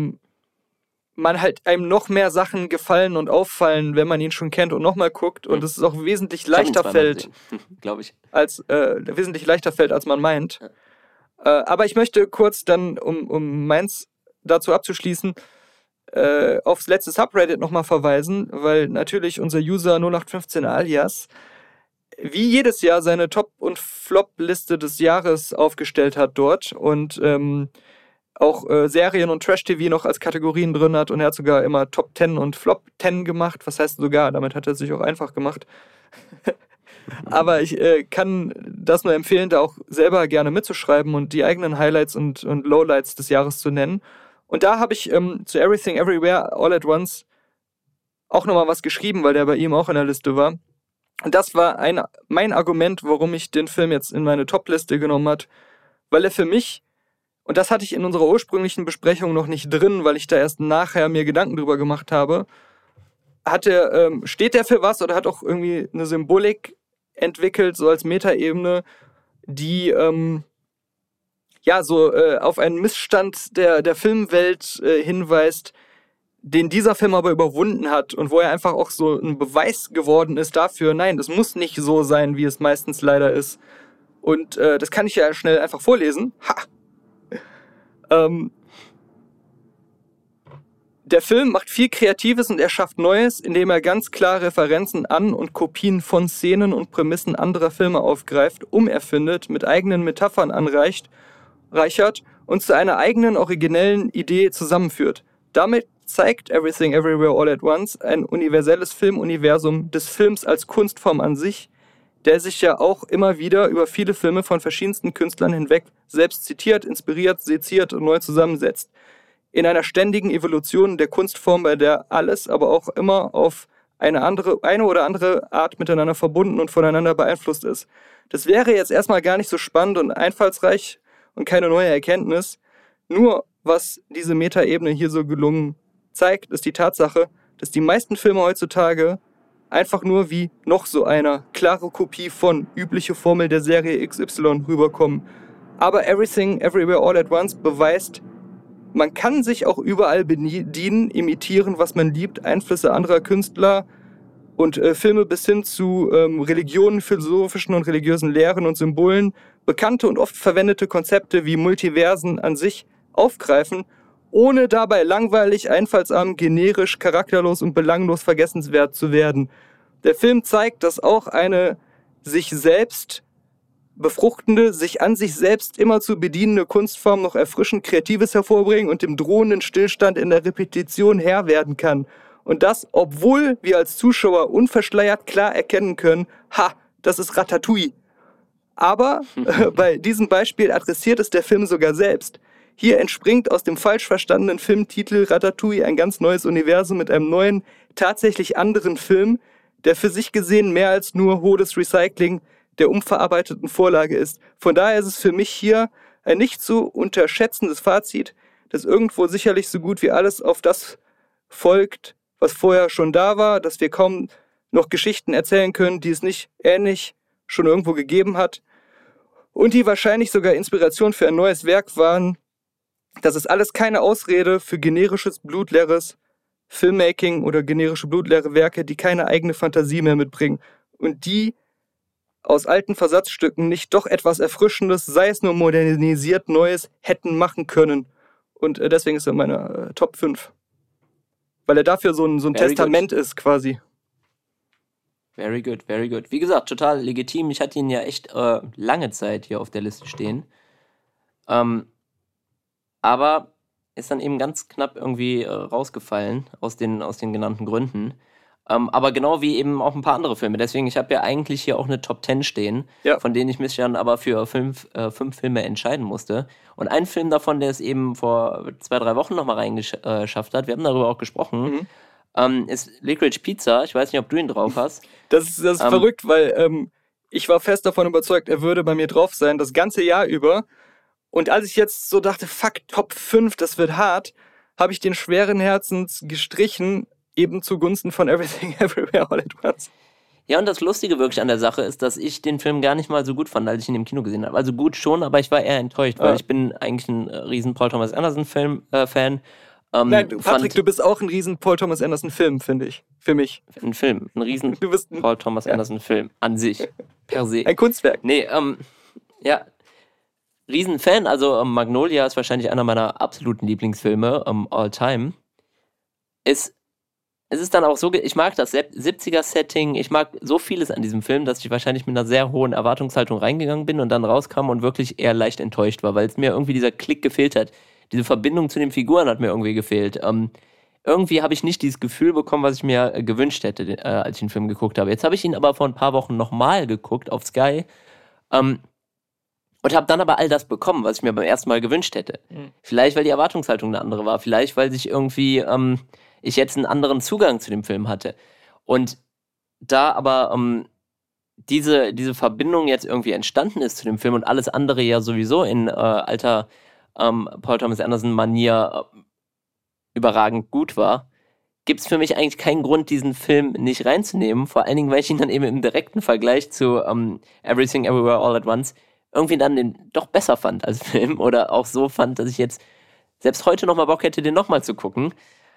man halt einem noch mehr Sachen gefallen und auffallen, wenn man ihn schon kennt und nochmal guckt und es ist auch wesentlich leichter fällt, glaube ich. Wesentlich leichter fällt, als man meint. Ja. Aber ich möchte kurz dann, um meins dazu abzuschließen, aufs letzte Subreddit nochmal verweisen, weil natürlich unser User 0815 alias wie jedes Jahr seine Top- und Flop-Liste des Jahres aufgestellt hat dort und auch Serien und Trash-TV noch als Kategorien drin hat und er hat sogar immer Top 10 und Flop 10 gemacht, was heißt sogar, damit hat er sich auch einfach gemacht. Aber ich kann das nur empfehlen, da auch selber gerne mitzuschreiben und die eigenen Highlights und Lowlights des Jahres zu nennen. Und da habe ich zu Everything Everywhere All at Once auch nochmal was geschrieben, weil der bei ihm auch in der Liste war. Und das war mein Argument, warum ich den Film jetzt in meine Top-Liste genommen habe, weil er für mich, und das hatte ich in unserer ursprünglichen Besprechung noch nicht drin, weil ich da erst nachher mir Gedanken drüber gemacht habe, steht der für was oder hat auch irgendwie eine Symbolik entwickelt, so als Metaebene, die auf einen Missstand der Filmwelt hinweist, den dieser Film aber überwunden hat und wo er einfach auch so ein Beweis geworden ist dafür, nein, das muss nicht so sein, wie es meistens leider ist. Und das kann ich ja schnell einfach vorlesen. Der Film macht viel Kreatives und er schafft Neues, indem er ganz klar Referenzen an und Kopien von Szenen und Prämissen anderer Filme aufgreift, umerfindet, mit eigenen Metaphern reichert und zu einer eigenen originellen Idee zusammenführt. Damit zeigt Everything Everywhere All at Once ein universelles Filmuniversum des Films als Kunstform an sich, der sich ja auch immer wieder über viele Filme von verschiedensten Künstlern hinweg selbst zitiert, inspiriert, seziert und neu zusammensetzt. In einer ständigen Evolution der Kunstform, bei der alles aber auch immer auf eine oder andere Art miteinander verbunden und voneinander beeinflusst ist. Das wäre jetzt erstmal gar nicht so spannend und einfallsreich und keine neue Erkenntnis. Nur was diese Metaebene hier so gelungen zeigt, ist die Tatsache, dass die meisten Filme heutzutage einfach nur wie noch so einer klare Kopie von übliche Formel der Serie XY rüberkommen. Aber Everything Everywhere All at Once beweist, man kann sich auch überall bedienen, imitieren, was man liebt, Einflüsse anderer Künstler und Filme bis hin zu Religionen, philosophischen und religiösen Lehren und Symbolen, bekannte und oft verwendete Konzepte wie Multiversen an sich aufgreifen, ohne dabei langweilig, einfallsarm, generisch, charakterlos und belanglos vergessenswert zu werden. Der Film zeigt, dass auch eine sich selbst befruchtende, sich an sich selbst immer zu bedienende Kunstform noch erfrischend Kreatives hervorbringen und dem drohenden Stillstand in der Repetition Herr werden kann. Und das, obwohl wir als Zuschauer unverschleiert klar erkennen können, das ist Ratatouille. Aber bei diesem Beispiel adressiert es der Film sogar selbst. Hier entspringt aus dem falsch verstandenen Filmtitel Ratatouille ein ganz neues Universum mit einem neuen, tatsächlich anderen Film, der für sich gesehen mehr als nur hohles Recycling der umverarbeiteten Vorlage ist. Von daher ist es für mich hier ein nicht zu unterschätzendes Fazit, das irgendwo sicherlich so gut wie alles auf das folgt, was vorher schon da war, dass wir kaum noch Geschichten erzählen können, die es nicht ähnlich schon irgendwo gegeben hat und die wahrscheinlich sogar Inspiration für ein neues Werk waren. Das ist alles keine Ausrede für generisches, blutleeres Filmmaking oder generische blutleere Werke, die keine eigene Fantasie mehr mitbringen und die aus alten Versatzstücken nicht doch etwas Erfrischendes, sei es nur modernisiert Neues, hätten machen können. Und deswegen ist er meine Top 5. Weil er dafür so ein Testament ist quasi. Very good, very good. Wie gesagt, total legitim. Ich hatte ihn ja echt lange Zeit hier auf der Liste stehen. Aber ist dann eben ganz knapp irgendwie rausgefallen aus den genannten Gründen. Aber genau wie eben auch ein paar andere Filme. Deswegen, ich habe ja eigentlich hier auch eine Top 10 stehen, von denen ich mich dann aber für fünf Filme entscheiden musste. Und ein Film davon, der es eben vor 2-3 Wochen nochmal reingeschafft hat, wir haben darüber auch gesprochen, ist Licorice Pizza. Ich weiß nicht, ob du ihn drauf hast. Das ist verrückt, weil ich war fest davon überzeugt, er würde bei mir drauf sein, das ganze Jahr über. Und als ich jetzt so dachte, fuck, Top 5, das wird hart, habe ich den schweren Herzens gestrichen, eben zugunsten von Everything Everywhere All at Once. Ja, und das Lustige wirklich an der Sache ist, dass ich den Film gar nicht mal so gut fand, als ich ihn im Kino gesehen habe. Also gut schon, aber ich war eher enttäuscht, weil ich bin eigentlich ein riesen Paul Thomas Anderson-Fan. Nein, Patrick, du bist auch ein riesen Paul Thomas Anderson-Film, finde ich. Für mich. Ein Film, ein riesen Paul Thomas Anderson-Film an sich, per se. Ein Kunstwerk. Nee, ja, Riesenfan. Also Magnolia ist wahrscheinlich einer meiner absoluten Lieblingsfilme all time. Es ist dann auch so, ich mag das 70er-Setting, ich mag so vieles an diesem Film, dass ich wahrscheinlich mit einer sehr hohen Erwartungshaltung reingegangen bin und dann rauskam und wirklich eher leicht enttäuscht war, weil es mir irgendwie dieser Klick gefehlt hat. Diese Verbindung zu den Figuren hat mir irgendwie gefehlt. Irgendwie habe ich nicht dieses Gefühl bekommen, was ich mir gewünscht hätte, als ich den Film geguckt habe. Jetzt habe ich ihn aber vor ein paar Wochen nochmal geguckt auf Sky und habe dann aber all das bekommen, was ich mir beim ersten Mal gewünscht hätte. Vielleicht, weil die Erwartungshaltung eine andere war. Vielleicht, weil sich irgendwie ich jetzt einen anderen Zugang zu dem Film hatte. Und da aber diese Verbindung jetzt irgendwie entstanden ist zu dem Film und alles andere ja sowieso in alter Paul Thomas Anderson-Manier überragend gut war, gibt es für mich eigentlich keinen Grund, diesen Film nicht reinzunehmen. Vor allen Dingen, weil ich ihn dann eben im direkten Vergleich zu Everything Everywhere All at Once irgendwie dann den doch besser fand als Film oder auch so fand, dass ich jetzt selbst heute nochmal Bock hätte, den nochmal zu gucken.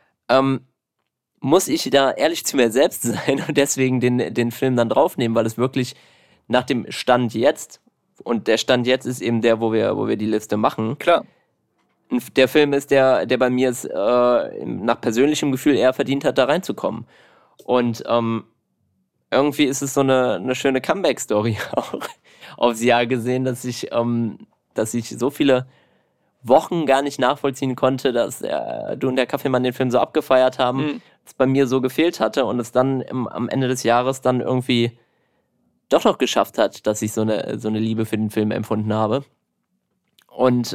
Muss ich da ehrlich zu mir selbst sein und deswegen den Film dann draufnehmen, weil es wirklich nach dem Stand jetzt, und der Stand jetzt ist eben der, wo wir die Liste machen, klar, der Film ist, der bei mir es nach persönlichem Gefühl eher verdient hat, da reinzukommen. Und irgendwie ist es so eine schöne Comeback-Story auch aufs Jahr gesehen, dass ich so viele Wochen gar nicht nachvollziehen konnte, dass du und der Kaffeemann den Film so abgefeiert haben, es bei mir so gefehlt hatte und es dann am Ende des Jahres dann irgendwie doch noch geschafft hat, dass ich so eine Liebe für den Film empfunden habe. Und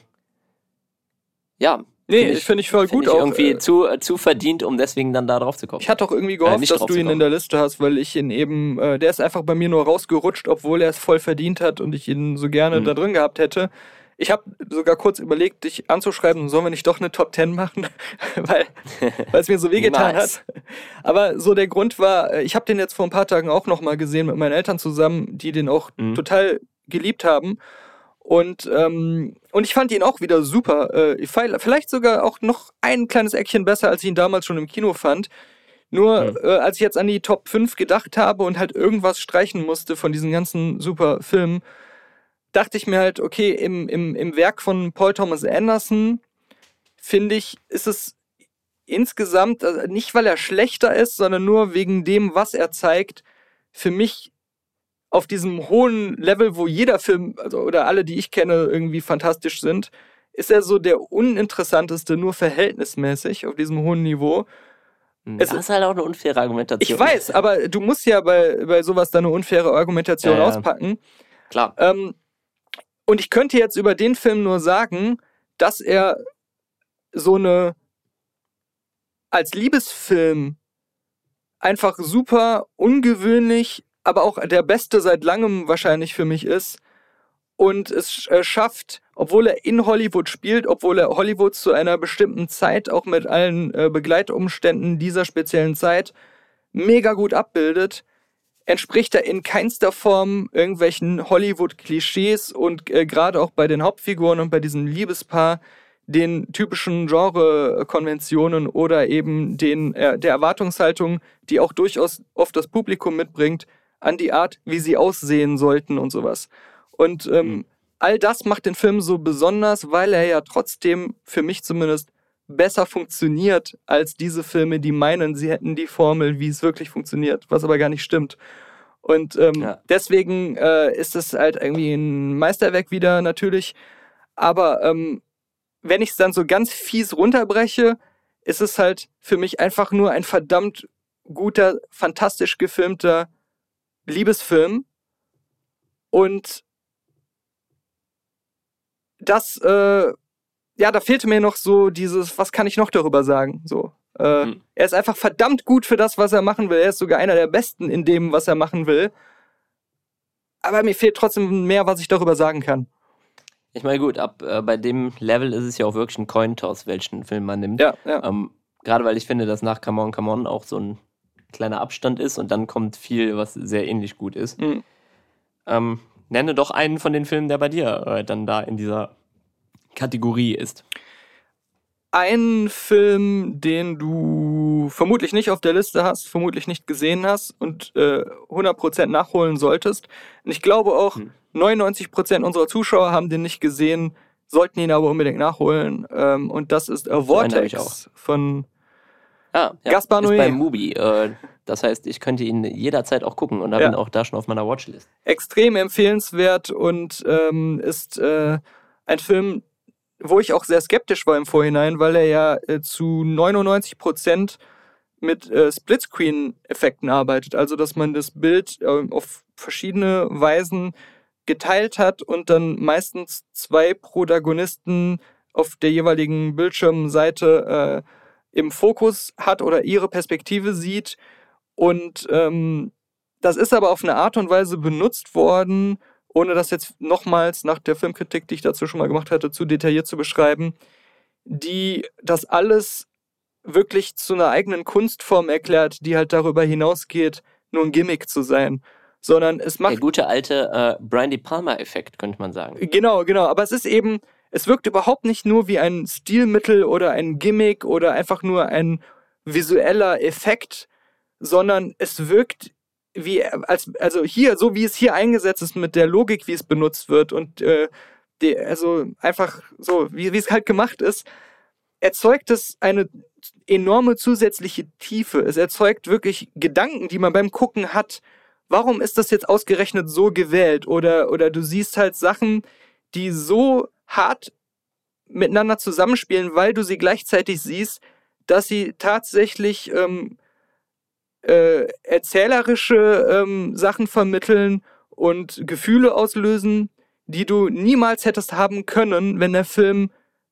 ja. Nee, finde ich voll gut ich auch. Irgendwie zu verdient, um deswegen dann da drauf zu kommen. Ich hatte auch irgendwie gehofft, dass du ihn in der Liste hast, weil ich ihn eben, der ist einfach bei mir nur rausgerutscht, obwohl er es voll verdient hat und ich ihn so gerne da drin gehabt hätte. Ich habe sogar kurz überlegt, dich anzuschreiben, sollen wir nicht doch eine Top 10 machen, weil es mir so wehgetan hat. Aber so der Grund war, ich habe den jetzt vor ein paar Tagen auch nochmal gesehen mit meinen Eltern zusammen, die den auch total geliebt haben. Und ich fand ihn auch wieder super. Vielleicht sogar auch noch ein kleines Eckchen besser, als ich ihn damals schon im Kino fand. Nur als ich jetzt an die Top 5 gedacht habe und halt irgendwas streichen musste von diesen ganzen super Filmen, dachte ich mir halt, okay, im Werk von Paul Thomas Anderson, finde ich, ist es insgesamt, also nicht weil er schlechter ist, sondern nur wegen dem, was er zeigt, für mich auf diesem hohen Level, wo jeder Film, also oder alle, die ich kenne, irgendwie fantastisch sind, ist er so der uninteressanteste, nur verhältnismäßig auf diesem hohen Niveau. Das ist halt auch eine unfaire Argumentation. Ich weiß, aber du musst ja bei sowas dann eine unfaire Argumentation auspacken. Klar. Und ich könnte jetzt über den Film nur sagen, dass er so eine als Liebesfilm einfach super ungewöhnlich, aber auch der beste seit langem wahrscheinlich für mich ist und es schafft, obwohl er in Hollywood spielt, obwohl er Hollywood zu einer bestimmten Zeit, auch mit allen Begleitumständen dieser speziellen Zeit, mega gut abbildet, entspricht er in keinster Form irgendwelchen Hollywood-Klischees und gerade auch bei den Hauptfiguren und bei diesem Liebespaar den typischen Genre-Konventionen oder eben der Erwartungshaltung, die auch durchaus oft das Publikum mitbringt, an die Art, wie sie aussehen sollten und sowas. Und all das macht den Film so besonders, weil er ja trotzdem, für mich zumindest, besser funktioniert als diese Filme, die meinen, sie hätten die Formel, wie es wirklich funktioniert, was aber gar nicht stimmt. Und deswegen ist es halt irgendwie ein Meisterwerk wieder natürlich. Aber wenn ich es dann so ganz fies runterbreche, ist es halt für mich einfach nur ein verdammt guter, fantastisch gefilmter Liebesfilm. Und das, da fehlte mir noch so dieses, was kann ich noch darüber sagen? So, er ist einfach verdammt gut für das, was er machen will. Er ist sogar einer der Besten in dem, was er machen will. Aber mir fehlt trotzdem mehr, was ich darüber sagen kann. Ich meine, gut, bei dem Level ist es ja auch wirklich ein Cointoss, welchen Film man nimmt. Ja. Gerade weil ich finde, dass nach Come On, Come On auch so ein kleiner Abstand ist und dann kommt viel, was sehr ähnlich gut ist. Nenne doch einen von den Filmen, der bei dir dann da in dieser Kategorie ist. Ein Film, den du vermutlich nicht auf der Liste hast, vermutlich nicht gesehen hast und 100% nachholen solltest. Und ich glaube auch, 99% unserer Zuschauer haben den nicht gesehen, sollten ihn aber unbedingt nachholen. Und das ist A Vortex von Gaspar Noé. Ist bei Mubi. Das heißt, ich könnte ihn jederzeit auch gucken und habe ihn auch da schon auf meiner Watchlist. Extrem empfehlenswert und ist ein Film, wo ich auch sehr skeptisch war im Vorhinein, weil er ja zu 99% mit Splitscreen-Effekten arbeitet. Also, dass man das Bild auf verschiedene Weisen geteilt hat und dann meistens zwei Protagonisten auf der jeweiligen Bildschirmseite im Fokus hat oder ihre Perspektive sieht. Und das ist aber auf eine Art und Weise benutzt worden, ohne das jetzt nochmals nach der Filmkritik, die ich dazu schon mal gemacht hatte, zu detailliert zu beschreiben, die das alles wirklich zu einer eigenen Kunstform erklärt, die halt darüber hinausgeht, nur ein Gimmick zu sein. Sondern es macht... Der gute alte Brian De Palma-Effekt, könnte man sagen. Genau. Aber es ist eben, es wirkt überhaupt nicht nur wie ein Stilmittel oder ein Gimmick oder einfach nur ein visueller Effekt, sondern es wirkt also hier, so wie es hier eingesetzt ist, mit der Logik, wie es benutzt wird und also einfach so, wie es halt gemacht ist, erzeugt es eine enorme zusätzliche Tiefe. Es erzeugt wirklich Gedanken, die man beim Gucken hat. Warum ist das jetzt ausgerechnet so gewählt? Oder du siehst halt Sachen, die so hart miteinander zusammenspielen, weil du sie gleichzeitig siehst, dass sie tatsächlich erzählerische Sachen vermitteln und Gefühle auslösen, die du niemals hättest haben können, wenn der Film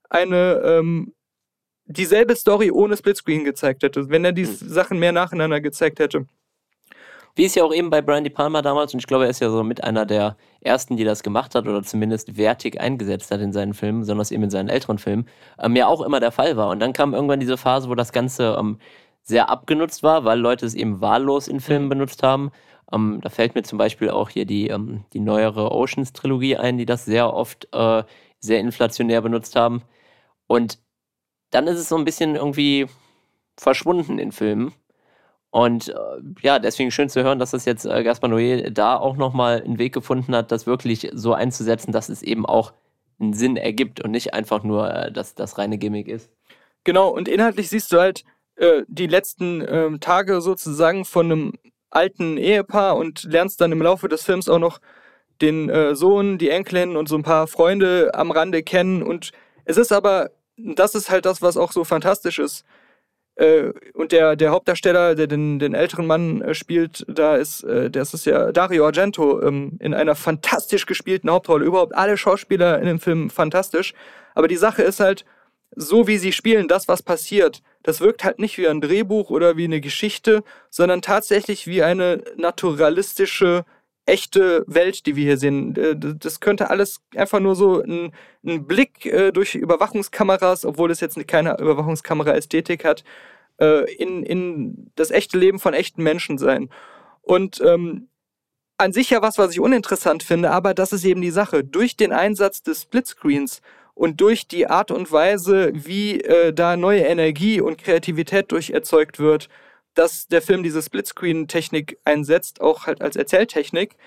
dieselbe Story ohne Splitscreen gezeigt hätte, wenn er die Sachen mehr nacheinander gezeigt hätte. Wie es ja auch eben bei Brian De Palma damals, und ich glaube, er ist ja so mit einer der ersten, die das gemacht hat oder zumindest wertig eingesetzt hat in seinen Filmen, besonders eben in seinen älteren Filmen, ja auch immer der Fall war. Und dann kam irgendwann diese Phase, wo das Ganze sehr abgenutzt war, weil Leute es eben wahllos in Filmen benutzt haben. Da fällt mir zum Beispiel auch hier die neuere Oceans-Trilogie ein, die das sehr oft sehr inflationär benutzt haben. Und dann ist es so ein bisschen irgendwie verschwunden in Filmen. Und ja, deswegen schön zu hören, dass das jetzt Gaspar Noé da auch nochmal einen Weg gefunden hat, das wirklich so einzusetzen, dass es eben auch einen Sinn ergibt und nicht einfach nur das reine Gimmick ist. Genau, und inhaltlich siehst du halt die letzten Tage sozusagen von einem alten Ehepaar und lernst dann im Laufe des Films auch noch den Sohn, die Enkelin und so ein paar Freunde am Rande kennen. Und es ist aber, das ist halt das, was auch so fantastisch ist. Und der Hauptdarsteller, der den älteren Mann spielt, das ist ja Dario Argento in einer fantastisch gespielten Hauptrolle. Überhaupt alle Schauspieler in dem Film fantastisch. Aber die Sache ist halt, so wie sie spielen, das, was passiert, das wirkt halt nicht wie ein Drehbuch oder wie eine Geschichte, sondern tatsächlich wie eine naturalistische, echte Welt, die wir hier sehen. Das könnte alles einfach nur so ein Blick durch Überwachungskameras, obwohl es jetzt keine Überwachungskamera-Ästhetik hat, in das echte Leben von echten Menschen sein. Und an sich ja was ich uninteressant finde, aber das ist eben die Sache. Durch den Einsatz des Splitscreens und durch die Art und Weise, wie da neue Energie und Kreativität durch erzeugt wird, dass der Film diese Splitscreen-Technik einsetzt, auch halt als Erzähltechnik,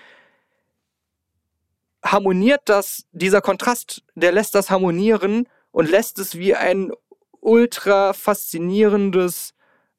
harmoniert dieser Kontrast, der lässt das harmonieren und lässt es wie ein ultra faszinierendes,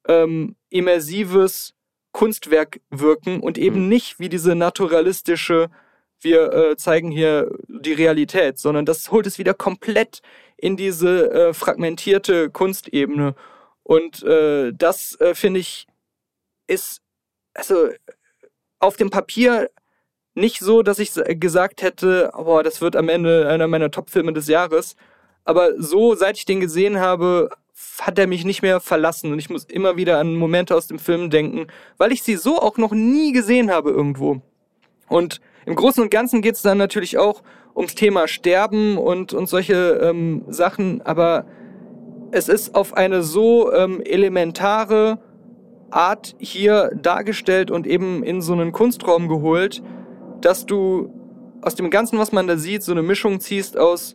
immersives Kunstwerk wirken und eben nicht wie diese naturalistische, wir zeigen hier die Realität, sondern das holt es wieder komplett in diese fragmentierte Kunstebene. Und das, finde ich, ist also auf dem Papier nicht so, dass ich gesagt hätte, boah, das wird am Ende einer meiner Top-Filme des Jahres. Aber so, seit ich den gesehen habe, hat er mich nicht mehr verlassen. Und ich muss immer wieder an Momente aus dem Film denken, weil ich sie so auch noch nie gesehen habe irgendwo. Und im Großen und Ganzen geht es dann natürlich auch ums Thema Sterben und solche Sachen. Aber es ist auf eine so elementare Art hier dargestellt und eben in so einen Kunstraum geholt, dass du aus dem Ganzen, was man da sieht, so eine Mischung ziehst aus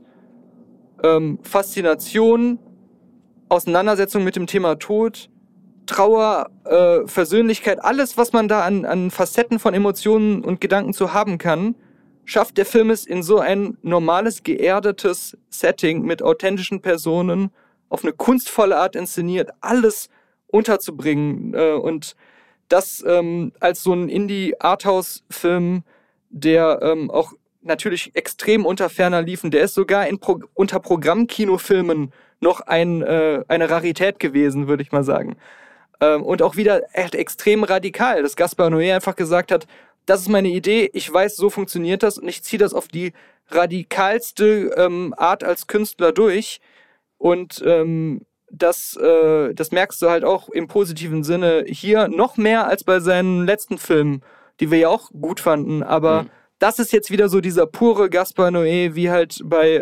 Faszination, Auseinandersetzung mit dem Thema Tod, Trauer, Versöhnlichkeit, alles, was man da an Facetten von Emotionen und Gedanken zu haben kann, schafft der Film es in so ein normales, geerdetes Setting mit authentischen Personen auf eine kunstvolle Art inszeniert, alles unterzubringen. Und das als so ein Indie-Arthouse-Film, der auch natürlich extrem unter ferner liefen. Der ist sogar unter Programmkinofilmen noch eine Rarität gewesen, würde ich mal sagen. Und auch wieder extrem radikal, dass Gaspar Noé einfach gesagt hat, das ist meine Idee, ich weiß, so funktioniert das und ich ziehe das auf die radikalste Art als Künstler durch. Und das merkst du halt auch im positiven Sinne hier noch mehr als bei seinen letzten Filmen, die wir ja auch gut fanden. Aber das ist jetzt wieder so dieser pure Gaspar Noé, wie halt bei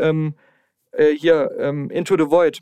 Into the Void.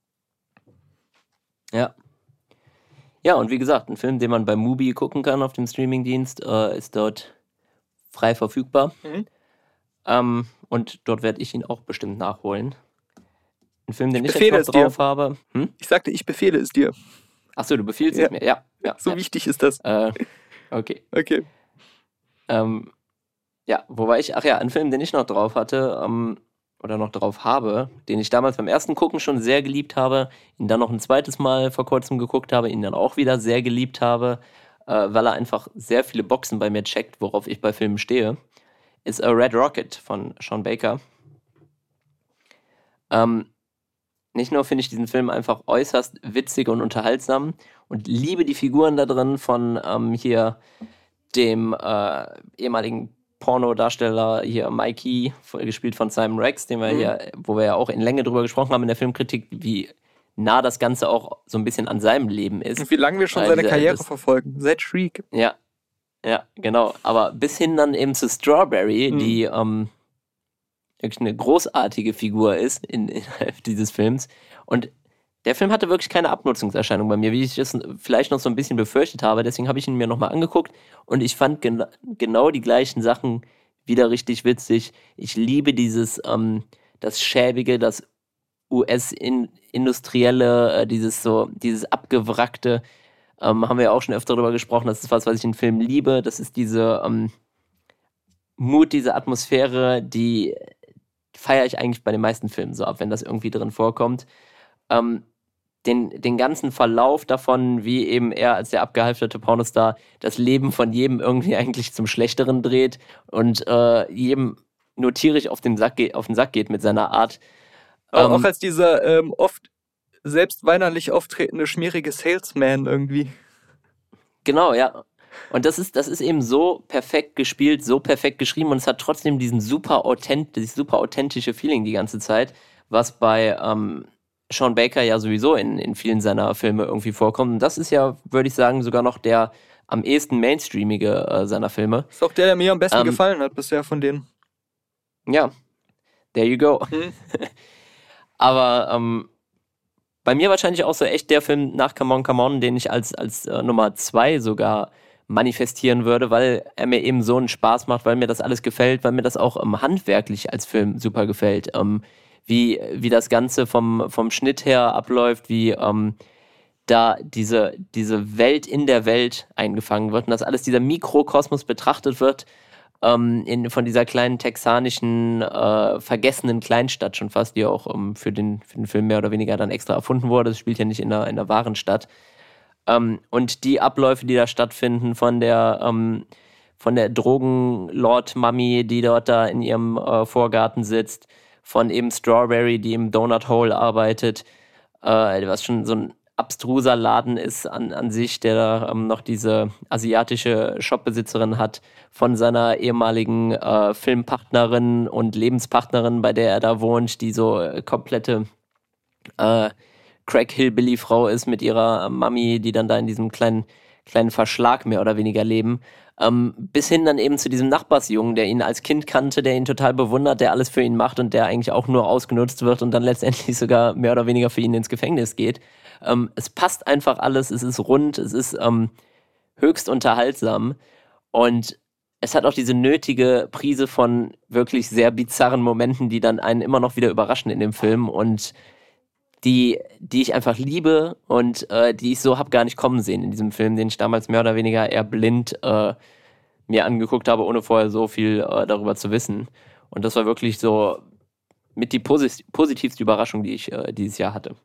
Ja. Ja, und wie gesagt, ein Film, den man bei Mubi gucken kann auf dem Streamingdienst, ist dort frei verfügbar. Und dort werde ich ihn auch bestimmt nachholen. Ein Film, den ich jetzt noch drauf habe. Ich sagte, ich befehle es dir. Achso, du befiehlst es mir. Ja. So wichtig ist das. Okay. Okay. Ja, wobei ein Film, den ich noch drauf hatte, oder noch drauf habe, den ich damals beim ersten Gucken schon sehr geliebt habe, ihn dann noch ein zweites Mal vor kurzem geguckt habe, ihn dann auch wieder sehr geliebt habe, weil er einfach sehr viele Boxen bei mir checkt, worauf ich bei Filmen stehe, ist Red Rocket von Sean Baker. Nicht nur finde ich diesen Film einfach äußerst witzig und unterhaltsam und liebe die Figuren da drin von hier dem ehemaligen Pornodarsteller hier Mikey, gespielt von Simon Rex, den wir hier, wo wir ja auch in Länge drüber gesprochen haben in der Filmkritik, wie nah das Ganze auch so ein bisschen an seinem Leben ist. Und wie lange wir schon seine Karriere verfolgen. Seit Shriek. Ja, genau. Aber bis hin dann eben zu Strawberry, die wirklich eine großartige Figur ist innerhalb dieses Films. Und der Film hatte wirklich keine Abnutzungserscheinung bei mir, wie ich es vielleicht noch so ein bisschen befürchtet habe. Deswegen habe ich ihn mir nochmal angeguckt und ich fand genau die gleichen Sachen wieder richtig witzig. Ich liebe dieses, das Schäbige, das US-Industrielle, dieses Abgewrackte. Haben wir ja auch schon öfter darüber gesprochen. Das ist was ich in Filmen liebe. Das ist diese Mut, diese Atmosphäre, die feiere ich eigentlich bei den meisten Filmen so ab, wenn das irgendwie drin vorkommt. Den ganzen Verlauf davon, wie eben er als der abgehalfterte Pornostar das Leben von jedem irgendwie eigentlich zum Schlechteren dreht und jedem nur tierisch auf den Sack geht mit seiner Art. Auch als dieser oft selbst weinerlich auftretende, schmierige Salesman irgendwie. Genau, ja. Und das ist eben so perfekt gespielt, so perfekt geschrieben und es hat trotzdem dieses super authentische Feeling die ganze Zeit, was bei Sean Baker ja sowieso in vielen seiner Filme irgendwie vorkommt. Und das ist ja, würde ich sagen, sogar noch der am ehesten mainstreamige seiner Filme. Ist auch der mir am besten gefallen hat bisher von denen. Ja, there you go. Aber bei mir wahrscheinlich auch so echt der Film nach Come On, Come On, den ich als Nummer 2 sogar manifestieren würde, weil er mir eben so einen Spaß macht, weil mir das alles gefällt, weil mir das auch handwerklich als Film super gefällt. Wie das Ganze vom Schnitt her abläuft, wie da diese Welt in der Welt eingefangen wird und dass alles dieser Mikrokosmos betrachtet wird von dieser kleinen texanischen, vergessenen Kleinstadt schon fast, die auch für den Film mehr oder weniger dann extra erfunden wurde. Das spielt ja nicht in der wahren Stadt. Und die Abläufe, die da stattfinden von der Drogenlord-Mami, die dort da in ihrem Vorgarten sitzt, von eben Strawberry, die im Donut Hole arbeitet, was schon so ein abstruser Laden ist an sich, der da noch diese asiatische Shopbesitzerin hat, von seiner ehemaligen Filmpartnerin und Lebenspartnerin, bei der er da wohnt, die so komplette Crack-Hillbilly-Frau ist mit ihrer Mami, die dann da in diesem kleinen Verschlag mehr oder weniger leben. Bis hin dann eben zu diesem Nachbarsjungen, der ihn als Kind kannte, der ihn total bewundert, der alles für ihn macht und der eigentlich auch nur ausgenutzt wird und dann letztendlich sogar mehr oder weniger für ihn ins Gefängnis geht. Es passt einfach alles, es ist rund, es ist höchst unterhaltsam und es hat auch diese nötige Prise von wirklich sehr bizarren Momenten, die dann einen immer noch wieder überraschen in dem Film und die ich einfach liebe und die ich so habe gar nicht kommen sehen in diesem Film, den ich damals mehr oder weniger eher blind mir angeguckt habe, ohne vorher so viel darüber zu wissen. Und das war wirklich so mit die positivste Überraschung, die ich dieses Jahr hatte.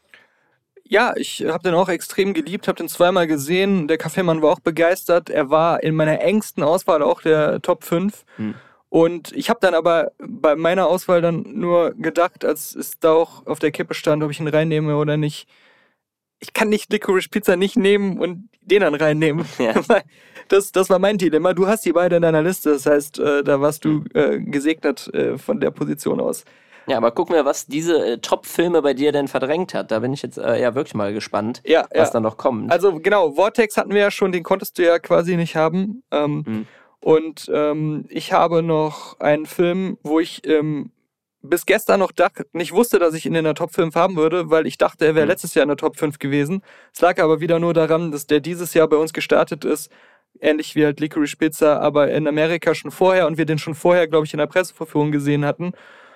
Ja, ich habe den auch extrem geliebt, habe den zweimal gesehen. Der Kaffeemann war auch begeistert. Er war in meiner engsten Auswahl auch der Top 5. Und ich habe dann aber bei meiner Auswahl dann nur gedacht, als es da auch auf der Kippe stand, ob ich ihn reinnehme oder nicht. Ich kann nicht Licorice Pizza nicht nehmen und den dann reinnehmen. Ja. Das war mein Dilemma. Du hast die beide in deiner Liste, das heißt, da warst du gesegnet von der Position aus. Ja, aber guck mal, was diese Top-Filme bei dir denn verdrängt hat. Da bin ich jetzt ja wirklich mal gespannt, was da noch kommt. Also genau, Vortex hatten wir ja schon, den konntest du ja quasi nicht haben. Und ich habe noch einen Film, wo ich bis gestern noch nicht wusste, dass ich ihn in der Top 5 haben würde, weil ich dachte, er wäre letztes Jahr in der Top 5 gewesen. Es lag aber wieder nur daran, dass der dieses Jahr bei uns gestartet ist, ähnlich wie halt Licorice Pizza, aber in Amerika schon vorher und wir den schon vorher, glaube ich, in der Pressevorführung gesehen hatten.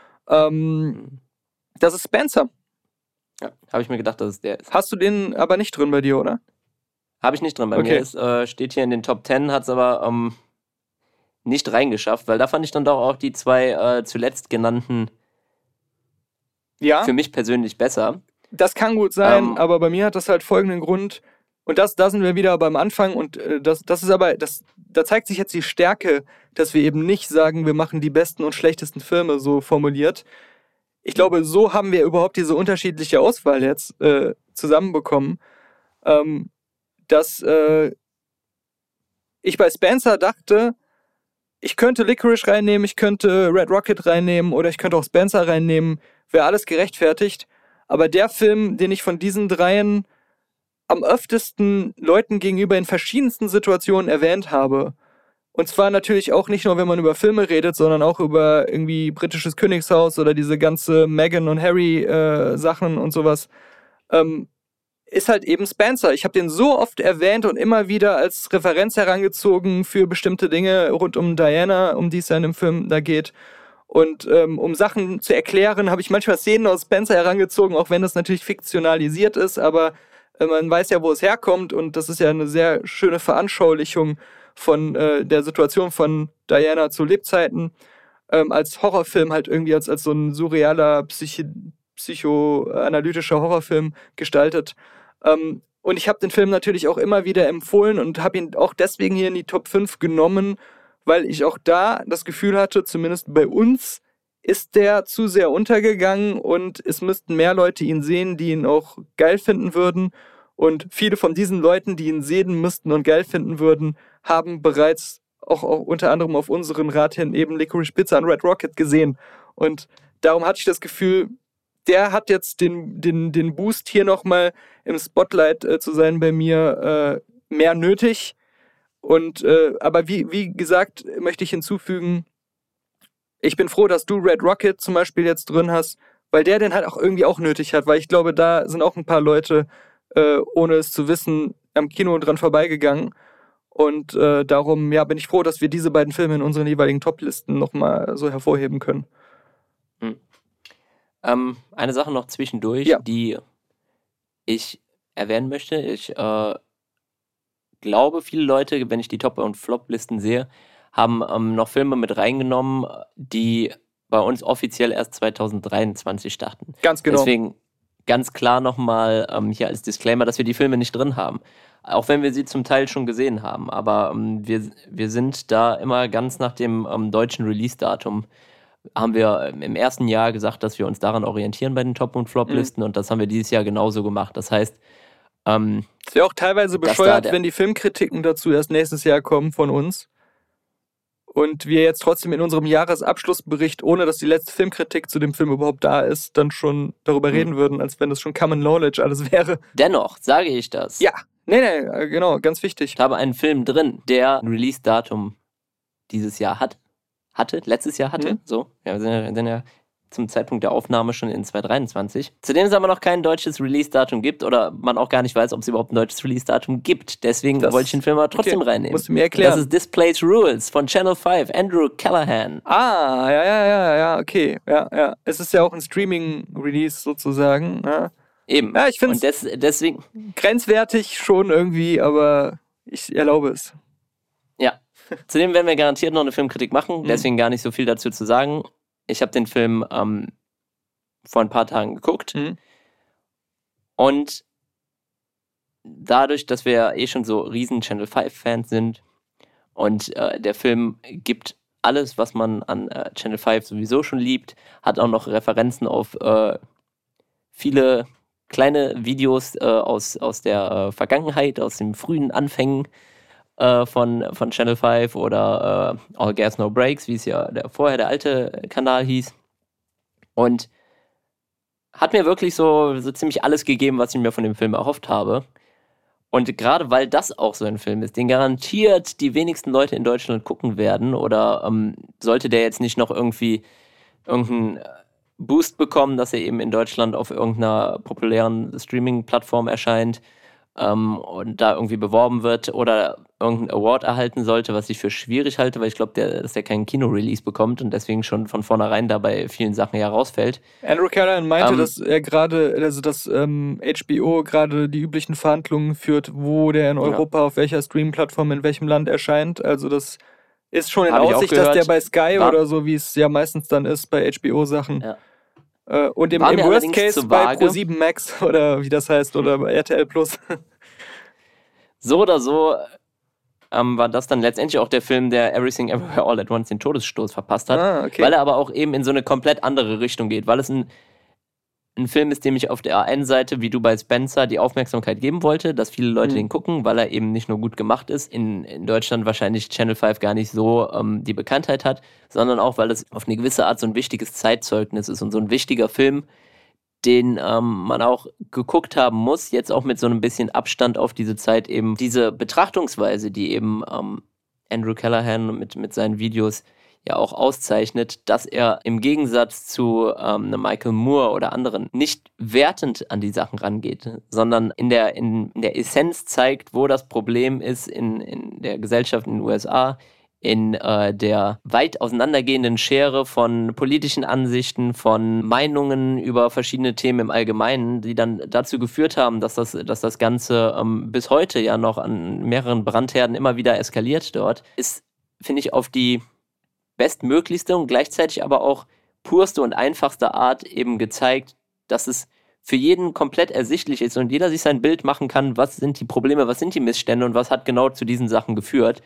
Das ist Spencer. Ja, habe ich mir gedacht, dass es der ist. Hast du den aber nicht drin bei dir, oder? Habe ich nicht drin. Bei mir ist, steht hier in den Top 10, hat es aber nicht reingeschafft, weil da fand ich dann doch auch die zwei zuletzt genannten Ja, für mich persönlich besser. das kann gut sein, aber bei mir hat das halt folgenden Grund. Und da sind wir wieder beim Anfang und das ist aber, da zeigt sich jetzt die Stärke, dass wir eben nicht sagen, wir machen die besten und schlechtesten Filme, so formuliert. Ich glaube, so haben wir überhaupt diese unterschiedliche Auswahl jetzt zusammenbekommen, dass ich bei Spencer dachte, ich könnte Licorice reinnehmen, ich könnte Red Rocket reinnehmen oder ich könnte auch Spencer reinnehmen, wäre alles gerechtfertigt. Aber der Film, den ich von diesen dreien am öftesten Leuten gegenüber in verschiedensten Situationen erwähnt habe. Und zwar natürlich auch nicht nur, wenn man über Filme redet, sondern auch über irgendwie britisches Königshaus oder diese ganze Meghan und Harry Sachen und sowas, ist halt eben Spencer. Ich habe den so oft erwähnt und immer wieder als Referenz herangezogen für bestimmte Dinge rund um Diana, um die es ja in dem Film da geht. Und um Sachen zu erklären, habe ich manchmal Szenen aus Spencer herangezogen, auch wenn das natürlich fiktionalisiert ist, aber man weiß ja, wo es herkommt und das ist ja eine sehr schöne Veranschaulichung von der Situation von Diana zu Lebzeiten, als Horrorfilm halt irgendwie als so ein surrealer, psychoanalytischer Horrorfilm gestaltet. Und ich habe den Film natürlich auch immer wieder empfohlen und habe ihn auch deswegen hier in die Top 5 genommen, weil ich auch da das Gefühl hatte, zumindest bei uns, ist der zu sehr untergegangen und es müssten mehr Leute ihn sehen, die ihn auch geil finden würden. Und viele von diesen Leuten, die ihn sehen müssten und geil finden würden, haben bereits auch unter anderem auf unseren Rat hin eben Licorice Pizza und Red Rocket gesehen. Und darum hatte ich das Gefühl, der hat jetzt den Boost hier nochmal im Spotlight zu sein bei mir mehr nötig. Und aber wie gesagt, möchte ich hinzufügen, ich bin froh, dass du Red Rocket zum Beispiel jetzt drin hast, weil der den halt auch irgendwie auch nötig hat, weil ich glaube, da sind auch ein paar Leute, ohne es zu wissen, am Kino dran vorbeigegangen. Und darum bin ich froh, dass wir diese beiden Filme in unseren jeweiligen Top-Listen nochmal so hervorheben können. Eine Sache noch zwischendurch, die ich erwähnen möchte. Ich glaube, viele Leute, wenn ich die Top- und Flop-Listen sehe, haben noch Filme mit reingenommen, die bei uns offiziell erst 2023 starten. Ganz genau. Deswegen ganz klar nochmal hier als Disclaimer, dass wir die Filme nicht drin haben. Auch wenn wir sie zum Teil schon gesehen haben. Aber wir sind da immer ganz nach dem deutschen Release-Datum. Haben wir im ersten Jahr gesagt, dass wir uns daran orientieren bei den Top- und Flop-Listen und das haben wir dieses Jahr genauso gemacht. Das heißt, es wäre auch teilweise bescheuert, wenn die Filmkritiken dazu erst nächstes Jahr kommen von uns und wir jetzt trotzdem in unserem Jahresabschlussbericht, ohne dass die letzte Filmkritik zu dem Film überhaupt da ist, dann schon darüber reden würden, als wenn das schon Common Knowledge alles wäre. Dennoch sage ich das. Ja, nee, genau, ganz wichtig. Ich habe einen Film drin, der ein Release-Datum dieses Jahr letztes Jahr hatte. So, ja, wir sind ja zum Zeitpunkt der Aufnahme schon in 2023. Zudem es aber noch kein deutsches Release-Datum gibt oder man auch gar nicht weiß, ob es überhaupt ein deutsches Release-Datum gibt. Deswegen wollte ich den Film aber trotzdem reinnehmen. Musst du mir erklären. Das ist This Place Rules von Channel 5, Andrew Callahan. Ah, ja, okay. Ja. Es ist ja auch ein Streaming-Release sozusagen. Ja. Eben. Ja, ich finde es deswegen grenzwertig schon irgendwie, aber ich erlaube es. Ja. Zudem werden wir garantiert noch eine Filmkritik machen, deswegen gar nicht so viel dazu zu sagen. Ich habe den Film vor ein paar Tagen geguckt und dadurch, dass wir schon so riesen Channel 5-Fans sind und der Film gibt alles, was man an Channel 5 sowieso schon liebt, hat auch noch Referenzen auf viele kleine Videos aus der Vergangenheit, aus den frühen Anfängen von Channel 5 oder All Gas No Breaks, wie es ja vorher der alte Kanal hieß. Und hat mir wirklich so ziemlich alles gegeben, was ich mir von dem Film erhofft habe. Und gerade weil das auch so ein Film ist, den garantiert die wenigsten Leute in Deutschland gucken werden oder sollte der jetzt nicht noch irgendeinen Boost bekommen, dass er eben in Deutschland auf irgendeiner populären Streaming-Plattform erscheint, und da irgendwie beworben wird oder irgendeinen Award erhalten sollte, was ich für schwierig halte, weil ich glaube, dass der keinen Kino-Release bekommt und deswegen schon von vornherein da bei vielen Sachen herausfällt. Andrew Callahan meinte, dass er gerade, also dass HBO gerade die üblichen Verhandlungen führt, wo der in Europa auf welcher Stream-Plattform in welchem Land erscheint. Also das ist schon in Aussicht, dass der bei Sky oder so, wie es ja meistens dann ist, bei HBO-Sachen Und im War mir Worst allerdings Case zu bei vage. Pro7 Max oder wie das heißt, oder bei RTL Plus. So oder so war das dann letztendlich auch der Film, der Everything Everywhere All at Once den Todesstoß verpasst hat, Okay. weil er aber auch eben in so eine komplett andere Richtung geht, weil es ein Film ist, dem ich auf der einen Seite, wie du bei Spencer, die Aufmerksamkeit geben wollte, dass viele Leute den gucken, weil er eben nicht nur gut gemacht ist, in Deutschland wahrscheinlich Channel 5 gar nicht so die Bekanntheit hat, sondern auch, weil es auf eine gewisse Art so ein wichtiges Zeitzeugnis ist und so ein wichtiger Film, den man auch geguckt haben muss, jetzt auch mit so einem bisschen Abstand auf diese Zeit eben, diese Betrachtungsweise, die eben Andrew Callahan mit seinen Videos ja auch auszeichnet, dass er im Gegensatz zu einem Michael Moore oder anderen nicht wertend an die Sachen rangeht, sondern in der Essenz zeigt, wo das Problem ist in der Gesellschaft in den USA, in der weit auseinandergehenden Schere von politischen Ansichten, von Meinungen über verschiedene Themen im Allgemeinen, die dann dazu geführt haben, dass das Ganze bis heute ja noch an mehreren Brandherden immer wieder eskaliert dort, ist, finde ich, auf die bestmöglichste und gleichzeitig aber auch purste und einfachste Art eben gezeigt, dass es für jeden komplett ersichtlich ist und jeder sich sein Bild machen kann, was sind die Probleme, was sind die Missstände und was hat genau zu diesen Sachen geführt.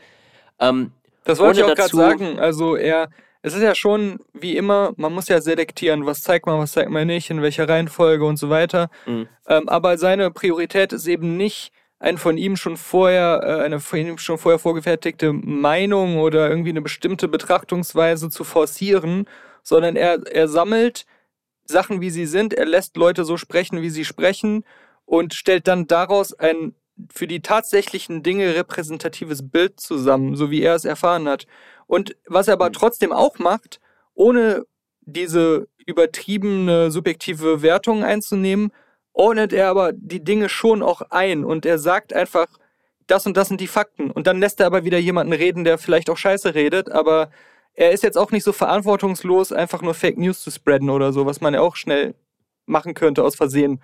Das wollte ich auch gerade sagen. Also es ist ja schon wie immer, man muss ja selektieren, was zeigt man nicht, in welcher Reihenfolge und so weiter. Aber seine Priorität ist eben nicht eine von ihm schon vorher vorgefertigte Meinung oder irgendwie eine bestimmte Betrachtungsweise zu forcieren, sondern er sammelt Sachen, wie sie sind, er lässt Leute so sprechen, wie sie sprechen und stellt dann daraus ein für die tatsächlichen Dinge repräsentatives Bild zusammen, so wie er es erfahren hat. Und was er aber trotzdem auch macht, ohne diese übertriebene subjektive Wertung einzunehmen, ordnet er aber die Dinge schon auch ein und er sagt einfach, das und das sind die Fakten. Und dann lässt er aber wieder jemanden reden, der vielleicht auch Scheiße redet, aber er ist jetzt auch nicht so verantwortungslos, einfach nur Fake News zu spreaden oder so, was man ja auch schnell machen könnte aus Versehen.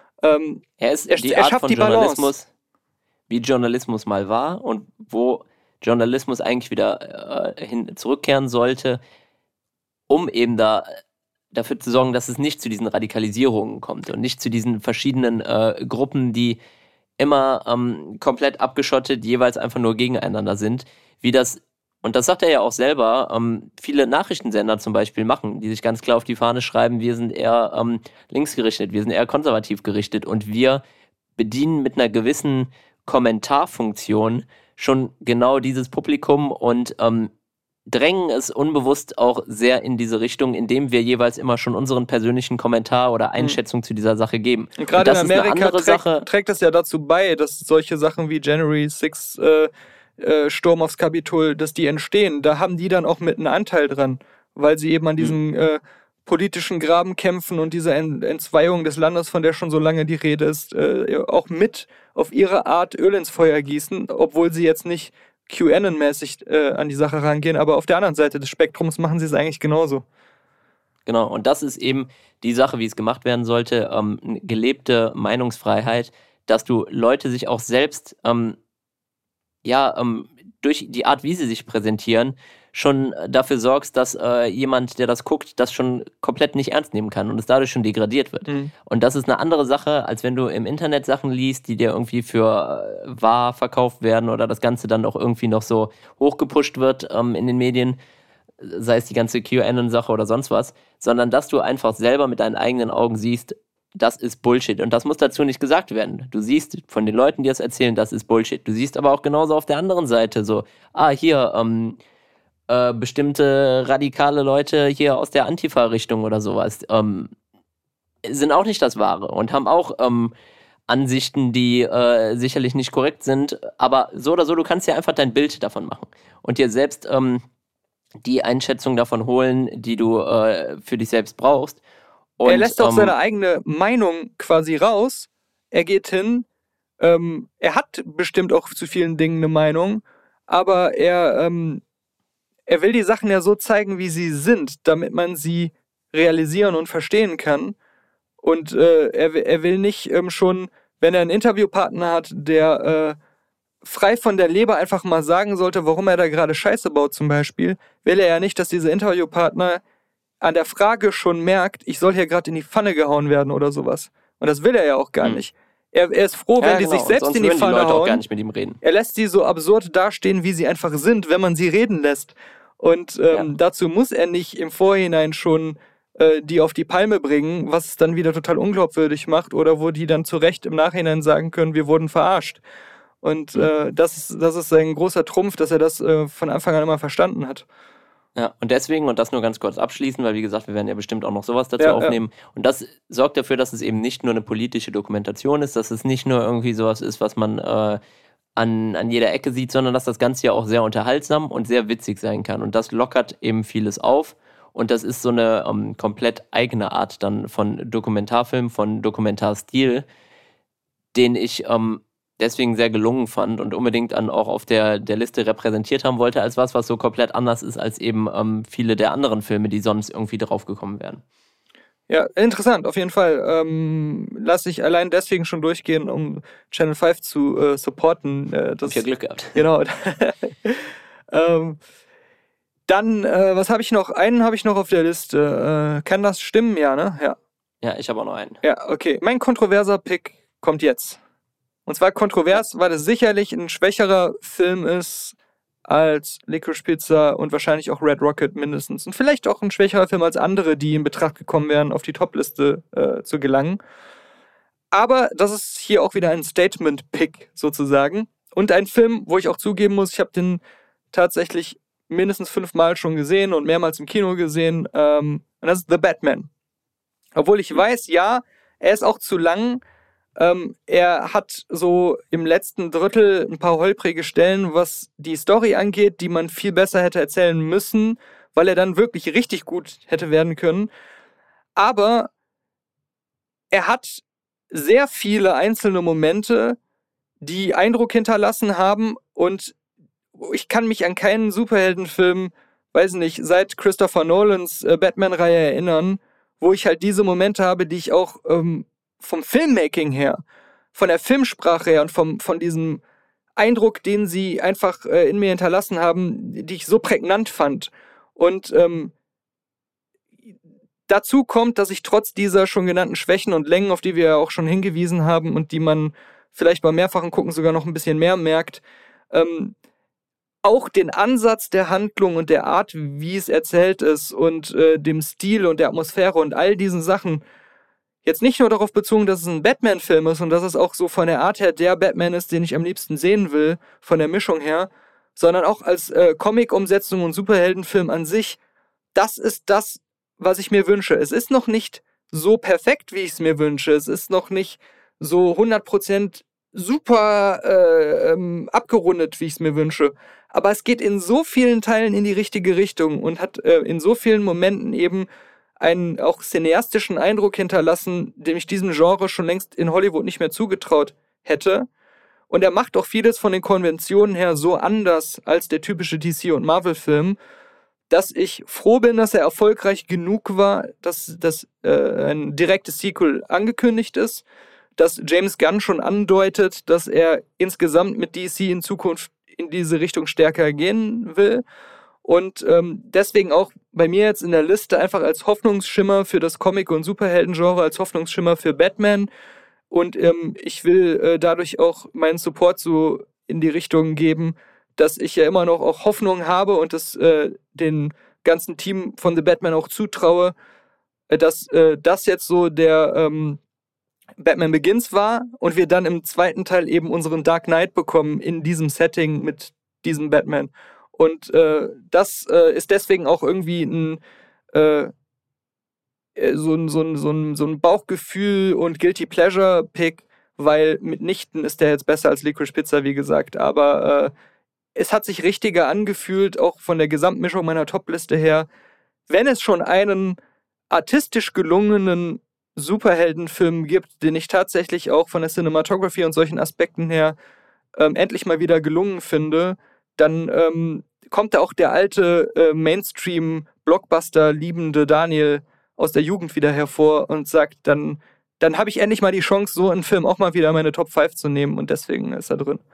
Er schafft von die Journalismus, Balance. Wie Journalismus mal war und wo Journalismus eigentlich wieder zurückkehren sollte, um eben dafür zu sorgen, dass es nicht zu diesen Radikalisierungen kommt und nicht zu diesen verschiedenen Gruppen, die immer komplett abgeschottet jeweils einfach nur gegeneinander sind, wie das, und das sagt er ja auch selber, viele Nachrichtensender zum Beispiel machen, die sich ganz klar auf die Fahne schreiben, wir sind eher linksgerichtet, wir sind eher konservativ gerichtet und wir bedienen mit einer gewissen Kommentarfunktion schon genau dieses Publikum und drängen es unbewusst auch sehr in diese Richtung, indem wir jeweils immer schon unseren persönlichen Kommentar oder Einschätzung zu dieser Sache geben. Und gerade in Amerika trägt das ja dazu bei, dass solche Sachen wie January 6 Sturm aufs Kapitol, dass die entstehen. Da haben die dann auch mit einen Anteil dran, weil sie eben an diesen politischen Graben kämpfen und diese Entzweiung des Landes, von der schon so lange die Rede ist, auch mit auf ihre Art Öl ins Feuer gießen, obwohl sie jetzt nicht QAnon-mäßig an die Sache rangehen, aber auf der anderen Seite des Spektrums machen sie es eigentlich genauso. Genau, und das ist eben die Sache, wie es gemacht werden sollte, gelebte Meinungsfreiheit, dass du Leute sich auch selbst durch die Art, wie sie sich präsentieren, schon dafür sorgst, dass jemand, der das guckt, das schon komplett nicht ernst nehmen kann und es dadurch schon degradiert wird. Und das ist eine andere Sache, als wenn du im Internet Sachen liest, die dir irgendwie für wahr verkauft werden oder das Ganze dann auch irgendwie noch so hochgepusht wird in den Medien, sei es die ganze QAnon-Sache oder sonst was, sondern dass du einfach selber mit deinen eigenen Augen siehst, das ist Bullshit. Und das muss dazu nicht gesagt werden. Du siehst von den Leuten, die das erzählen, das ist Bullshit. Du siehst aber auch genauso auf der anderen Seite so, hier, bestimmte radikale Leute hier aus der Antifa-Richtung oder sowas sind auch nicht das Wahre und haben auch Ansichten, die sicherlich nicht korrekt sind, aber so oder so, du kannst ja einfach dein Bild davon machen und dir selbst die Einschätzung davon holen, die du für dich selbst brauchst. Und, er lässt auch seine eigene Meinung quasi raus, er geht hin, er hat bestimmt auch zu vielen Dingen eine Meinung, aber er will die Sachen ja so zeigen, wie sie sind, damit man sie realisieren und verstehen kann. Und er will nicht schon, wenn er einen Interviewpartner hat, der frei von der Leber einfach mal sagen sollte, warum er da gerade Scheiße baut zum Beispiel, will er ja nicht, dass diese Interviewpartner an der Frage schon merkt, ich soll hier gerade in die Pfanne gehauen werden oder sowas. Und das will er ja auch gar nicht. Er ist froh, wenn die sich selbst in die Pfanne hauen. Auch gar nicht mit ihm reden. Er lässt sie so absurd dastehen, wie sie einfach sind, wenn man sie reden lässt. Und dazu muss er nicht im Vorhinein schon die auf die Palme bringen, was es dann wieder total unglaubwürdig macht oder wo die dann zu Recht im Nachhinein sagen können, wir wurden verarscht. Und das ist ein großer Trumpf, dass er das von Anfang an immer verstanden hat. Ja, und deswegen, und das nur ganz kurz abschließen, weil wie gesagt, wir werden ja bestimmt auch noch sowas dazu aufnehmen. Ja. Und das sorgt dafür, dass es eben nicht nur eine politische Dokumentation ist, dass es nicht nur irgendwie sowas ist, was man an jeder Ecke sieht, sondern dass das Ganze ja auch sehr unterhaltsam und sehr witzig sein kann. Und das lockert eben vieles auf. Und das ist so eine komplett eigene Art dann von Dokumentarfilm, von Dokumentarstil, den ich deswegen sehr gelungen fand und unbedingt dann auch auf der Liste repräsentiert haben wollte, als was so komplett anders ist als eben viele der anderen Filme, die sonst irgendwie draufgekommen wären. Ja, interessant, auf jeden Fall. Lass ich allein deswegen schon durchgehen, um Channel 5 zu supporten. Das ja Glück gehabt. Genau. Dann, was habe ich noch? Einen habe ich noch auf der Liste. Kann das stimmen? Ja, ne? Ja. Ja, ich habe auch noch einen. Ja, okay. Mein kontroverser Pick kommt jetzt. Und zwar kontrovers, weil es sicherlich ein schwächerer Film ist als Licorice Pizza und wahrscheinlich auch Red Rocket mindestens. Und vielleicht auch ein schwächerer Film als andere, die in Betracht gekommen wären, auf die Top-Liste zu gelangen. Aber das ist hier auch wieder ein Statement-Pick sozusagen. Und ein Film, wo ich auch zugeben muss, ich habe den tatsächlich mindestens 5 Mal schon gesehen und mehrmals im Kino gesehen. Und das ist The Batman. Obwohl ich weiß, ja, er ist auch zu lang. Er hat so im letzten Drittel ein paar holprige Stellen, was die Story angeht, die man viel besser hätte erzählen müssen, weil er dann wirklich richtig gut hätte werden können. Aber er hat sehr viele einzelne Momente, die Eindruck hinterlassen haben und ich kann mich an keinen Superheldenfilm, weiß nicht, seit Christopher Nolans Batman-Reihe erinnern, wo ich halt diese Momente habe, die ich auch vom Filmmaking her, von der Filmsprache her und von diesem Eindruck, den sie einfach in mir hinterlassen haben, die ich so prägnant fand. Und dazu kommt, dass ich trotz dieser schon genannten Schwächen und Längen, auf die wir ja auch schon hingewiesen haben und die man vielleicht beim mehrfachen Gucken sogar noch ein bisschen mehr merkt, auch den Ansatz der Handlung und der Art, wie es erzählt ist und dem Stil und der Atmosphäre und all diesen Sachen jetzt nicht nur darauf bezogen, dass es ein Batman-Film ist und dass es auch so von der Art her der Batman ist, den ich am liebsten sehen will, von der Mischung her, sondern auch als Comic-Umsetzung und Superheldenfilm an sich, das ist das, was ich mir wünsche. Es ist noch nicht so perfekt, wie ich es mir wünsche. Es ist noch nicht so 100% super abgerundet, wie ich es mir wünsche. Aber es geht in so vielen Teilen in die richtige Richtung und hat in so vielen Momenten eben einen auch cineastischen Eindruck hinterlassen, dem ich diesem Genre schon längst in Hollywood nicht mehr zugetraut hätte. Und er macht auch vieles von den Konventionen her so anders als der typische DC- und Marvel-Film, dass ich froh bin, dass er erfolgreich genug war, dass ein direktes Sequel angekündigt ist, dass James Gunn schon andeutet, dass er insgesamt mit DC in Zukunft in diese Richtung stärker gehen will. Und deswegen auch bei mir jetzt in der Liste einfach als Hoffnungsschimmer für das Comic- und Superhelden-Genre, als Hoffnungsschimmer für Batman. Und ich will dadurch auch meinen Support so in die Richtung geben, dass ich ja immer noch auch Hoffnung habe und das den ganzen Team von The Batman auch zutraue, dass das jetzt so der Batman Begins war und wir dann im zweiten Teil eben unseren Dark Knight bekommen in diesem Setting mit diesem Batman. Und das ist deswegen auch irgendwie so ein Bauchgefühl und Guilty Pleasure Pick, weil mitnichten ist der jetzt besser als Licorice Pizza, wie gesagt. Aber es hat sich richtiger angefühlt, auch von der Gesamtmischung meiner Top-Liste her. Wenn es schon einen artistisch gelungenen Superheldenfilm gibt, den ich tatsächlich auch von der Cinematography und solchen Aspekten her endlich mal wieder gelungen finde, dann kommt da auch der alte Mainstream-Blockbuster-liebende Daniel aus der Jugend wieder hervor und sagt, dann habe ich endlich mal die Chance, so einen Film auch mal wieder in meine Top 5 zu nehmen und deswegen ist er drin.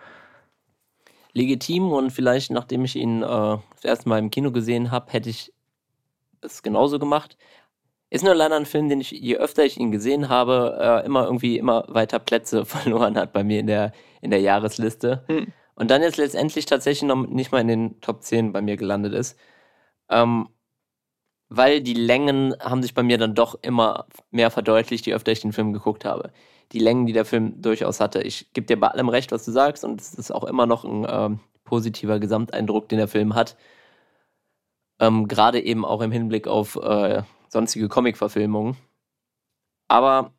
Legitim und vielleicht, nachdem ich ihn das erste Mal im Kino gesehen habe, hätte ich es genauso gemacht. Ist nur leider ein Film, den ich, je öfter ich ihn gesehen habe, immer weiter Plätze verloren hat bei mir in der Jahresliste. Und dann jetzt letztendlich tatsächlich noch nicht mal in den Top 10 bei mir gelandet ist. Weil die Längen haben sich bei mir dann doch immer mehr verdeutlicht, je öfter ich den Film geguckt habe. Die Längen, die der Film durchaus hatte. Ich gebe dir bei allem recht, was du sagst, und es ist auch immer noch ein positiver Gesamteindruck, den der Film hat. Gerade eben auch im Hinblick auf sonstige Comic-Verfilmungen. Aber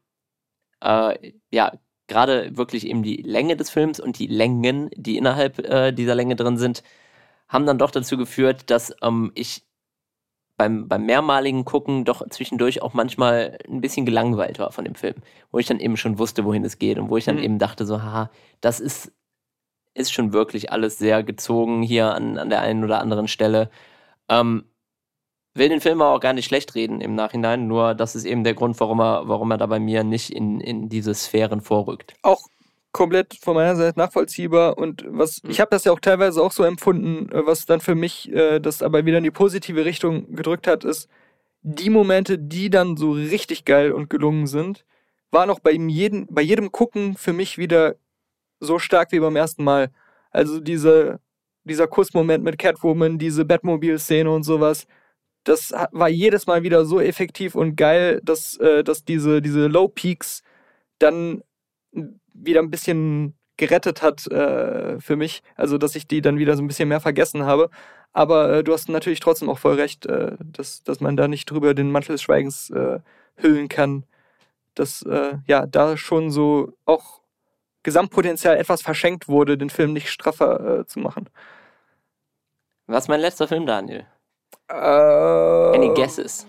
gerade wirklich eben die Länge des Films und die Längen, die innerhalb dieser Länge drin sind, haben dann doch dazu geführt, dass ich beim mehrmaligen Gucken doch zwischendurch auch manchmal ein bisschen gelangweilt war von dem Film. Wo ich dann eben schon wusste, wohin es geht und wo ich dann eben dachte so, das ist schon wirklich alles sehr gezogen hier an der einen oder anderen Stelle. Will den Film aber auch gar nicht schlecht reden im Nachhinein, nur das ist eben der Grund, warum er da bei mir nicht in diese Sphären vorrückt. Auch komplett von meiner Seite nachvollziehbar und ich habe das ja auch teilweise auch so empfunden, was dann für mich das aber wieder in die positive Richtung gedrückt hat, ist, die Momente, die dann so richtig geil und gelungen sind, waren auch bei jedem Gucken für mich wieder so stark wie beim ersten Mal. Also dieser Kussmoment mit Catwoman, diese Batmobile-Szene und sowas, das war jedes Mal wieder so effektiv und geil, dass diese Low Peaks dann wieder ein bisschen gerettet hat für mich. Also, dass ich die dann wieder so ein bisschen mehr vergessen habe. Aber du hast natürlich trotzdem auch voll recht, dass man da nicht drüber den Mantel des Schweigens hüllen kann. Dass da schon so auch Gesamtpotenzial etwas verschenkt wurde, den Film nicht straffer zu machen. Was ist mein letzter Film, Daniel? Any guesses?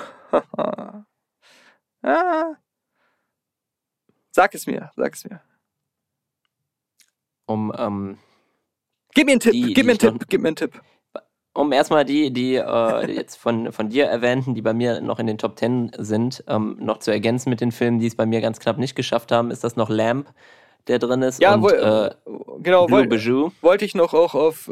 Sag es mir. Gib mir einen Tipp. Um erstmal die jetzt von dir erwähnten, die bei mir noch in den Top 10 sind, noch zu ergänzen mit den Filmen, die es bei mir ganz knapp nicht geschafft haben, ist das noch Lamp, der drin ist, ja, und genau, Blue Bijou. Wollte ich noch auch auf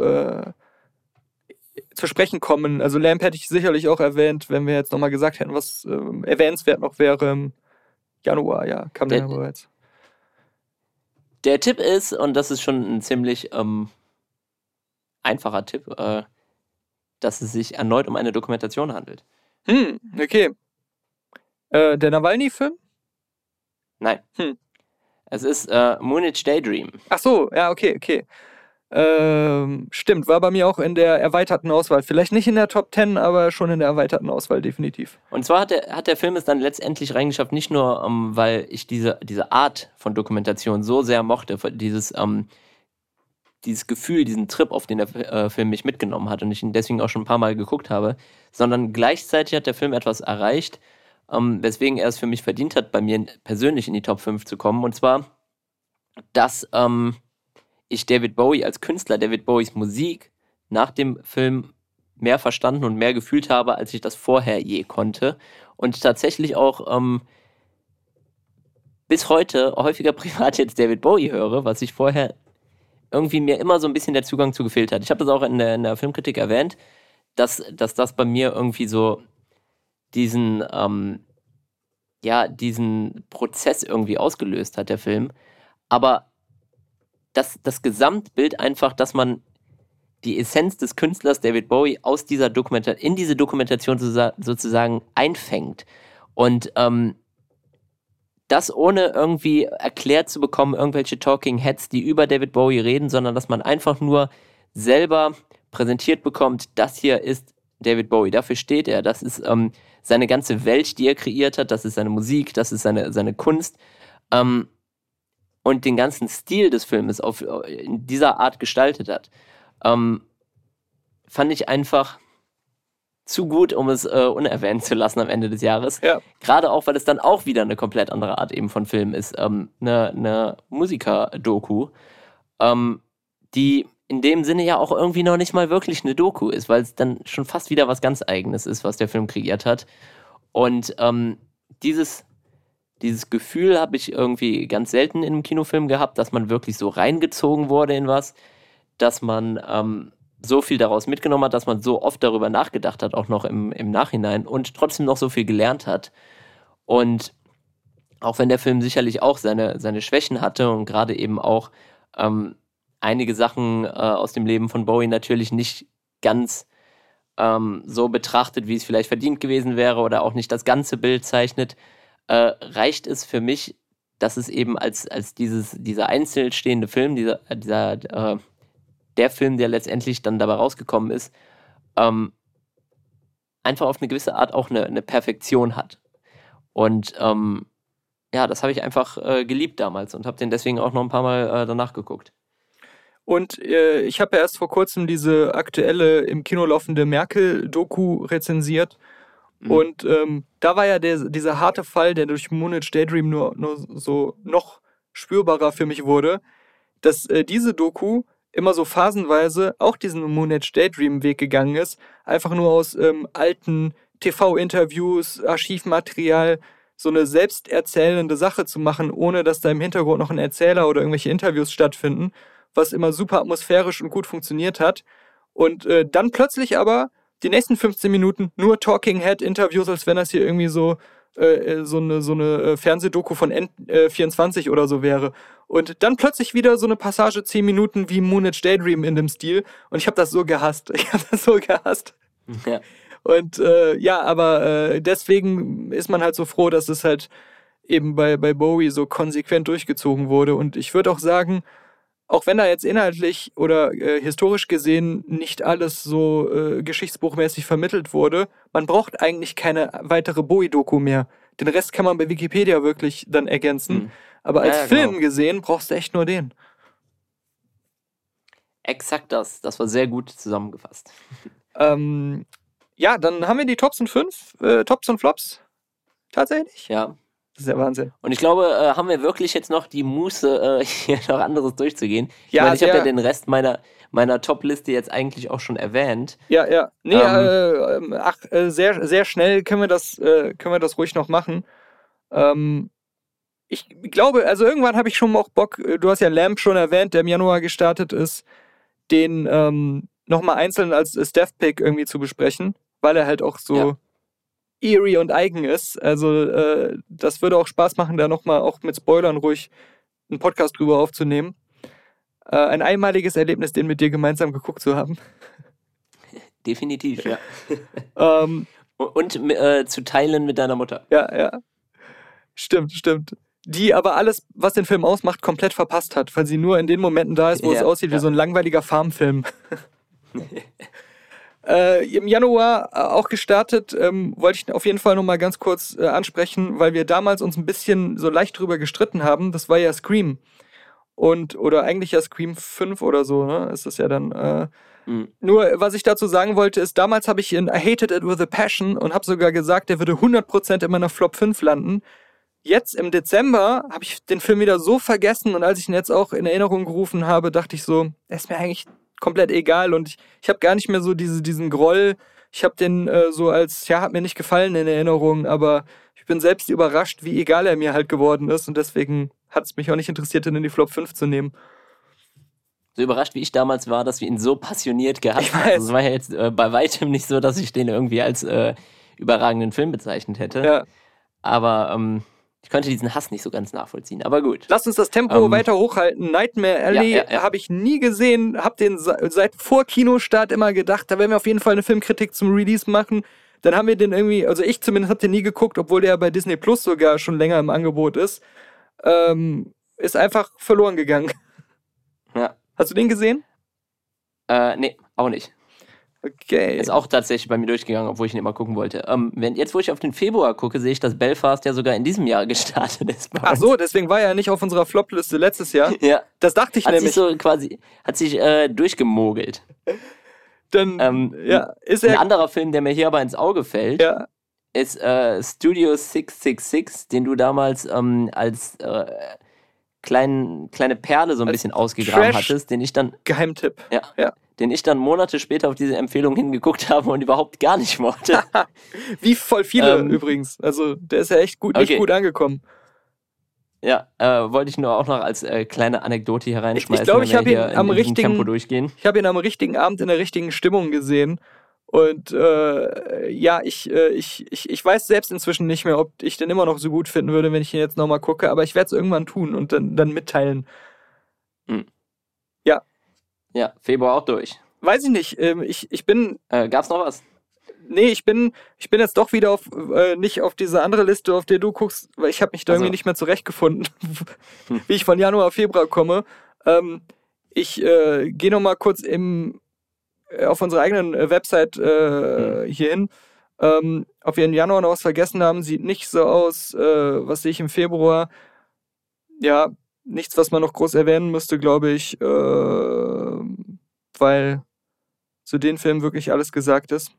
zu sprechen kommen. Also Lamp hätte ich sicherlich auch erwähnt, wenn wir jetzt nochmal gesagt hätten, was erwähnenswert noch wäre im Januar, ja, kam der bereits. Der Tipp ist, und das ist schon ein ziemlich einfacher Tipp, dass es sich erneut um eine Dokumentation handelt. Okay. Der Nawalny-Film? Nein. Es ist Moonage Daydream. Ach so, ja, okay. Stimmt, war bei mir auch in der erweiterten Auswahl. Vielleicht nicht in der Top 10, aber schon in der erweiterten Auswahl, definitiv. Und zwar hat der Film es dann letztendlich reingeschafft, nicht nur, weil ich diese Art von Dokumentation so sehr mochte, dieses Gefühl, diesen Trip, auf den der Film mich mitgenommen hat und ich ihn deswegen auch schon ein paar Mal geguckt habe, sondern gleichzeitig hat der Film etwas erreicht, weswegen er es für mich verdient hat, bei mir persönlich in die Top 5 zu kommen. Und zwar, dass ich David Bowie als Künstler, David Bowies Musik nach dem Film mehr verstanden und mehr gefühlt habe, als ich das vorher je konnte. Und tatsächlich auch bis heute häufiger privat jetzt David Bowie höre, was ich vorher irgendwie mir immer so ein bisschen der Zugang zu gefehlt hat. Ich habe das auch in der Filmkritik erwähnt, dass das bei mir irgendwie so diesen Prozess irgendwie ausgelöst hat, der Film. Aber das Gesamtbild einfach, dass man die Essenz des Künstlers David Bowie aus dieser in diese Dokumentation sozusagen einfängt. Und das ohne irgendwie erklärt zu bekommen, irgendwelche Talking Heads, die über David Bowie reden, sondern dass man einfach nur selber präsentiert bekommt, das hier ist David Bowie, dafür steht er, das ist seine ganze Welt, die er kreiert hat, das ist seine Musik, das ist seine Kunst, und den ganzen Stil des Filmes in dieser Art gestaltet hat, fand ich einfach zu gut, um es unerwähnt zu lassen am Ende des Jahres. Ja. Gerade auch, weil es dann auch wieder eine komplett andere Art eben von Film ist. Eine Musiker-Doku, die in dem Sinne ja auch irgendwie noch nicht mal wirklich eine Doku ist, weil es dann schon fast wieder was ganz Eigenes ist, was der Film kreiert hat. Und dieses Gefühl habe ich irgendwie ganz selten in einem Kinofilm gehabt, dass man wirklich so reingezogen wurde in was, dass man so viel daraus mitgenommen hat, dass man so oft darüber nachgedacht hat, auch noch im Nachhinein und trotzdem noch so viel gelernt hat. Und auch wenn der Film sicherlich auch seine Schwächen hatte und gerade eben auch einige Sachen aus dem Leben von Bowie natürlich nicht ganz so betrachtet, wie es vielleicht verdient gewesen wäre oder auch nicht das ganze Bild zeichnet, reicht es für mich, dass es eben als dieser einzeln stehende Film, der Film, der letztendlich dann dabei rausgekommen ist, einfach auf eine gewisse Art auch eine Perfektion hat. Und das habe ich einfach geliebt damals und habe den deswegen auch noch ein paar Mal danach geguckt. Und ich habe ja erst vor kurzem diese aktuelle im Kino laufende Merkel-Doku rezensiert. Und da war ja dieser harte Fall, der durch Moonage Daydream nur so noch spürbarer für mich wurde, dass diese Doku immer so phasenweise auch diesen Moonage Daydream-Weg gegangen ist, einfach nur aus alten TV-Interviews, Archivmaterial, so eine selbsterzählende Sache zu machen, ohne dass da im Hintergrund noch ein Erzähler oder irgendwelche Interviews stattfinden, was immer super atmosphärisch und gut funktioniert hat. Und dann plötzlich aber die nächsten 15 Minuten nur Talking-Head-Interviews, als wenn das hier irgendwie so eine Fernsehdoku von N24 oder so wäre. Und dann plötzlich wieder so eine Passage 10 Minuten wie Moonage Daydream in dem Stil. Und ich habe das so gehasst. Ja. Und aber deswegen ist man halt so froh, dass es halt eben bei Bowie so konsequent durchgezogen wurde. Und ich würde auch sagen, auch wenn da jetzt inhaltlich oder historisch gesehen nicht alles so geschichtsbuchmäßig vermittelt wurde, man braucht eigentlich keine weitere Bowie-Doku mehr. Den Rest kann man bei Wikipedia wirklich dann ergänzen. Aber als Film gesehen brauchst du echt nur den. Exakt das. Das war sehr gut zusammengefasst. Dann haben wir die Tops und Flops. Tatsächlich? Ja. Das ist der Wahnsinn. Und ich glaube, haben wir wirklich jetzt noch die Muße, hier noch anderes durchzugehen? Ich habe ja den Rest meiner Top-Liste jetzt eigentlich auch schon erwähnt. Ja. Nee, sehr, sehr schnell können wir das ruhig noch machen. Ich glaube, also irgendwann habe ich schon auch Bock, du hast ja Lamp schon erwähnt, der im Januar gestartet ist, den nochmal einzeln als Staff-Pick irgendwie zu besprechen, weil er halt auch so eerie und eigen ist. Also das würde auch Spaß machen, da nochmal auch mit Spoilern ruhig einen Podcast drüber aufzunehmen. Ein einmaliges Erlebnis, den mit dir gemeinsam geguckt zu haben. Definitiv, ja. Und zu teilen mit deiner Mutter. Ja. Stimmt. Die aber alles, was den Film ausmacht, komplett verpasst hat, weil sie nur in den Momenten da ist, wo es aussieht wie so ein langweiliger Farmfilm. Im Januar auch gestartet, wollte ich auf jeden Fall nochmal ganz kurz ansprechen, weil wir damals uns ein bisschen so leicht drüber gestritten haben. Das war ja Scream. Oder eigentlich ja Scream 5 oder so, ne? Ist das ja dann. Nur, was ich dazu sagen wollte, ist, damals habe ich I Hated It With a Passion und habe sogar gesagt, der würde 100% in meiner Flop 5 landen. Jetzt im Dezember habe ich den Film wieder so vergessen und als ich ihn jetzt auch in Erinnerung gerufen habe, dachte ich so, er ist mir eigentlich komplett egal und ich habe gar nicht mehr so diesen Groll. Ich habe den so als, hat mir nicht gefallen in Erinnerung, aber ich bin selbst überrascht, wie egal er mir halt geworden ist und deswegen hat es mich auch nicht interessiert, ihn in die Flop 5 zu nehmen. So überrascht, wie ich damals war, dass wir ihn so passioniert gehabt haben. Also es war ja jetzt bei weitem nicht so, dass ich den irgendwie als überragenden Film bezeichnet hätte. Ja. Aber ich konnte diesen Hass nicht so ganz nachvollziehen, aber gut. Lass uns das Tempo weiter hochhalten. Nightmare Alley habe ich nie gesehen, habe den seit vor Kinostart immer gedacht, da werden wir auf jeden Fall eine Filmkritik zum Release machen. Dann haben wir den irgendwie, also ich zumindest habe den nie geguckt, obwohl der bei Disney Plus sogar schon länger im Angebot ist. Ist einfach verloren gegangen. Ja. Hast du den gesehen? Nee, auch nicht. Okay. Ist auch tatsächlich bei mir durchgegangen, obwohl ich ihn immer gucken wollte. Jetzt, wo ich auf den Februar gucke, sehe ich, dass Belfast ja sogar in diesem Jahr gestartet ist. Ach so, deswegen war er nicht auf unserer Flop-Liste letztes Jahr. Ja. Das dachte ich nämlich. Hat sich durchgemogelt. Dann, ist er... Ein anderer Film, der mir hier aber ins Auge fällt, ist Studio 666, den du damals als kleine Perle so ein bisschen ausgegraben hattest, den ich dann... Geheimtipp. Ja. Den ich dann Monate später auf diese Empfehlung hingeguckt habe und überhaupt gar nicht mochte. Wie voll viele übrigens. Also der ist ja echt gut, nicht gut angekommen. Ja, wollte ich nur auch noch als kleine Anekdote hier reinschmeißen. Ich glaube, ich habe ihn am Tempo durchgehen. Ich habe ihn am richtigen Abend in der richtigen Stimmung gesehen. Und ja, ich weiß selbst inzwischen nicht mehr, ob ich den immer noch so gut finden würde, wenn ich ihn jetzt nochmal gucke, aber ich werde es irgendwann tun und dann mitteilen. Ja. Ja, Februar auch durch. Weiß ich nicht. Ich bin. Gab's noch was? Nee, ich bin jetzt doch wieder nicht auf diese andere Liste, auf der du guckst, weil ich habe mich da irgendwie nicht mehr zurechtgefunden, wie ich von Januar, Februar komme. Ich gehe nochmal kurz auf unserer eigenen Website hier hin. Ob wir im Januar noch was vergessen haben, sieht nicht so aus. Was sehe ich im Februar? Ja, nichts, was man noch groß erwähnen müsste, glaube ich, weil zu den Filmen wirklich alles gesagt ist.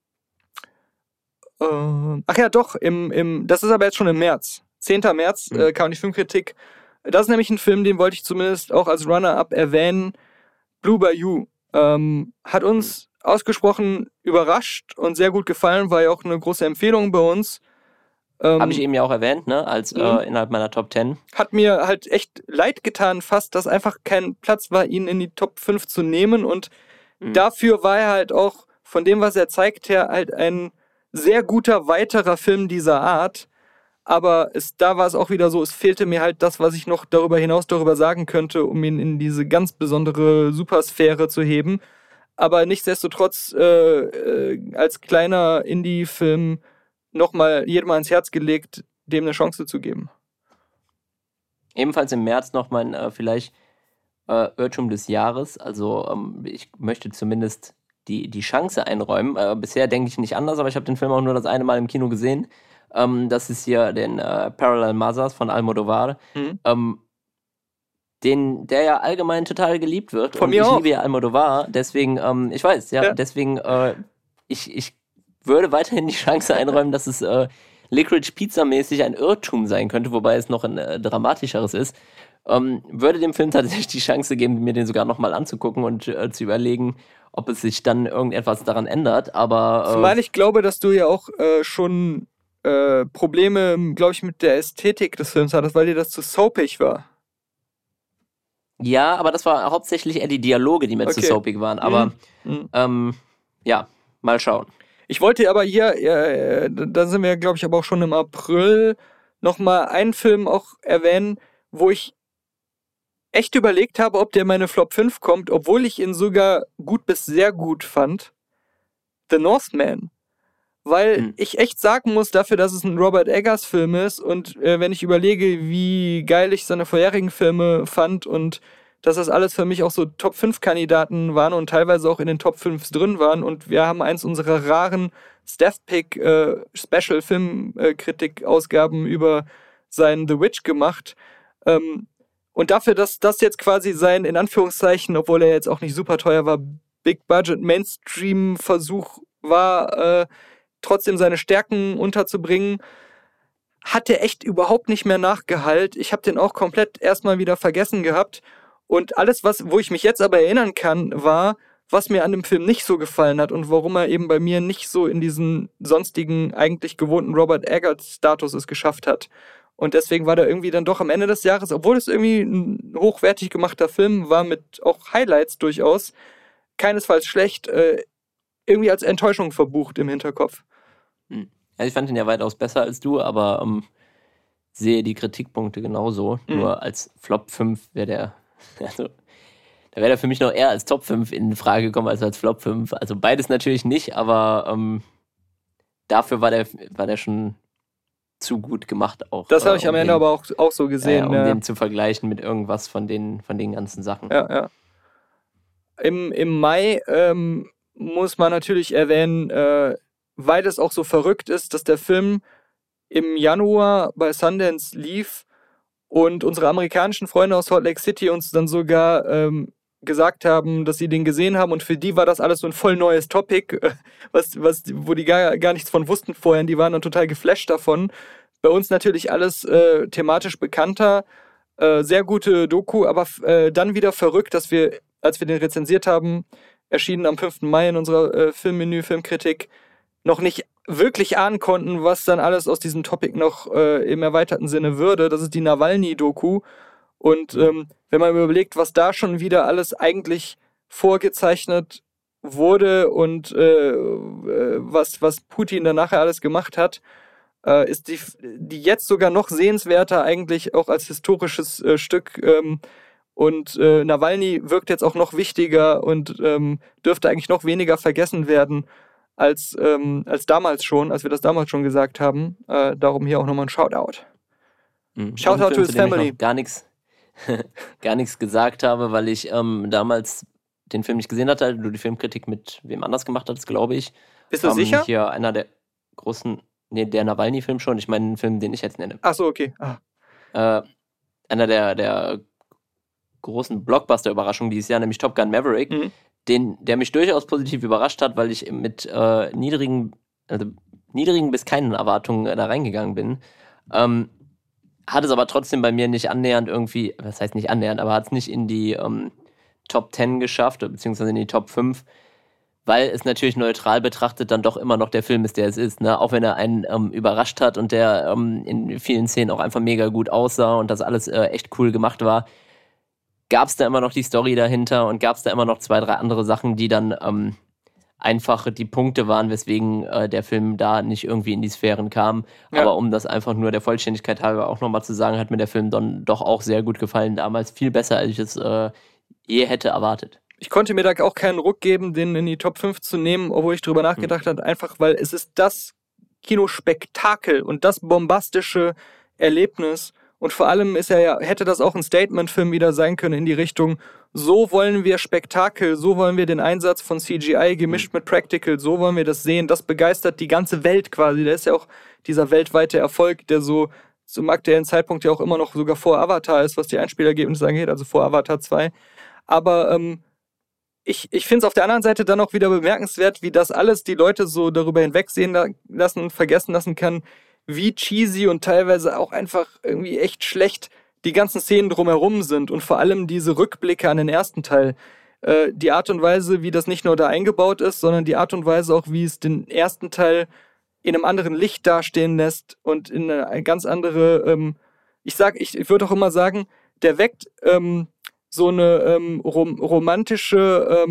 Ach ja, doch, das ist aber jetzt schon im März. 10. März kam die Filmkritik. Das ist nämlich ein Film, den wollte ich zumindest auch als Runner-Up erwähnen. Blue Bayou. Hat uns ausgesprochen überrascht und sehr gut gefallen, war ja auch eine große Empfehlung bei uns. Habe ich eben ja auch erwähnt, ne, als innerhalb meiner Top 10. Hat mir halt echt leid getan fast, dass einfach kein Platz war, ihn in die Top 5 zu nehmen und dafür war er halt auch von dem, was er zeigt, her halt ein sehr guter weiterer Film dieser Art, aber da war es auch wieder so, es fehlte mir halt das, was ich noch darüber sagen könnte, um ihn in diese ganz besondere Supersphäre zu heben, aber nichtsdestotrotz als kleiner Indie-Film nochmal jedem ans Herz gelegt, dem eine Chance zu geben. Ebenfalls im März noch mein vielleicht Irrtum des Jahres, also ich möchte zumindest die Chance einräumen. Bisher denke ich nicht anders, aber ich habe den Film auch nur das eine Mal im Kino gesehen. Das ist hier den Parallel Mothers von Almodovar, der ja allgemein total geliebt wird. Von mir ich auch. liebe ja Almodovar, deswegen, ich weiß, deswegen, ich würde weiterhin die Chance einräumen, dass es Licorice Pizza-mäßig ein Irrtum sein könnte, wobei es noch ein dramatischeres ist. Würde dem Film tatsächlich die Chance geben, mir den sogar nochmal anzugucken und zu überlegen, ob es sich dann irgendetwas daran ändert, aber... Zumal ich glaube, dass du ja auch schon Probleme, glaube ich, mit der Ästhetik des Films hattest, weil dir das zu soapig war. Ja, aber das war hauptsächlich eher die Dialoge, die mir zu soapig waren, aber ja, mal schauen. Ich wollte aber hier, da sind wir, glaube ich, aber auch schon im April, nochmal einen Film auch erwähnen, wo ich echt überlegt habe, ob der in meine Flop 5 kommt, obwohl ich ihn sogar gut bis sehr gut fand. The Northman. Weil ich echt sagen muss, dafür, dass es ein Robert Eggers Film ist und wenn ich überlege, wie geil ich seine vorherigen Filme fand und dass das alles für mich auch so Top 5 Kandidaten waren und teilweise auch in den Top 5 drin waren und wir haben eins unserer raren Staff Pick Special Filmkritik Ausgaben über seinen The Witch gemacht. Und dafür, dass das jetzt quasi sein, in Anführungszeichen, obwohl er jetzt auch nicht super teuer war, Big Budget Mainstream Versuch war, trotzdem seine Stärken unterzubringen, hat er echt überhaupt nicht mehr Nachgehalt. Ich habe den auch komplett erstmal wieder vergessen gehabt. Und alles, wo ich mich jetzt aber erinnern kann, war, was mir an dem Film nicht so gefallen hat und warum er eben bei mir nicht so in diesen sonstigen, eigentlich gewohnten Robert Eggers-Status es geschafft hat. Und deswegen war der irgendwie dann doch am Ende des Jahres, obwohl es irgendwie ein hochwertig gemachter Film war, mit auch Highlights durchaus, keinesfalls schlecht, irgendwie als Enttäuschung verbucht im Hinterkopf. Ja, ich fand ihn ja weitaus besser als du, aber sehe die Kritikpunkte genauso. Nur als Flop 5 wäre der, also da wäre der für mich noch eher als Top 5 in Frage gekommen als Flop 5. Also beides natürlich nicht, aber dafür war der schon zu gut gemacht auch. Das habe ich am Ende aber auch so gesehen. Um den zu vergleichen mit irgendwas von den ganzen Sachen. Ja. Im Mai muss man natürlich erwähnen, weil es auch so verrückt ist, dass der Film im Januar bei Sundance lief und unsere amerikanischen Freunde aus Salt Lake City uns dann sogar gesagt haben, dass sie den gesehen haben und für die war das alles so ein voll neues Topic, wo die gar nichts von wussten vorher und die waren dann total geflasht davon. Bei uns natürlich alles thematisch bekannter, sehr gute Doku, aber dann wieder verrückt, dass wir, als wir den rezensiert haben, erschienen am 5. Mai in unserer Filmkritik, noch nicht wirklich ahnen konnten, was dann alles aus diesem Topic noch im erweiterten Sinne würde. Das ist die Nawalny-Doku. Und wenn man überlegt, was da schon wieder alles eigentlich vorgezeichnet wurde und was Putin dann nachher alles gemacht hat, ist die jetzt sogar noch sehenswerter eigentlich auch als historisches Stück. Und Nawalny wirkt jetzt auch noch wichtiger und dürfte eigentlich noch weniger vergessen werden als damals schon, als wir das damals schon gesagt haben. Darum hier auch nochmal ein Shoutout. Shoutout to his family. Gar nichts gesagt habe, weil ich damals den Film nicht gesehen hatte, du die Filmkritik mit wem anders gemacht hattest, glaube ich. Bist du sicher? Hier einer der großen, der Nawalny-Film schon, ich meine den Film, den ich jetzt nenne. Ach so, okay. Einer der großen Blockbuster-Überraschungen dieses Jahr, nämlich Top Gun Maverick, der mich durchaus positiv überrascht hat, weil ich mit niedrigen bis keinen Erwartungen da reingegangen bin. Hat es aber trotzdem bei mir nicht annähernd irgendwie, was heißt nicht annähernd, aber hat es nicht in die Top 10 geschafft, beziehungsweise in die Top 5, weil es natürlich neutral betrachtet dann doch immer noch der Film ist, der es ist, ne? Auch wenn er einen überrascht hat und der in vielen Szenen auch einfach mega gut aussah und das alles echt cool gemacht war, gab es da immer noch die Story dahinter und gab es da immer noch 2, 3 andere Sachen, die dann einfach die Punkte waren, weswegen der Film da nicht irgendwie in die Sphären kam. Ja. Aber um das einfach nur der Vollständigkeit halber auch nochmal zu sagen, hat mir der Film dann doch auch sehr gut gefallen damals. Viel besser, als ich es je hätte erwartet. Ich konnte mir da auch keinen Ruck geben, den in die Top 5 zu nehmen, obwohl ich drüber nachgedacht habe, einfach weil es ist das Kinospektakel und das bombastische Erlebnis. Und vor allem hätte das auch ein Statement-Film wieder sein können in die Richtung, so wollen wir Spektakel, so wollen wir den Einsatz von CGI gemischt mit Practical, so wollen wir das sehen. Das begeistert die ganze Welt quasi. Da ist ja auch dieser weltweite Erfolg, der so zum aktuellen Zeitpunkt ja auch immer noch sogar vor Avatar ist, was die Einspielergebnisse angeht, also vor Avatar 2. Aber ich finde es auf der anderen Seite dann auch wieder bemerkenswert, wie das alles die Leute so darüber hinwegsehen lassen und vergessen lassen kann, wie cheesy und teilweise auch einfach irgendwie echt schlecht die ganzen Szenen drumherum sind und vor allem diese Rückblicke an den ersten Teil. Die Art und Weise, wie das nicht nur da eingebaut ist, sondern die Art und Weise auch, wie es den ersten Teil in einem anderen Licht dastehen lässt und in eine ganz andere, ich würde auch immer sagen, der weckt so eine romantische,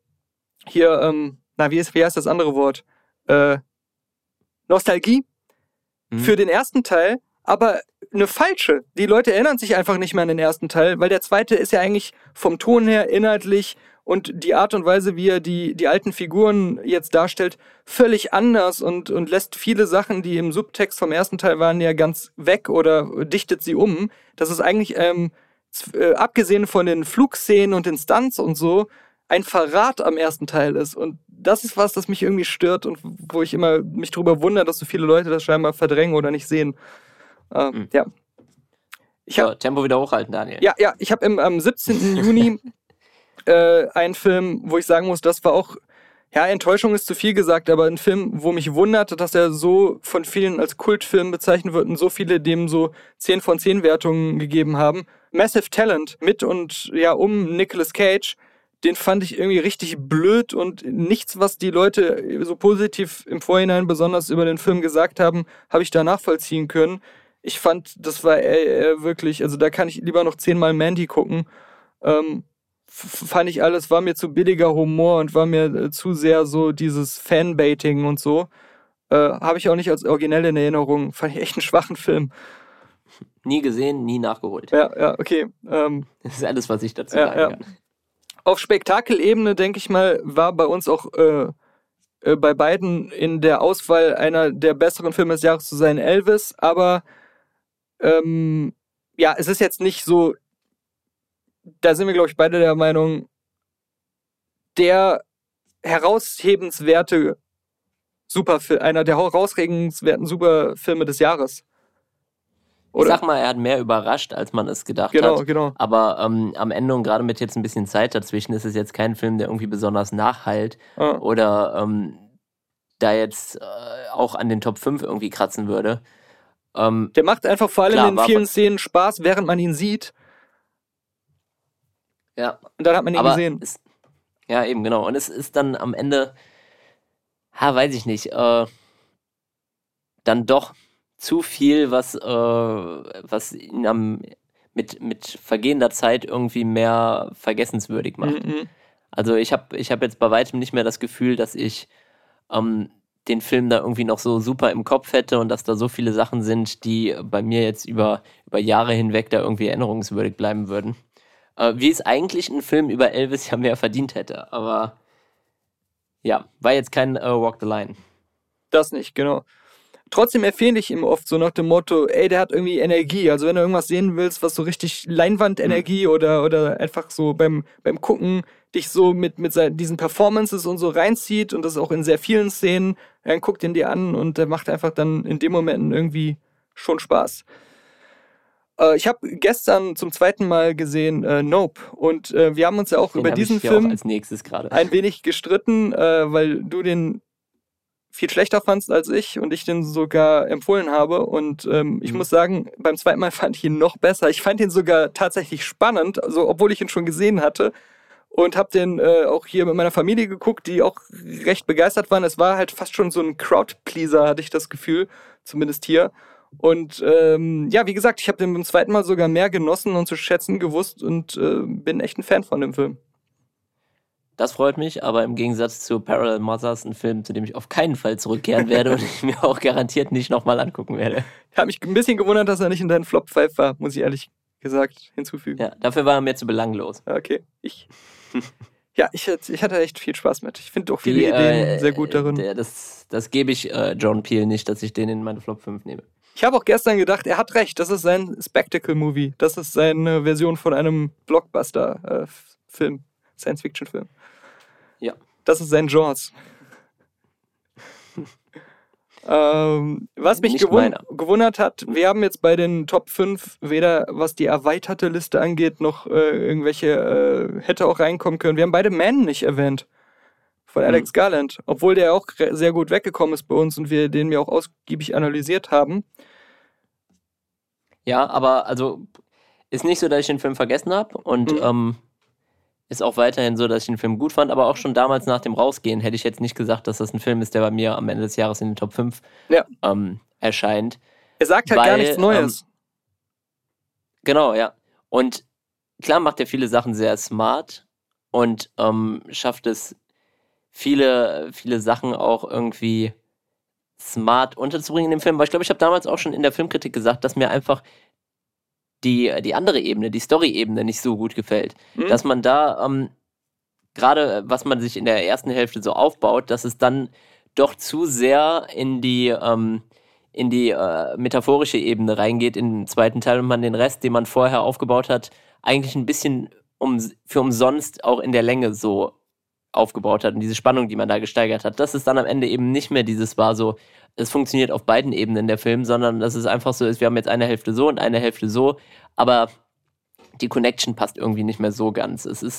wie heißt das andere Wort? Nostalgie für den ersten Teil, aber eine falsche. Die Leute erinnern sich einfach nicht mehr an den ersten Teil, weil der zweite ist ja eigentlich vom Ton her, inhaltlich und die Art und Weise, wie er die alten Figuren jetzt darstellt, völlig anders und lässt viele Sachen, die im Subtext vom ersten Teil waren, ja ganz weg oder dichtet sie um. Das ist eigentlich, abgesehen von den Flugszenen und den Stunts und so, ein Verrat am ersten Teil ist. Und das ist was, das mich irgendwie stört und wo ich immer mich drüber wundere, dass so viele Leute das scheinbar verdrängen oder nicht sehen. Ja. Tempo wieder hochhalten, Daniel. Ja, ich habe am 17. Juni einen Film, wo ich sagen muss, das war auch, Enttäuschung ist zu viel gesagt, aber ein Film, wo mich wundert, dass er so von vielen als Kultfilm bezeichnet wird und so viele dem so 10 von 10 Wertungen gegeben haben. Massive Talent mit und um Nicolas Cage, den fand ich irgendwie richtig blöd und nichts, was die Leute so positiv im Vorhinein besonders über den Film gesagt haben, habe ich da nachvollziehen können. Ich fand, das war wirklich, also da kann ich lieber noch 10-mal Mandy gucken. Fand ich alles, war mir zu billiger Humor und war mir zu sehr so dieses Fanbaiting und so. Habe ich auch nicht als originell in Erinnerung. Fand ich echt einen schwachen Film. Nie gesehen, nie nachgeholt. Ja, okay. Das ist alles, was ich dazu sagen kann. Auf Spektakelebene, denke ich mal, war bei uns auch bei beiden in der Auswahl einer der besseren Filme des Jahres zu sein Elvis, aber es ist jetzt nicht so, da sind wir, glaube ich, beide der Meinung, der heraushebenswerte Superfilm, einer der herausregenswerten Superfilme des Jahres. Oder? Ich sag mal, er hat mehr überrascht, als man es gedacht hat. Genau. Aber am Ende und gerade mit jetzt ein bisschen Zeit dazwischen ist es jetzt kein Film, der irgendwie besonders nachhalt oder da jetzt auch an den Top 5 irgendwie kratzen würde. Der macht einfach vor allem in vielen Szenen Spaß, während man ihn sieht. Ja. Und dann hat man ihn gesehen. Ja, eben, genau. Und es ist dann am Ende, weiß ich nicht, dann doch zu viel, was ihn mit vergehender Zeit irgendwie mehr vergessenswürdig macht. Also ich hab jetzt bei weitem nicht mehr das Gefühl, dass ich den Film da irgendwie noch so super im Kopf hätte und dass da so viele Sachen sind, die bei mir jetzt über Jahre hinweg da irgendwie erinnerungswürdig bleiben würden. Wie es eigentlich ein Film über Elvis ja mehr verdient hätte. Aber ja, war jetzt kein Walk the Line. Das nicht, genau. Trotzdem empfehle ich ihm oft so nach dem Motto, ey, der hat irgendwie Energie. Also wenn du irgendwas sehen willst, was so richtig Leinwandenergie oder einfach so beim Gucken dich so mit diesen Performances und so reinzieht und das auch in sehr vielen Szenen, dann guck den dir an und der macht einfach dann in dem Moment irgendwie schon Spaß. Ich habe gestern zum zweiten Mal gesehen Nope und wir haben uns ja auch über diesen Film auch als nächstes gerade ein wenig gestritten, weil du den viel schlechter fandst als ich und ich den sogar empfohlen habe und ich muss sagen, beim zweiten Mal fand ich ihn noch besser. Ich fand ihn sogar tatsächlich spannend, also obwohl ich ihn schon gesehen hatte und habe den auch hier mit meiner Familie geguckt, die auch recht begeistert waren. Es war halt fast schon so ein Crowd-Pleaser, hatte ich das Gefühl, zumindest hier. Und ja, wie gesagt, ich habe den beim zweiten Mal sogar mehr genossen und zu schätzen gewusst und bin echt ein Fan von dem Film. Das freut mich, aber im Gegensatz zu Parallel Mothers, ein Film, zu dem ich auf keinen Fall zurückkehren werde und ich mir auch garantiert nicht nochmal angucken werde. Ich habe mich ein bisschen gewundert, dass er nicht in deinen Flop 5 war, muss ich ehrlich gesagt hinzufügen. Ja, dafür war er mir zu belanglos. Okay, ich hatte echt viel Spaß mit. Ich finde auch viele Ideen sehr gut darin. Das gebe ich Jordan Peele nicht, dass ich den in meine Flop 5 nehme. Ich habe auch gestern gedacht, er hat recht, das ist sein Spectacle-Movie. Das ist seine Version von einem Blockbuster-Film, Science-Fiction-Film. Ja. Das ist sein Genre. Was mich gewundert hat, wir haben jetzt bei den Top 5 weder was die erweiterte Liste angeht, noch irgendwelche hätte auch reinkommen können. Wir haben beide Man nicht erwähnt. Von Alex Garland. Obwohl der auch sehr gut weggekommen ist bei uns und wir den auch ausgiebig analysiert haben. Ja, aber also ist nicht so, dass ich den Film vergessen habe und ist auch weiterhin so, dass ich den Film gut fand, aber auch schon damals nach dem Rausgehen hätte ich jetzt nicht gesagt, dass das ein Film ist, der bei mir am Ende des Jahres in den Top 5 erscheint. Er sagt halt gar nichts Neues. Genau, ja. Und klar macht er viele Sachen sehr smart und schafft es, viele Sachen auch irgendwie smart unterzubringen in dem Film. Aber ich glaube, ich habe damals auch schon in der Filmkritik gesagt, dass mir einfach die andere Ebene, die Story-Ebene nicht so gut gefällt. Dass man da, gerade was man sich in der ersten Hälfte so aufbaut, dass es dann doch zu sehr in die metaphorische Ebene reingeht in den zweiten Teil und man den Rest, den man vorher aufgebaut hat, eigentlich ein bisschen für umsonst auch in der Länge so aufgebaut hat und diese Spannung, die man da gesteigert hat, dass es dann am Ende eben nicht mehr dieses war so, es funktioniert auf beiden Ebenen der Film, sondern dass es einfach so ist, wir haben jetzt eine Hälfte so und eine Hälfte so, aber die Connection passt irgendwie nicht mehr so ganz. Es ist,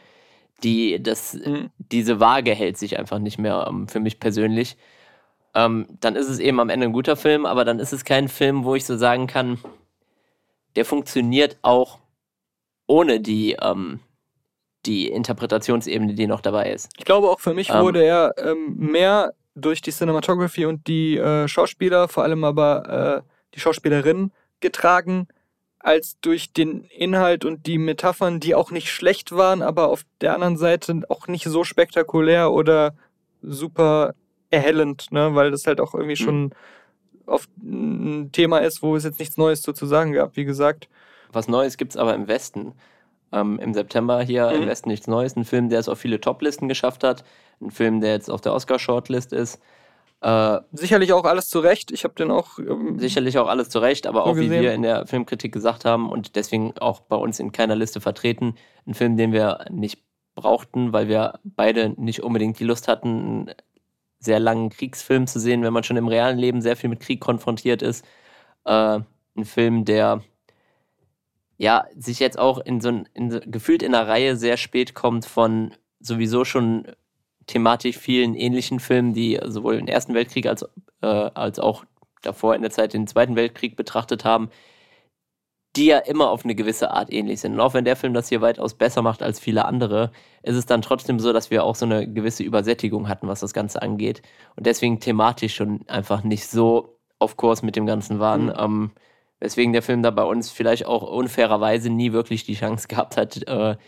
diese Waage hält sich einfach nicht mehr für mich persönlich. Dann ist es eben am Ende ein guter Film, aber dann ist es kein Film, wo ich so sagen kann, der funktioniert auch ohne die Interpretationsebene, die noch dabei ist. Ich glaube auch für mich wurde er mehr durch die Cinematography und die Schauspieler, vor allem aber die Schauspielerin getragen, als durch den Inhalt und die Metaphern, die auch nicht schlecht waren, aber auf der anderen Seite auch nicht so spektakulär oder super erhellend, ne? Weil das halt auch irgendwie schon oft ein Thema ist, wo es jetzt nichts Neues zu sagen gab, wie gesagt. Was Neues gibt's aber im Westen. Im September hier im Westen nichts Neues. Ein Film, der es auf viele Top-Listen geschafft hat. Ein Film, der jetzt auf der Oscar-Shortlist ist. Sicherlich auch alles zu Recht. Ich habe den auch... sicherlich auch alles zu Recht, aber so auch, wie gesehen. wir in der Filmkritik gesagt haben und deswegen auch bei uns in keiner Liste vertreten. Ein Film, den wir nicht brauchten, weil wir beide nicht unbedingt die Lust hatten, einen sehr langen Kriegsfilm zu sehen, wenn man schon im realen Leben sehr viel mit Krieg konfrontiert ist. Ein Film, der sich jetzt auch gefühlt in einer Reihe sehr spät kommt von sowieso schon thematisch vielen ähnlichen Filmen, die sowohl den Ersten Weltkrieg als auch davor in der Zeit den Zweiten Weltkrieg betrachtet haben, die ja immer auf eine gewisse Art ähnlich sind. Und auch wenn der Film das hier weitaus besser macht als viele andere, ist es dann trotzdem so, dass wir auch so eine gewisse Übersättigung hatten, was das Ganze angeht. Und deswegen thematisch schon einfach nicht so auf Kurs mit dem Ganzen waren. Weswegen der Film da bei uns vielleicht auch unfairerweise nie wirklich die Chance gehabt hat,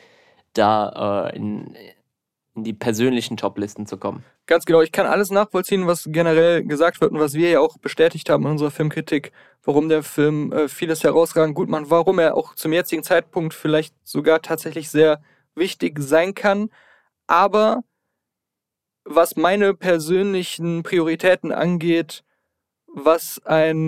in die persönlichen Top-Listen zu kommen. Ganz genau, ich kann alles nachvollziehen, was generell gesagt wird und was wir ja auch bestätigt haben in unserer Filmkritik, warum der Film vieles herausragend gut macht, warum er auch zum jetzigen Zeitpunkt vielleicht sogar tatsächlich sehr wichtig sein kann. Aber was meine persönlichen Prioritäten angeht, was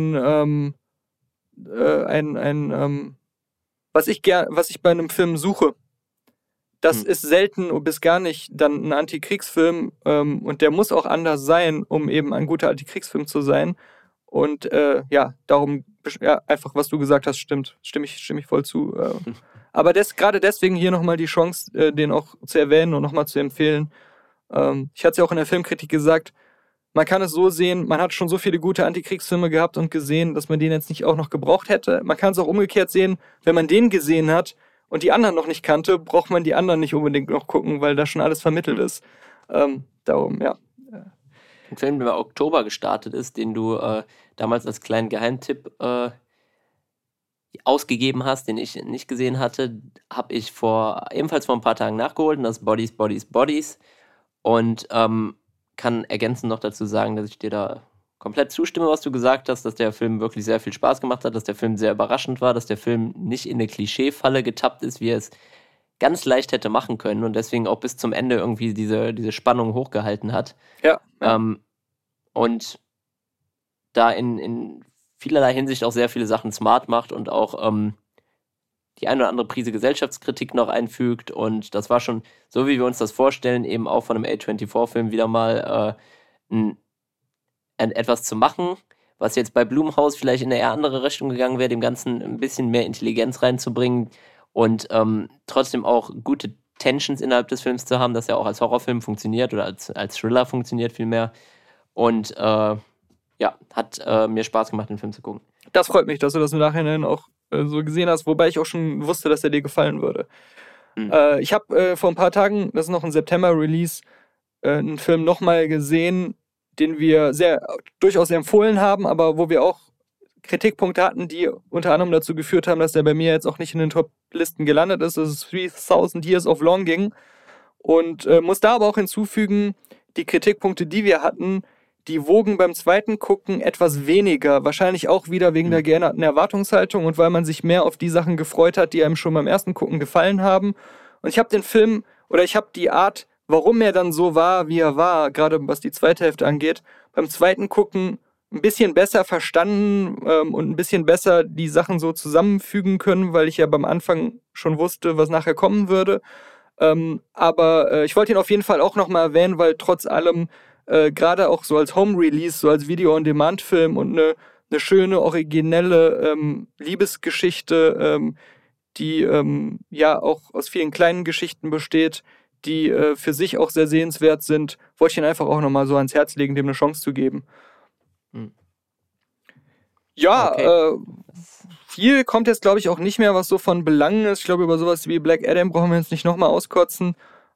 was ich bei einem Film suche, das ist selten bis gar nicht dann ein Antikriegsfilm, und der muss auch anders sein, um eben ein guter Antikriegsfilm zu sein. Und darum, einfach was du gesagt hast, stimmt. Stimme ich voll zu. Aber gerade deswegen hier nochmal die Chance, den auch zu erwähnen und nochmal zu empfehlen. Ich hatte es ja auch in der Filmkritik gesagt, man kann es so sehen, man hat schon so viele gute Antikriegsfilme gehabt und gesehen, dass man den jetzt nicht auch noch gebraucht hätte. Man kann es auch umgekehrt sehen, wenn man den gesehen hat und die anderen noch nicht kannte, braucht man die anderen nicht unbedingt noch gucken, weil da schon alles vermittelt ist. Darum, ja. Ein Film, der im Oktober gestartet ist, den du damals als kleinen Geheimtipp ausgegeben hast, den ich nicht gesehen hatte, habe ich ebenfalls vor ein paar Tagen nachgeholt, und das ist Bodies, Bodies, Bodies. Und kann ergänzend noch dazu sagen, dass ich dir da komplett zustimme, was du gesagt hast, dass der Film wirklich sehr viel Spaß gemacht hat, dass der Film sehr überraschend war, dass der Film nicht in eine Klischeefalle getappt ist, wie er es ganz leicht hätte machen können und deswegen auch bis zum Ende irgendwie diese Spannung hochgehalten hat. Ja. Und da in vielerlei Hinsicht auch sehr viele Sachen smart macht und auch die eine oder andere Prise Gesellschaftskritik noch einfügt, und das war schon, so wie wir uns das vorstellen, eben auch von einem A24-Film wieder mal etwas zu machen, was jetzt bei Blumhouse vielleicht in eine eher andere Richtung gegangen wäre, dem Ganzen ein bisschen mehr Intelligenz reinzubringen und trotzdem auch gute Tensions innerhalb des Films zu haben, dass er auch als Horrorfilm funktioniert oder als Thriller funktioniert vielmehr. Und hat mir Spaß gemacht, den Film zu gucken. Das freut mich, dass du das im Nachhinein auch so gesehen hast, wobei ich auch schon wusste, dass er dir gefallen würde. Ich habe vor ein paar Tagen, das ist noch ein September-Release, einen Film nochmal gesehen, den wir durchaus empfohlen haben, aber wo wir auch Kritikpunkte hatten, die unter anderem dazu geführt haben, dass der bei mir jetzt auch nicht in den Top-Listen gelandet ist. Das ist 3000 Years of Longing. Und muss da aber auch hinzufügen, die Kritikpunkte, die wir hatten, die wogen beim zweiten Gucken etwas weniger. Wahrscheinlich auch wieder wegen der geänderten Erwartungshaltung und weil man sich mehr auf die Sachen gefreut hat, die einem schon beim ersten Gucken gefallen haben. Und ich habe den Film, oder ich habe die Art, warum er dann so war, wie er war, gerade was die zweite Hälfte angeht, beim zweiten Gucken ein bisschen besser verstanden und ein bisschen besser die Sachen so zusammenfügen können, weil ich ja beim Anfang schon wusste, was nachher kommen würde. Aber ich wollte ihn auf jeden Fall auch nochmal erwähnen, weil trotz allem gerade auch so als Home-Release, so als Video-on-Demand-Film und eine schöne, originelle Liebesgeschichte, die auch aus vielen kleinen Geschichten besteht, die für sich auch sehr sehenswert sind, wollte ich ihn einfach auch nochmal so ans Herz legen, dem eine Chance zu geben. Ja, okay. Viel kommt jetzt, glaube ich, auch nicht mehr, was so von Belang ist. Ich glaube, über sowas wie Black Adam brauchen wir jetzt nicht nochmal auskotzen.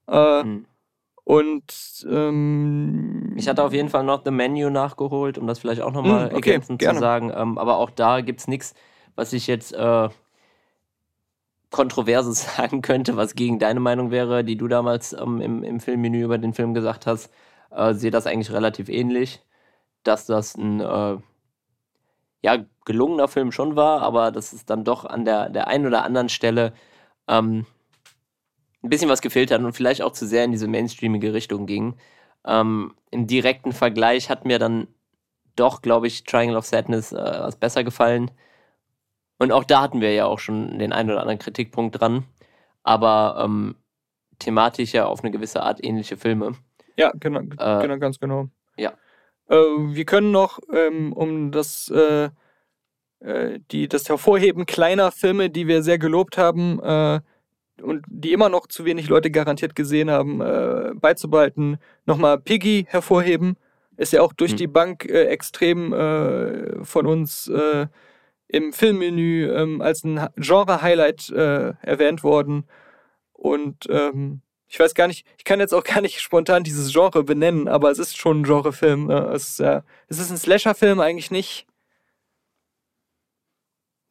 Und ich hatte auf jeden Fall noch The Menu nachgeholt, um das vielleicht auch nochmal ergänzend zu sagen. Aber auch da gibt es nichts, was ich jetzt Kontroverses sagen könnte, was gegen deine Meinung wäre, die du damals im Filmmenü über den Film gesagt hast. Sehe das eigentlich relativ ähnlich, dass das ein gelungener Film schon war, aber dass es dann doch an der einen oder anderen Stelle ein bisschen was gefehlt hat und vielleicht auch zu sehr in diese mainstreamige Richtung ging. Im direkten Vergleich hat mir dann doch, glaube ich, Triangle of Sadness was besser gefallen. Und auch da hatten wir ja auch schon den einen oder anderen Kritikpunkt dran. Aber thematisch ja auf eine gewisse Art ähnliche Filme. Ja, genau, ganz genau. Ja. Wir können noch, um das Hervorheben kleiner Filme, die wir sehr gelobt haben und die immer noch zu wenig Leute garantiert gesehen haben, beizubehalten, nochmal Piggy hervorheben. Ist ja auch durch die Bank extrem von uns im Filmmenü als ein Genre-Highlight erwähnt worden. Und ich weiß gar nicht, ich kann jetzt auch gar nicht spontan dieses Genre benennen, aber es ist schon ein Genrefilm. Es ist ein Slasher-Film eigentlich nicht.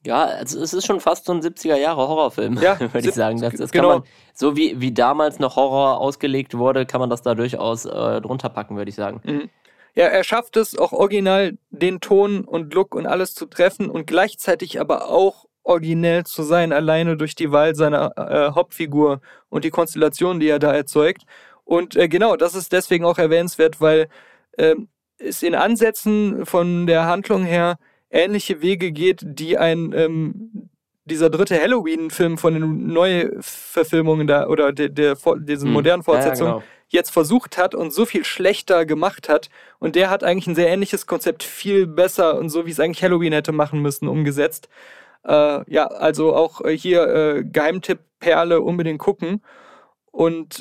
Ja, also es ist schon fast so ein 70er-Jahre-Horrorfilm, Ja, würde ich sagen. Das kann genau. man, so wie damals noch Horror ausgelegt wurde, kann man das da durchaus drunter packen, würde ich sagen. Mhm. Ja, er schafft es auch original, den Ton und Look und alles zu treffen und gleichzeitig aber auch originell zu sein, alleine durch die Wahl seiner Hauptfigur und die Konstellation, die er da erzeugt. Und genau, das ist deswegen auch erwähnenswert, weil es in Ansätzen von der Handlung her ähnliche Wege geht, die dieser dritte Halloween-Film von den Neuverfilmungen da oder diesen modernen Fortsetzungen Ja, genau. jetzt versucht hat und so viel schlechter gemacht hat. Und der hat eigentlich ein sehr ähnliches Konzept, viel besser und so, wie es eigentlich Halloween hätte machen müssen, umgesetzt. Ja, also auch hier Geheimtipp Perle unbedingt gucken. Und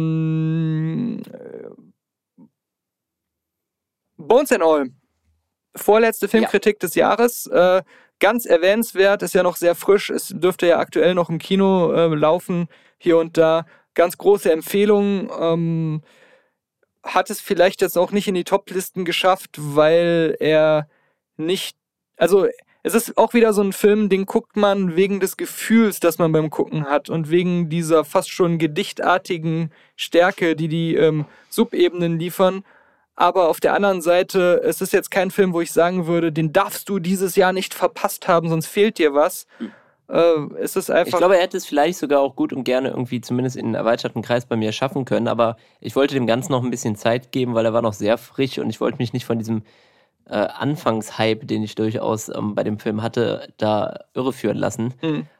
Bones and All. Vorletzte Filmkritik des Jahres. Ganz erwähnenswert, ist ja noch sehr frisch. Es dürfte ja aktuell noch im Kino laufen, hier und da. Ganz große Empfehlung. Hat es vielleicht jetzt auch nicht in die Top-Listen geschafft, weil er nicht. Also, es ist auch wieder so ein Film, den guckt man wegen des Gefühls, das man beim Gucken hat und wegen dieser fast schon gedichtartigen Stärke, die Subebenen liefern. Aber auf der anderen Seite, es ist jetzt kein Film, wo ich sagen würde, den darfst du dieses Jahr nicht verpasst haben, sonst fehlt dir was. Es ist einfach. Ich glaube, er hätte es vielleicht sogar auch gut und gerne irgendwie zumindest in einem erweiterten Kreis bei mir schaffen können, aber ich wollte dem Ganzen noch ein bisschen Zeit geben, weil er war noch sehr frisch und ich wollte mich nicht von diesem Anfangshype, den ich durchaus bei dem Film hatte, da irreführen lassen.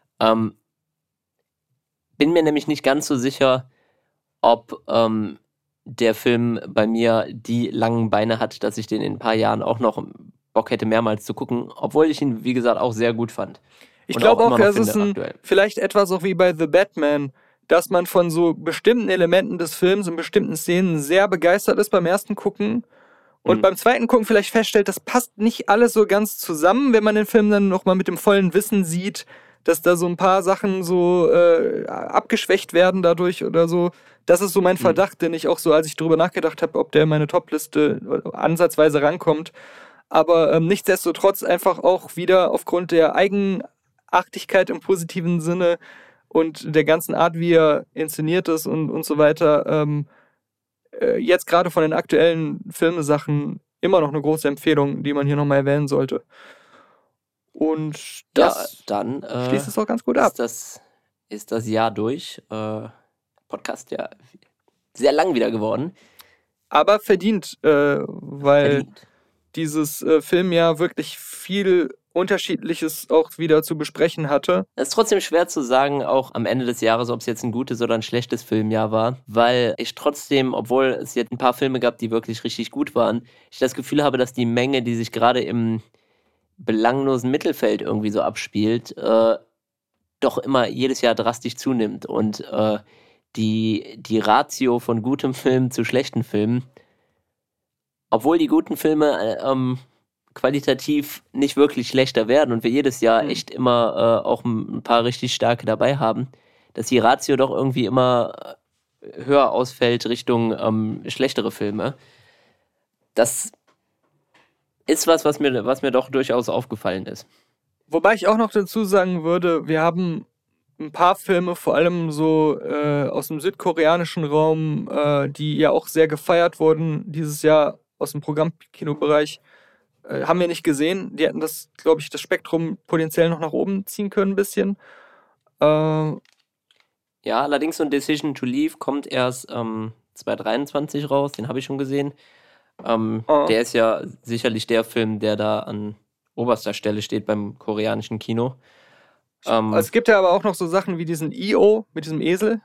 Bin mir nämlich nicht ganz so sicher, ob der Film bei mir die langen Beine hat, dass ich den in ein paar Jahren auch noch Bock hätte, mehrmals zu gucken, obwohl ich ihn, wie gesagt, auch sehr gut fand. Ich glaube auch, das ist vielleicht etwas auch wie bei The Batman, dass man von so bestimmten Elementen des Films und bestimmten Szenen sehr begeistert ist beim ersten Gucken und beim zweiten Gucken vielleicht feststellt, das passt nicht alles so ganz zusammen, wenn man den Film dann nochmal mit dem vollen Wissen sieht, dass da so ein paar Sachen so abgeschwächt werden dadurch oder so. Das ist so mein Verdacht, den ich auch so, als ich drüber nachgedacht habe, ob der in meine Top-Liste ansatzweise rankommt. Aber nichtsdestotrotz einfach auch wieder aufgrund der Eigenartigkeit im positiven Sinne und der ganzen Art, wie er inszeniert ist und so weiter, jetzt gerade von den aktuellen Filmesachen immer noch eine große Empfehlung, die man hier nochmal erwähnen sollte. Und das dann schließt es auch ganz gut ab. Ist das Jahr durch. Podcast ja sehr lang wieder geworden. Aber verdient, weil dieses Filmjahr wirklich viel Unterschiedliches auch wieder zu besprechen hatte. Es ist trotzdem schwer zu sagen, auch am Ende des Jahres, ob es jetzt ein gutes oder ein schlechtes Filmjahr war, weil ich trotzdem, obwohl es jetzt ein paar Filme gab, die wirklich richtig gut waren, ich das Gefühl habe, dass die Menge, die sich gerade im belanglosen Mittelfeld irgendwie so abspielt, doch immer jedes Jahr drastisch zunimmt und die Ratio von gutem Film zu schlechten Filmen, obwohl die guten Filme qualitativ nicht wirklich schlechter werden und wir jedes Jahr echt immer auch ein paar richtig starke dabei haben, dass die Ratio doch irgendwie immer höher ausfällt Richtung schlechtere Filme. Das ist was mir doch durchaus aufgefallen ist. Wobei ich auch noch dazu sagen würde, wir haben ein paar Filme, vor allem so aus dem südkoreanischen Raum, die ja auch sehr gefeiert wurden dieses Jahr aus dem Programmkinobereich, haben wir nicht gesehen. Die hätten das, glaube ich, das Spektrum potenziell noch nach oben ziehen können ein bisschen. Ja, allerdings so ein Decision to Leave kommt erst 2023 raus, den habe ich schon gesehen. Der ist ja sicherlich der Film, der da an oberster Stelle steht beim koreanischen Kino. Es gibt ja aber auch noch so Sachen wie diesen EO mit diesem Esel.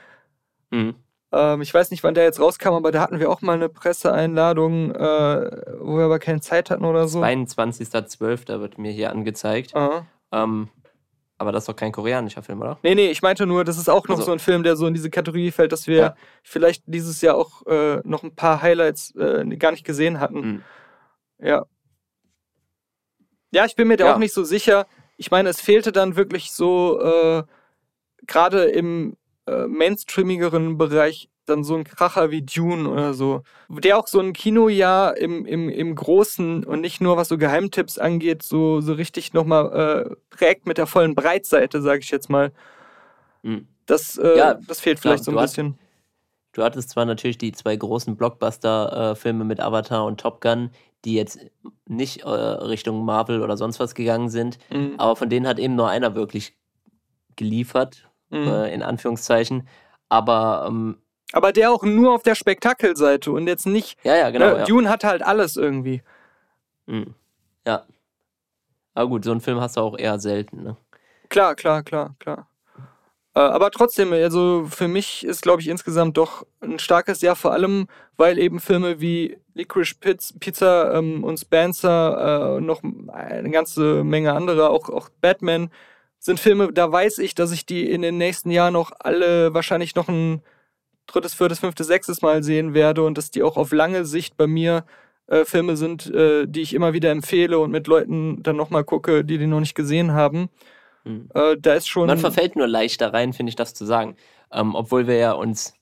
Ich weiß nicht, wann der jetzt rauskam, aber da hatten wir auch mal eine Presseeinladung, wo wir aber keine Zeit hatten oder so. 22.12. wird mir hier angezeigt. Aber das ist doch kein koreanischer Film, oder? Nee, ich meinte nur, das ist auch noch so ein Film, der so in diese Kategorie fällt, dass wir vielleicht dieses Jahr auch noch ein paar Highlights gar nicht gesehen hatten. Ja, ich bin mir da auch nicht so sicher. Ich meine, es fehlte dann wirklich so, gerade im mainstreamigeren Bereich, dann so ein Kracher wie Dune oder so, der auch so ein Kinojahr im Großen und nicht nur was so Geheimtipps angeht, so richtig nochmal prägt mit der vollen Breitseite, sage ich jetzt mal. Das fehlt vielleicht so ein bisschen. Du hattest zwar natürlich die 2 großen Blockbuster-Filme mit Avatar und Top Gun, die jetzt nicht Richtung Marvel oder sonst was gegangen sind, aber von denen hat eben nur einer wirklich geliefert, in Anführungszeichen. Aber der auch nur auf der Spektakelseite und jetzt nicht. Ja, genau. Ne? Dune hat halt alles irgendwie. Ja. Aber gut, so einen Film hast du auch eher selten, ne? Klar. Aber trotzdem, also für mich ist, glaube ich, insgesamt doch ein starkes Jahr, vor allem, weil eben Filme wie Licorice Pizza und Spencer, noch eine ganze Menge andere, auch Batman, sind Filme, da weiß ich, dass ich die in den nächsten Jahren noch alle wahrscheinlich noch ein 3., 4., 5., 6. Mal sehen werde und dass die auch auf lange Sicht bei mir Filme sind, die ich immer wieder empfehle und mit Leuten dann nochmal gucke, die noch nicht gesehen haben. Da ist schon. Man verfällt nur leicht da rein, finde ich, das zu sagen. Obwohl wir ja uns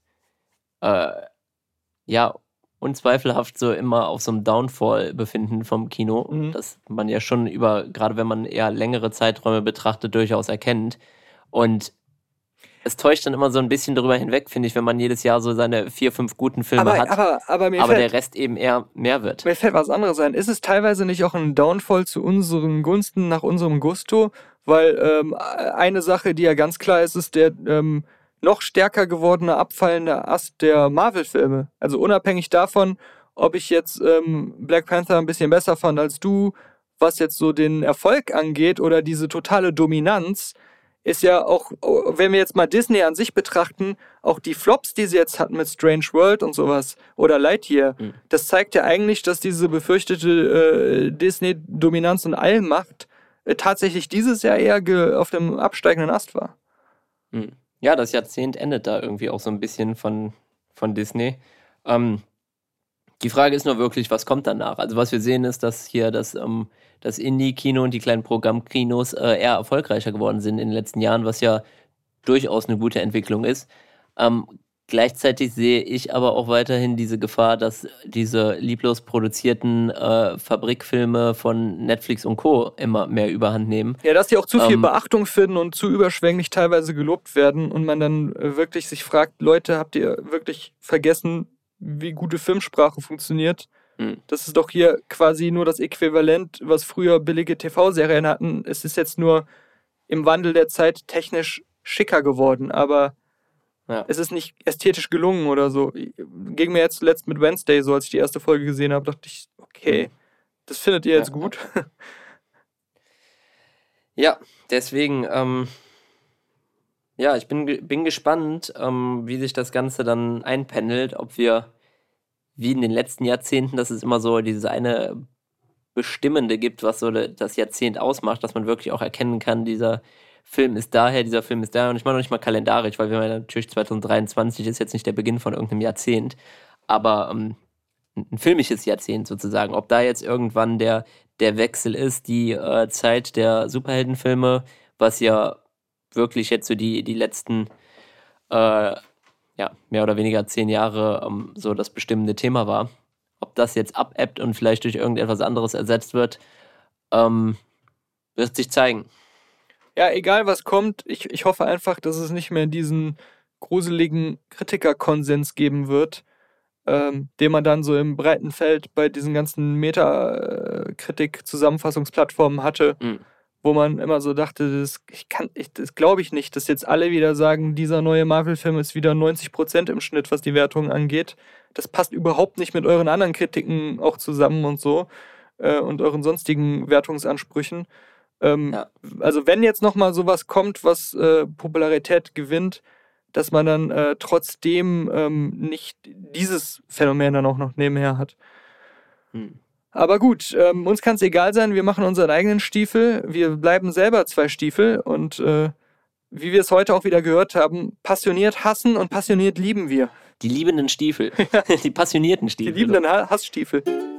unzweifelhaft so immer auf so einem Downfall befinden vom Kino, dass man ja schon gerade wenn man eher längere Zeiträume betrachtet, durchaus erkennt. Und es täuscht dann immer so ein bisschen darüber hinweg, finde ich, wenn man jedes Jahr so seine 4, 5 guten Filme hat, aber der Rest eben eher mehr wird. Mir fällt was anderes ein. Ist es teilweise nicht auch ein Downfall zu unseren Gunsten, nach unserem Gusto? Weil eine Sache, die ja ganz klar ist der noch stärker gewordene abfallende Ast der Marvel-Filme. Also unabhängig davon, ob ich jetzt Black Panther ein bisschen besser fand als du, was jetzt so den Erfolg angeht oder diese totale Dominanz, ist ja auch, wenn wir jetzt mal Disney an sich betrachten, auch die Flops, die sie jetzt hatten mit Strange World und sowas oder Lightyear, das zeigt ja eigentlich, dass diese befürchtete Disney-Dominanz und Allmacht tatsächlich dieses Jahr eher auf dem absteigenden Ast war. Ja, das Jahrzehnt endet da irgendwie auch so ein bisschen von Disney. Die Frage ist nur wirklich, was kommt danach? Also was wir sehen ist, dass hier das Indie-Kino und die kleinen Programmkinos eher erfolgreicher geworden sind in den letzten Jahren, was ja durchaus eine gute Entwicklung ist. Gleichzeitig sehe ich aber auch weiterhin diese Gefahr, dass diese lieblos produzierten Fabrikfilme von Netflix und Co. immer mehr Überhand nehmen. Ja, dass die auch zu viel Beachtung finden und zu überschwänglich teilweise gelobt werden und man dann wirklich sich fragt, Leute, habt ihr wirklich vergessen, wie gute Filmsprache funktioniert? Das ist doch hier quasi nur das Äquivalent, was früher billige TV-Serien hatten. Es ist jetzt nur im Wandel der Zeit technisch schicker geworden, aber es ist nicht ästhetisch gelungen oder so. Ging mir jetzt zuletzt mit Wednesday so, als ich die erste Folge gesehen habe, dachte ich, okay, das findet ihr jetzt gut? Ja, deswegen, ich bin gespannt, wie sich das Ganze dann einpendelt, ob wir, wie in den letzten Jahrzehnten, dass es immer so dieses eine Bestimmende gibt, was so das Jahrzehnt ausmacht, dass man wirklich auch erkennen kann, dieser Film ist daher, dieser Film ist daher. Und ich meine noch nicht mal kalendarisch, weil wir natürlich 2023 ist jetzt nicht der Beginn von irgendeinem Jahrzehnt, aber ein filmisches Jahrzehnt sozusagen. Ob da jetzt irgendwann der Wechsel ist, die Zeit der Superheldenfilme, was ja wirklich jetzt so die letzten mehr oder weniger 10 Jahre so das bestimmende Thema war. Ob das jetzt abebbt und vielleicht durch irgendetwas anderes ersetzt wird, wird sich zeigen. Ja, egal was kommt, ich hoffe einfach, dass es nicht mehr diesen gruseligen Kritikerkonsens geben wird, den man dann so im breiten Feld bei diesen ganzen Metakritik-Zusammenfassungsplattformen hatte, wo man immer so dachte, das glaube ich nicht, dass jetzt alle wieder sagen, dieser neue Marvel-Film ist wieder 90% im Schnitt, was die Wertung angeht. Das passt überhaupt nicht mit euren anderen Kritiken auch zusammen und so und euren sonstigen Wertungsansprüchen. Also wenn jetzt nochmal sowas kommt, was Popularität gewinnt, dass man dann trotzdem nicht dieses Phänomen dann auch noch nebenher hat. Aber gut, uns kann es egal sein, wir machen unseren eigenen Stiefel, wir bleiben selber 2 Stiefel und wie wir es heute auch wieder gehört haben, passioniert hassen und passioniert lieben wir. Die liebenden Stiefel, die passionierten Stiefel. Die liebenden Hassstiefel.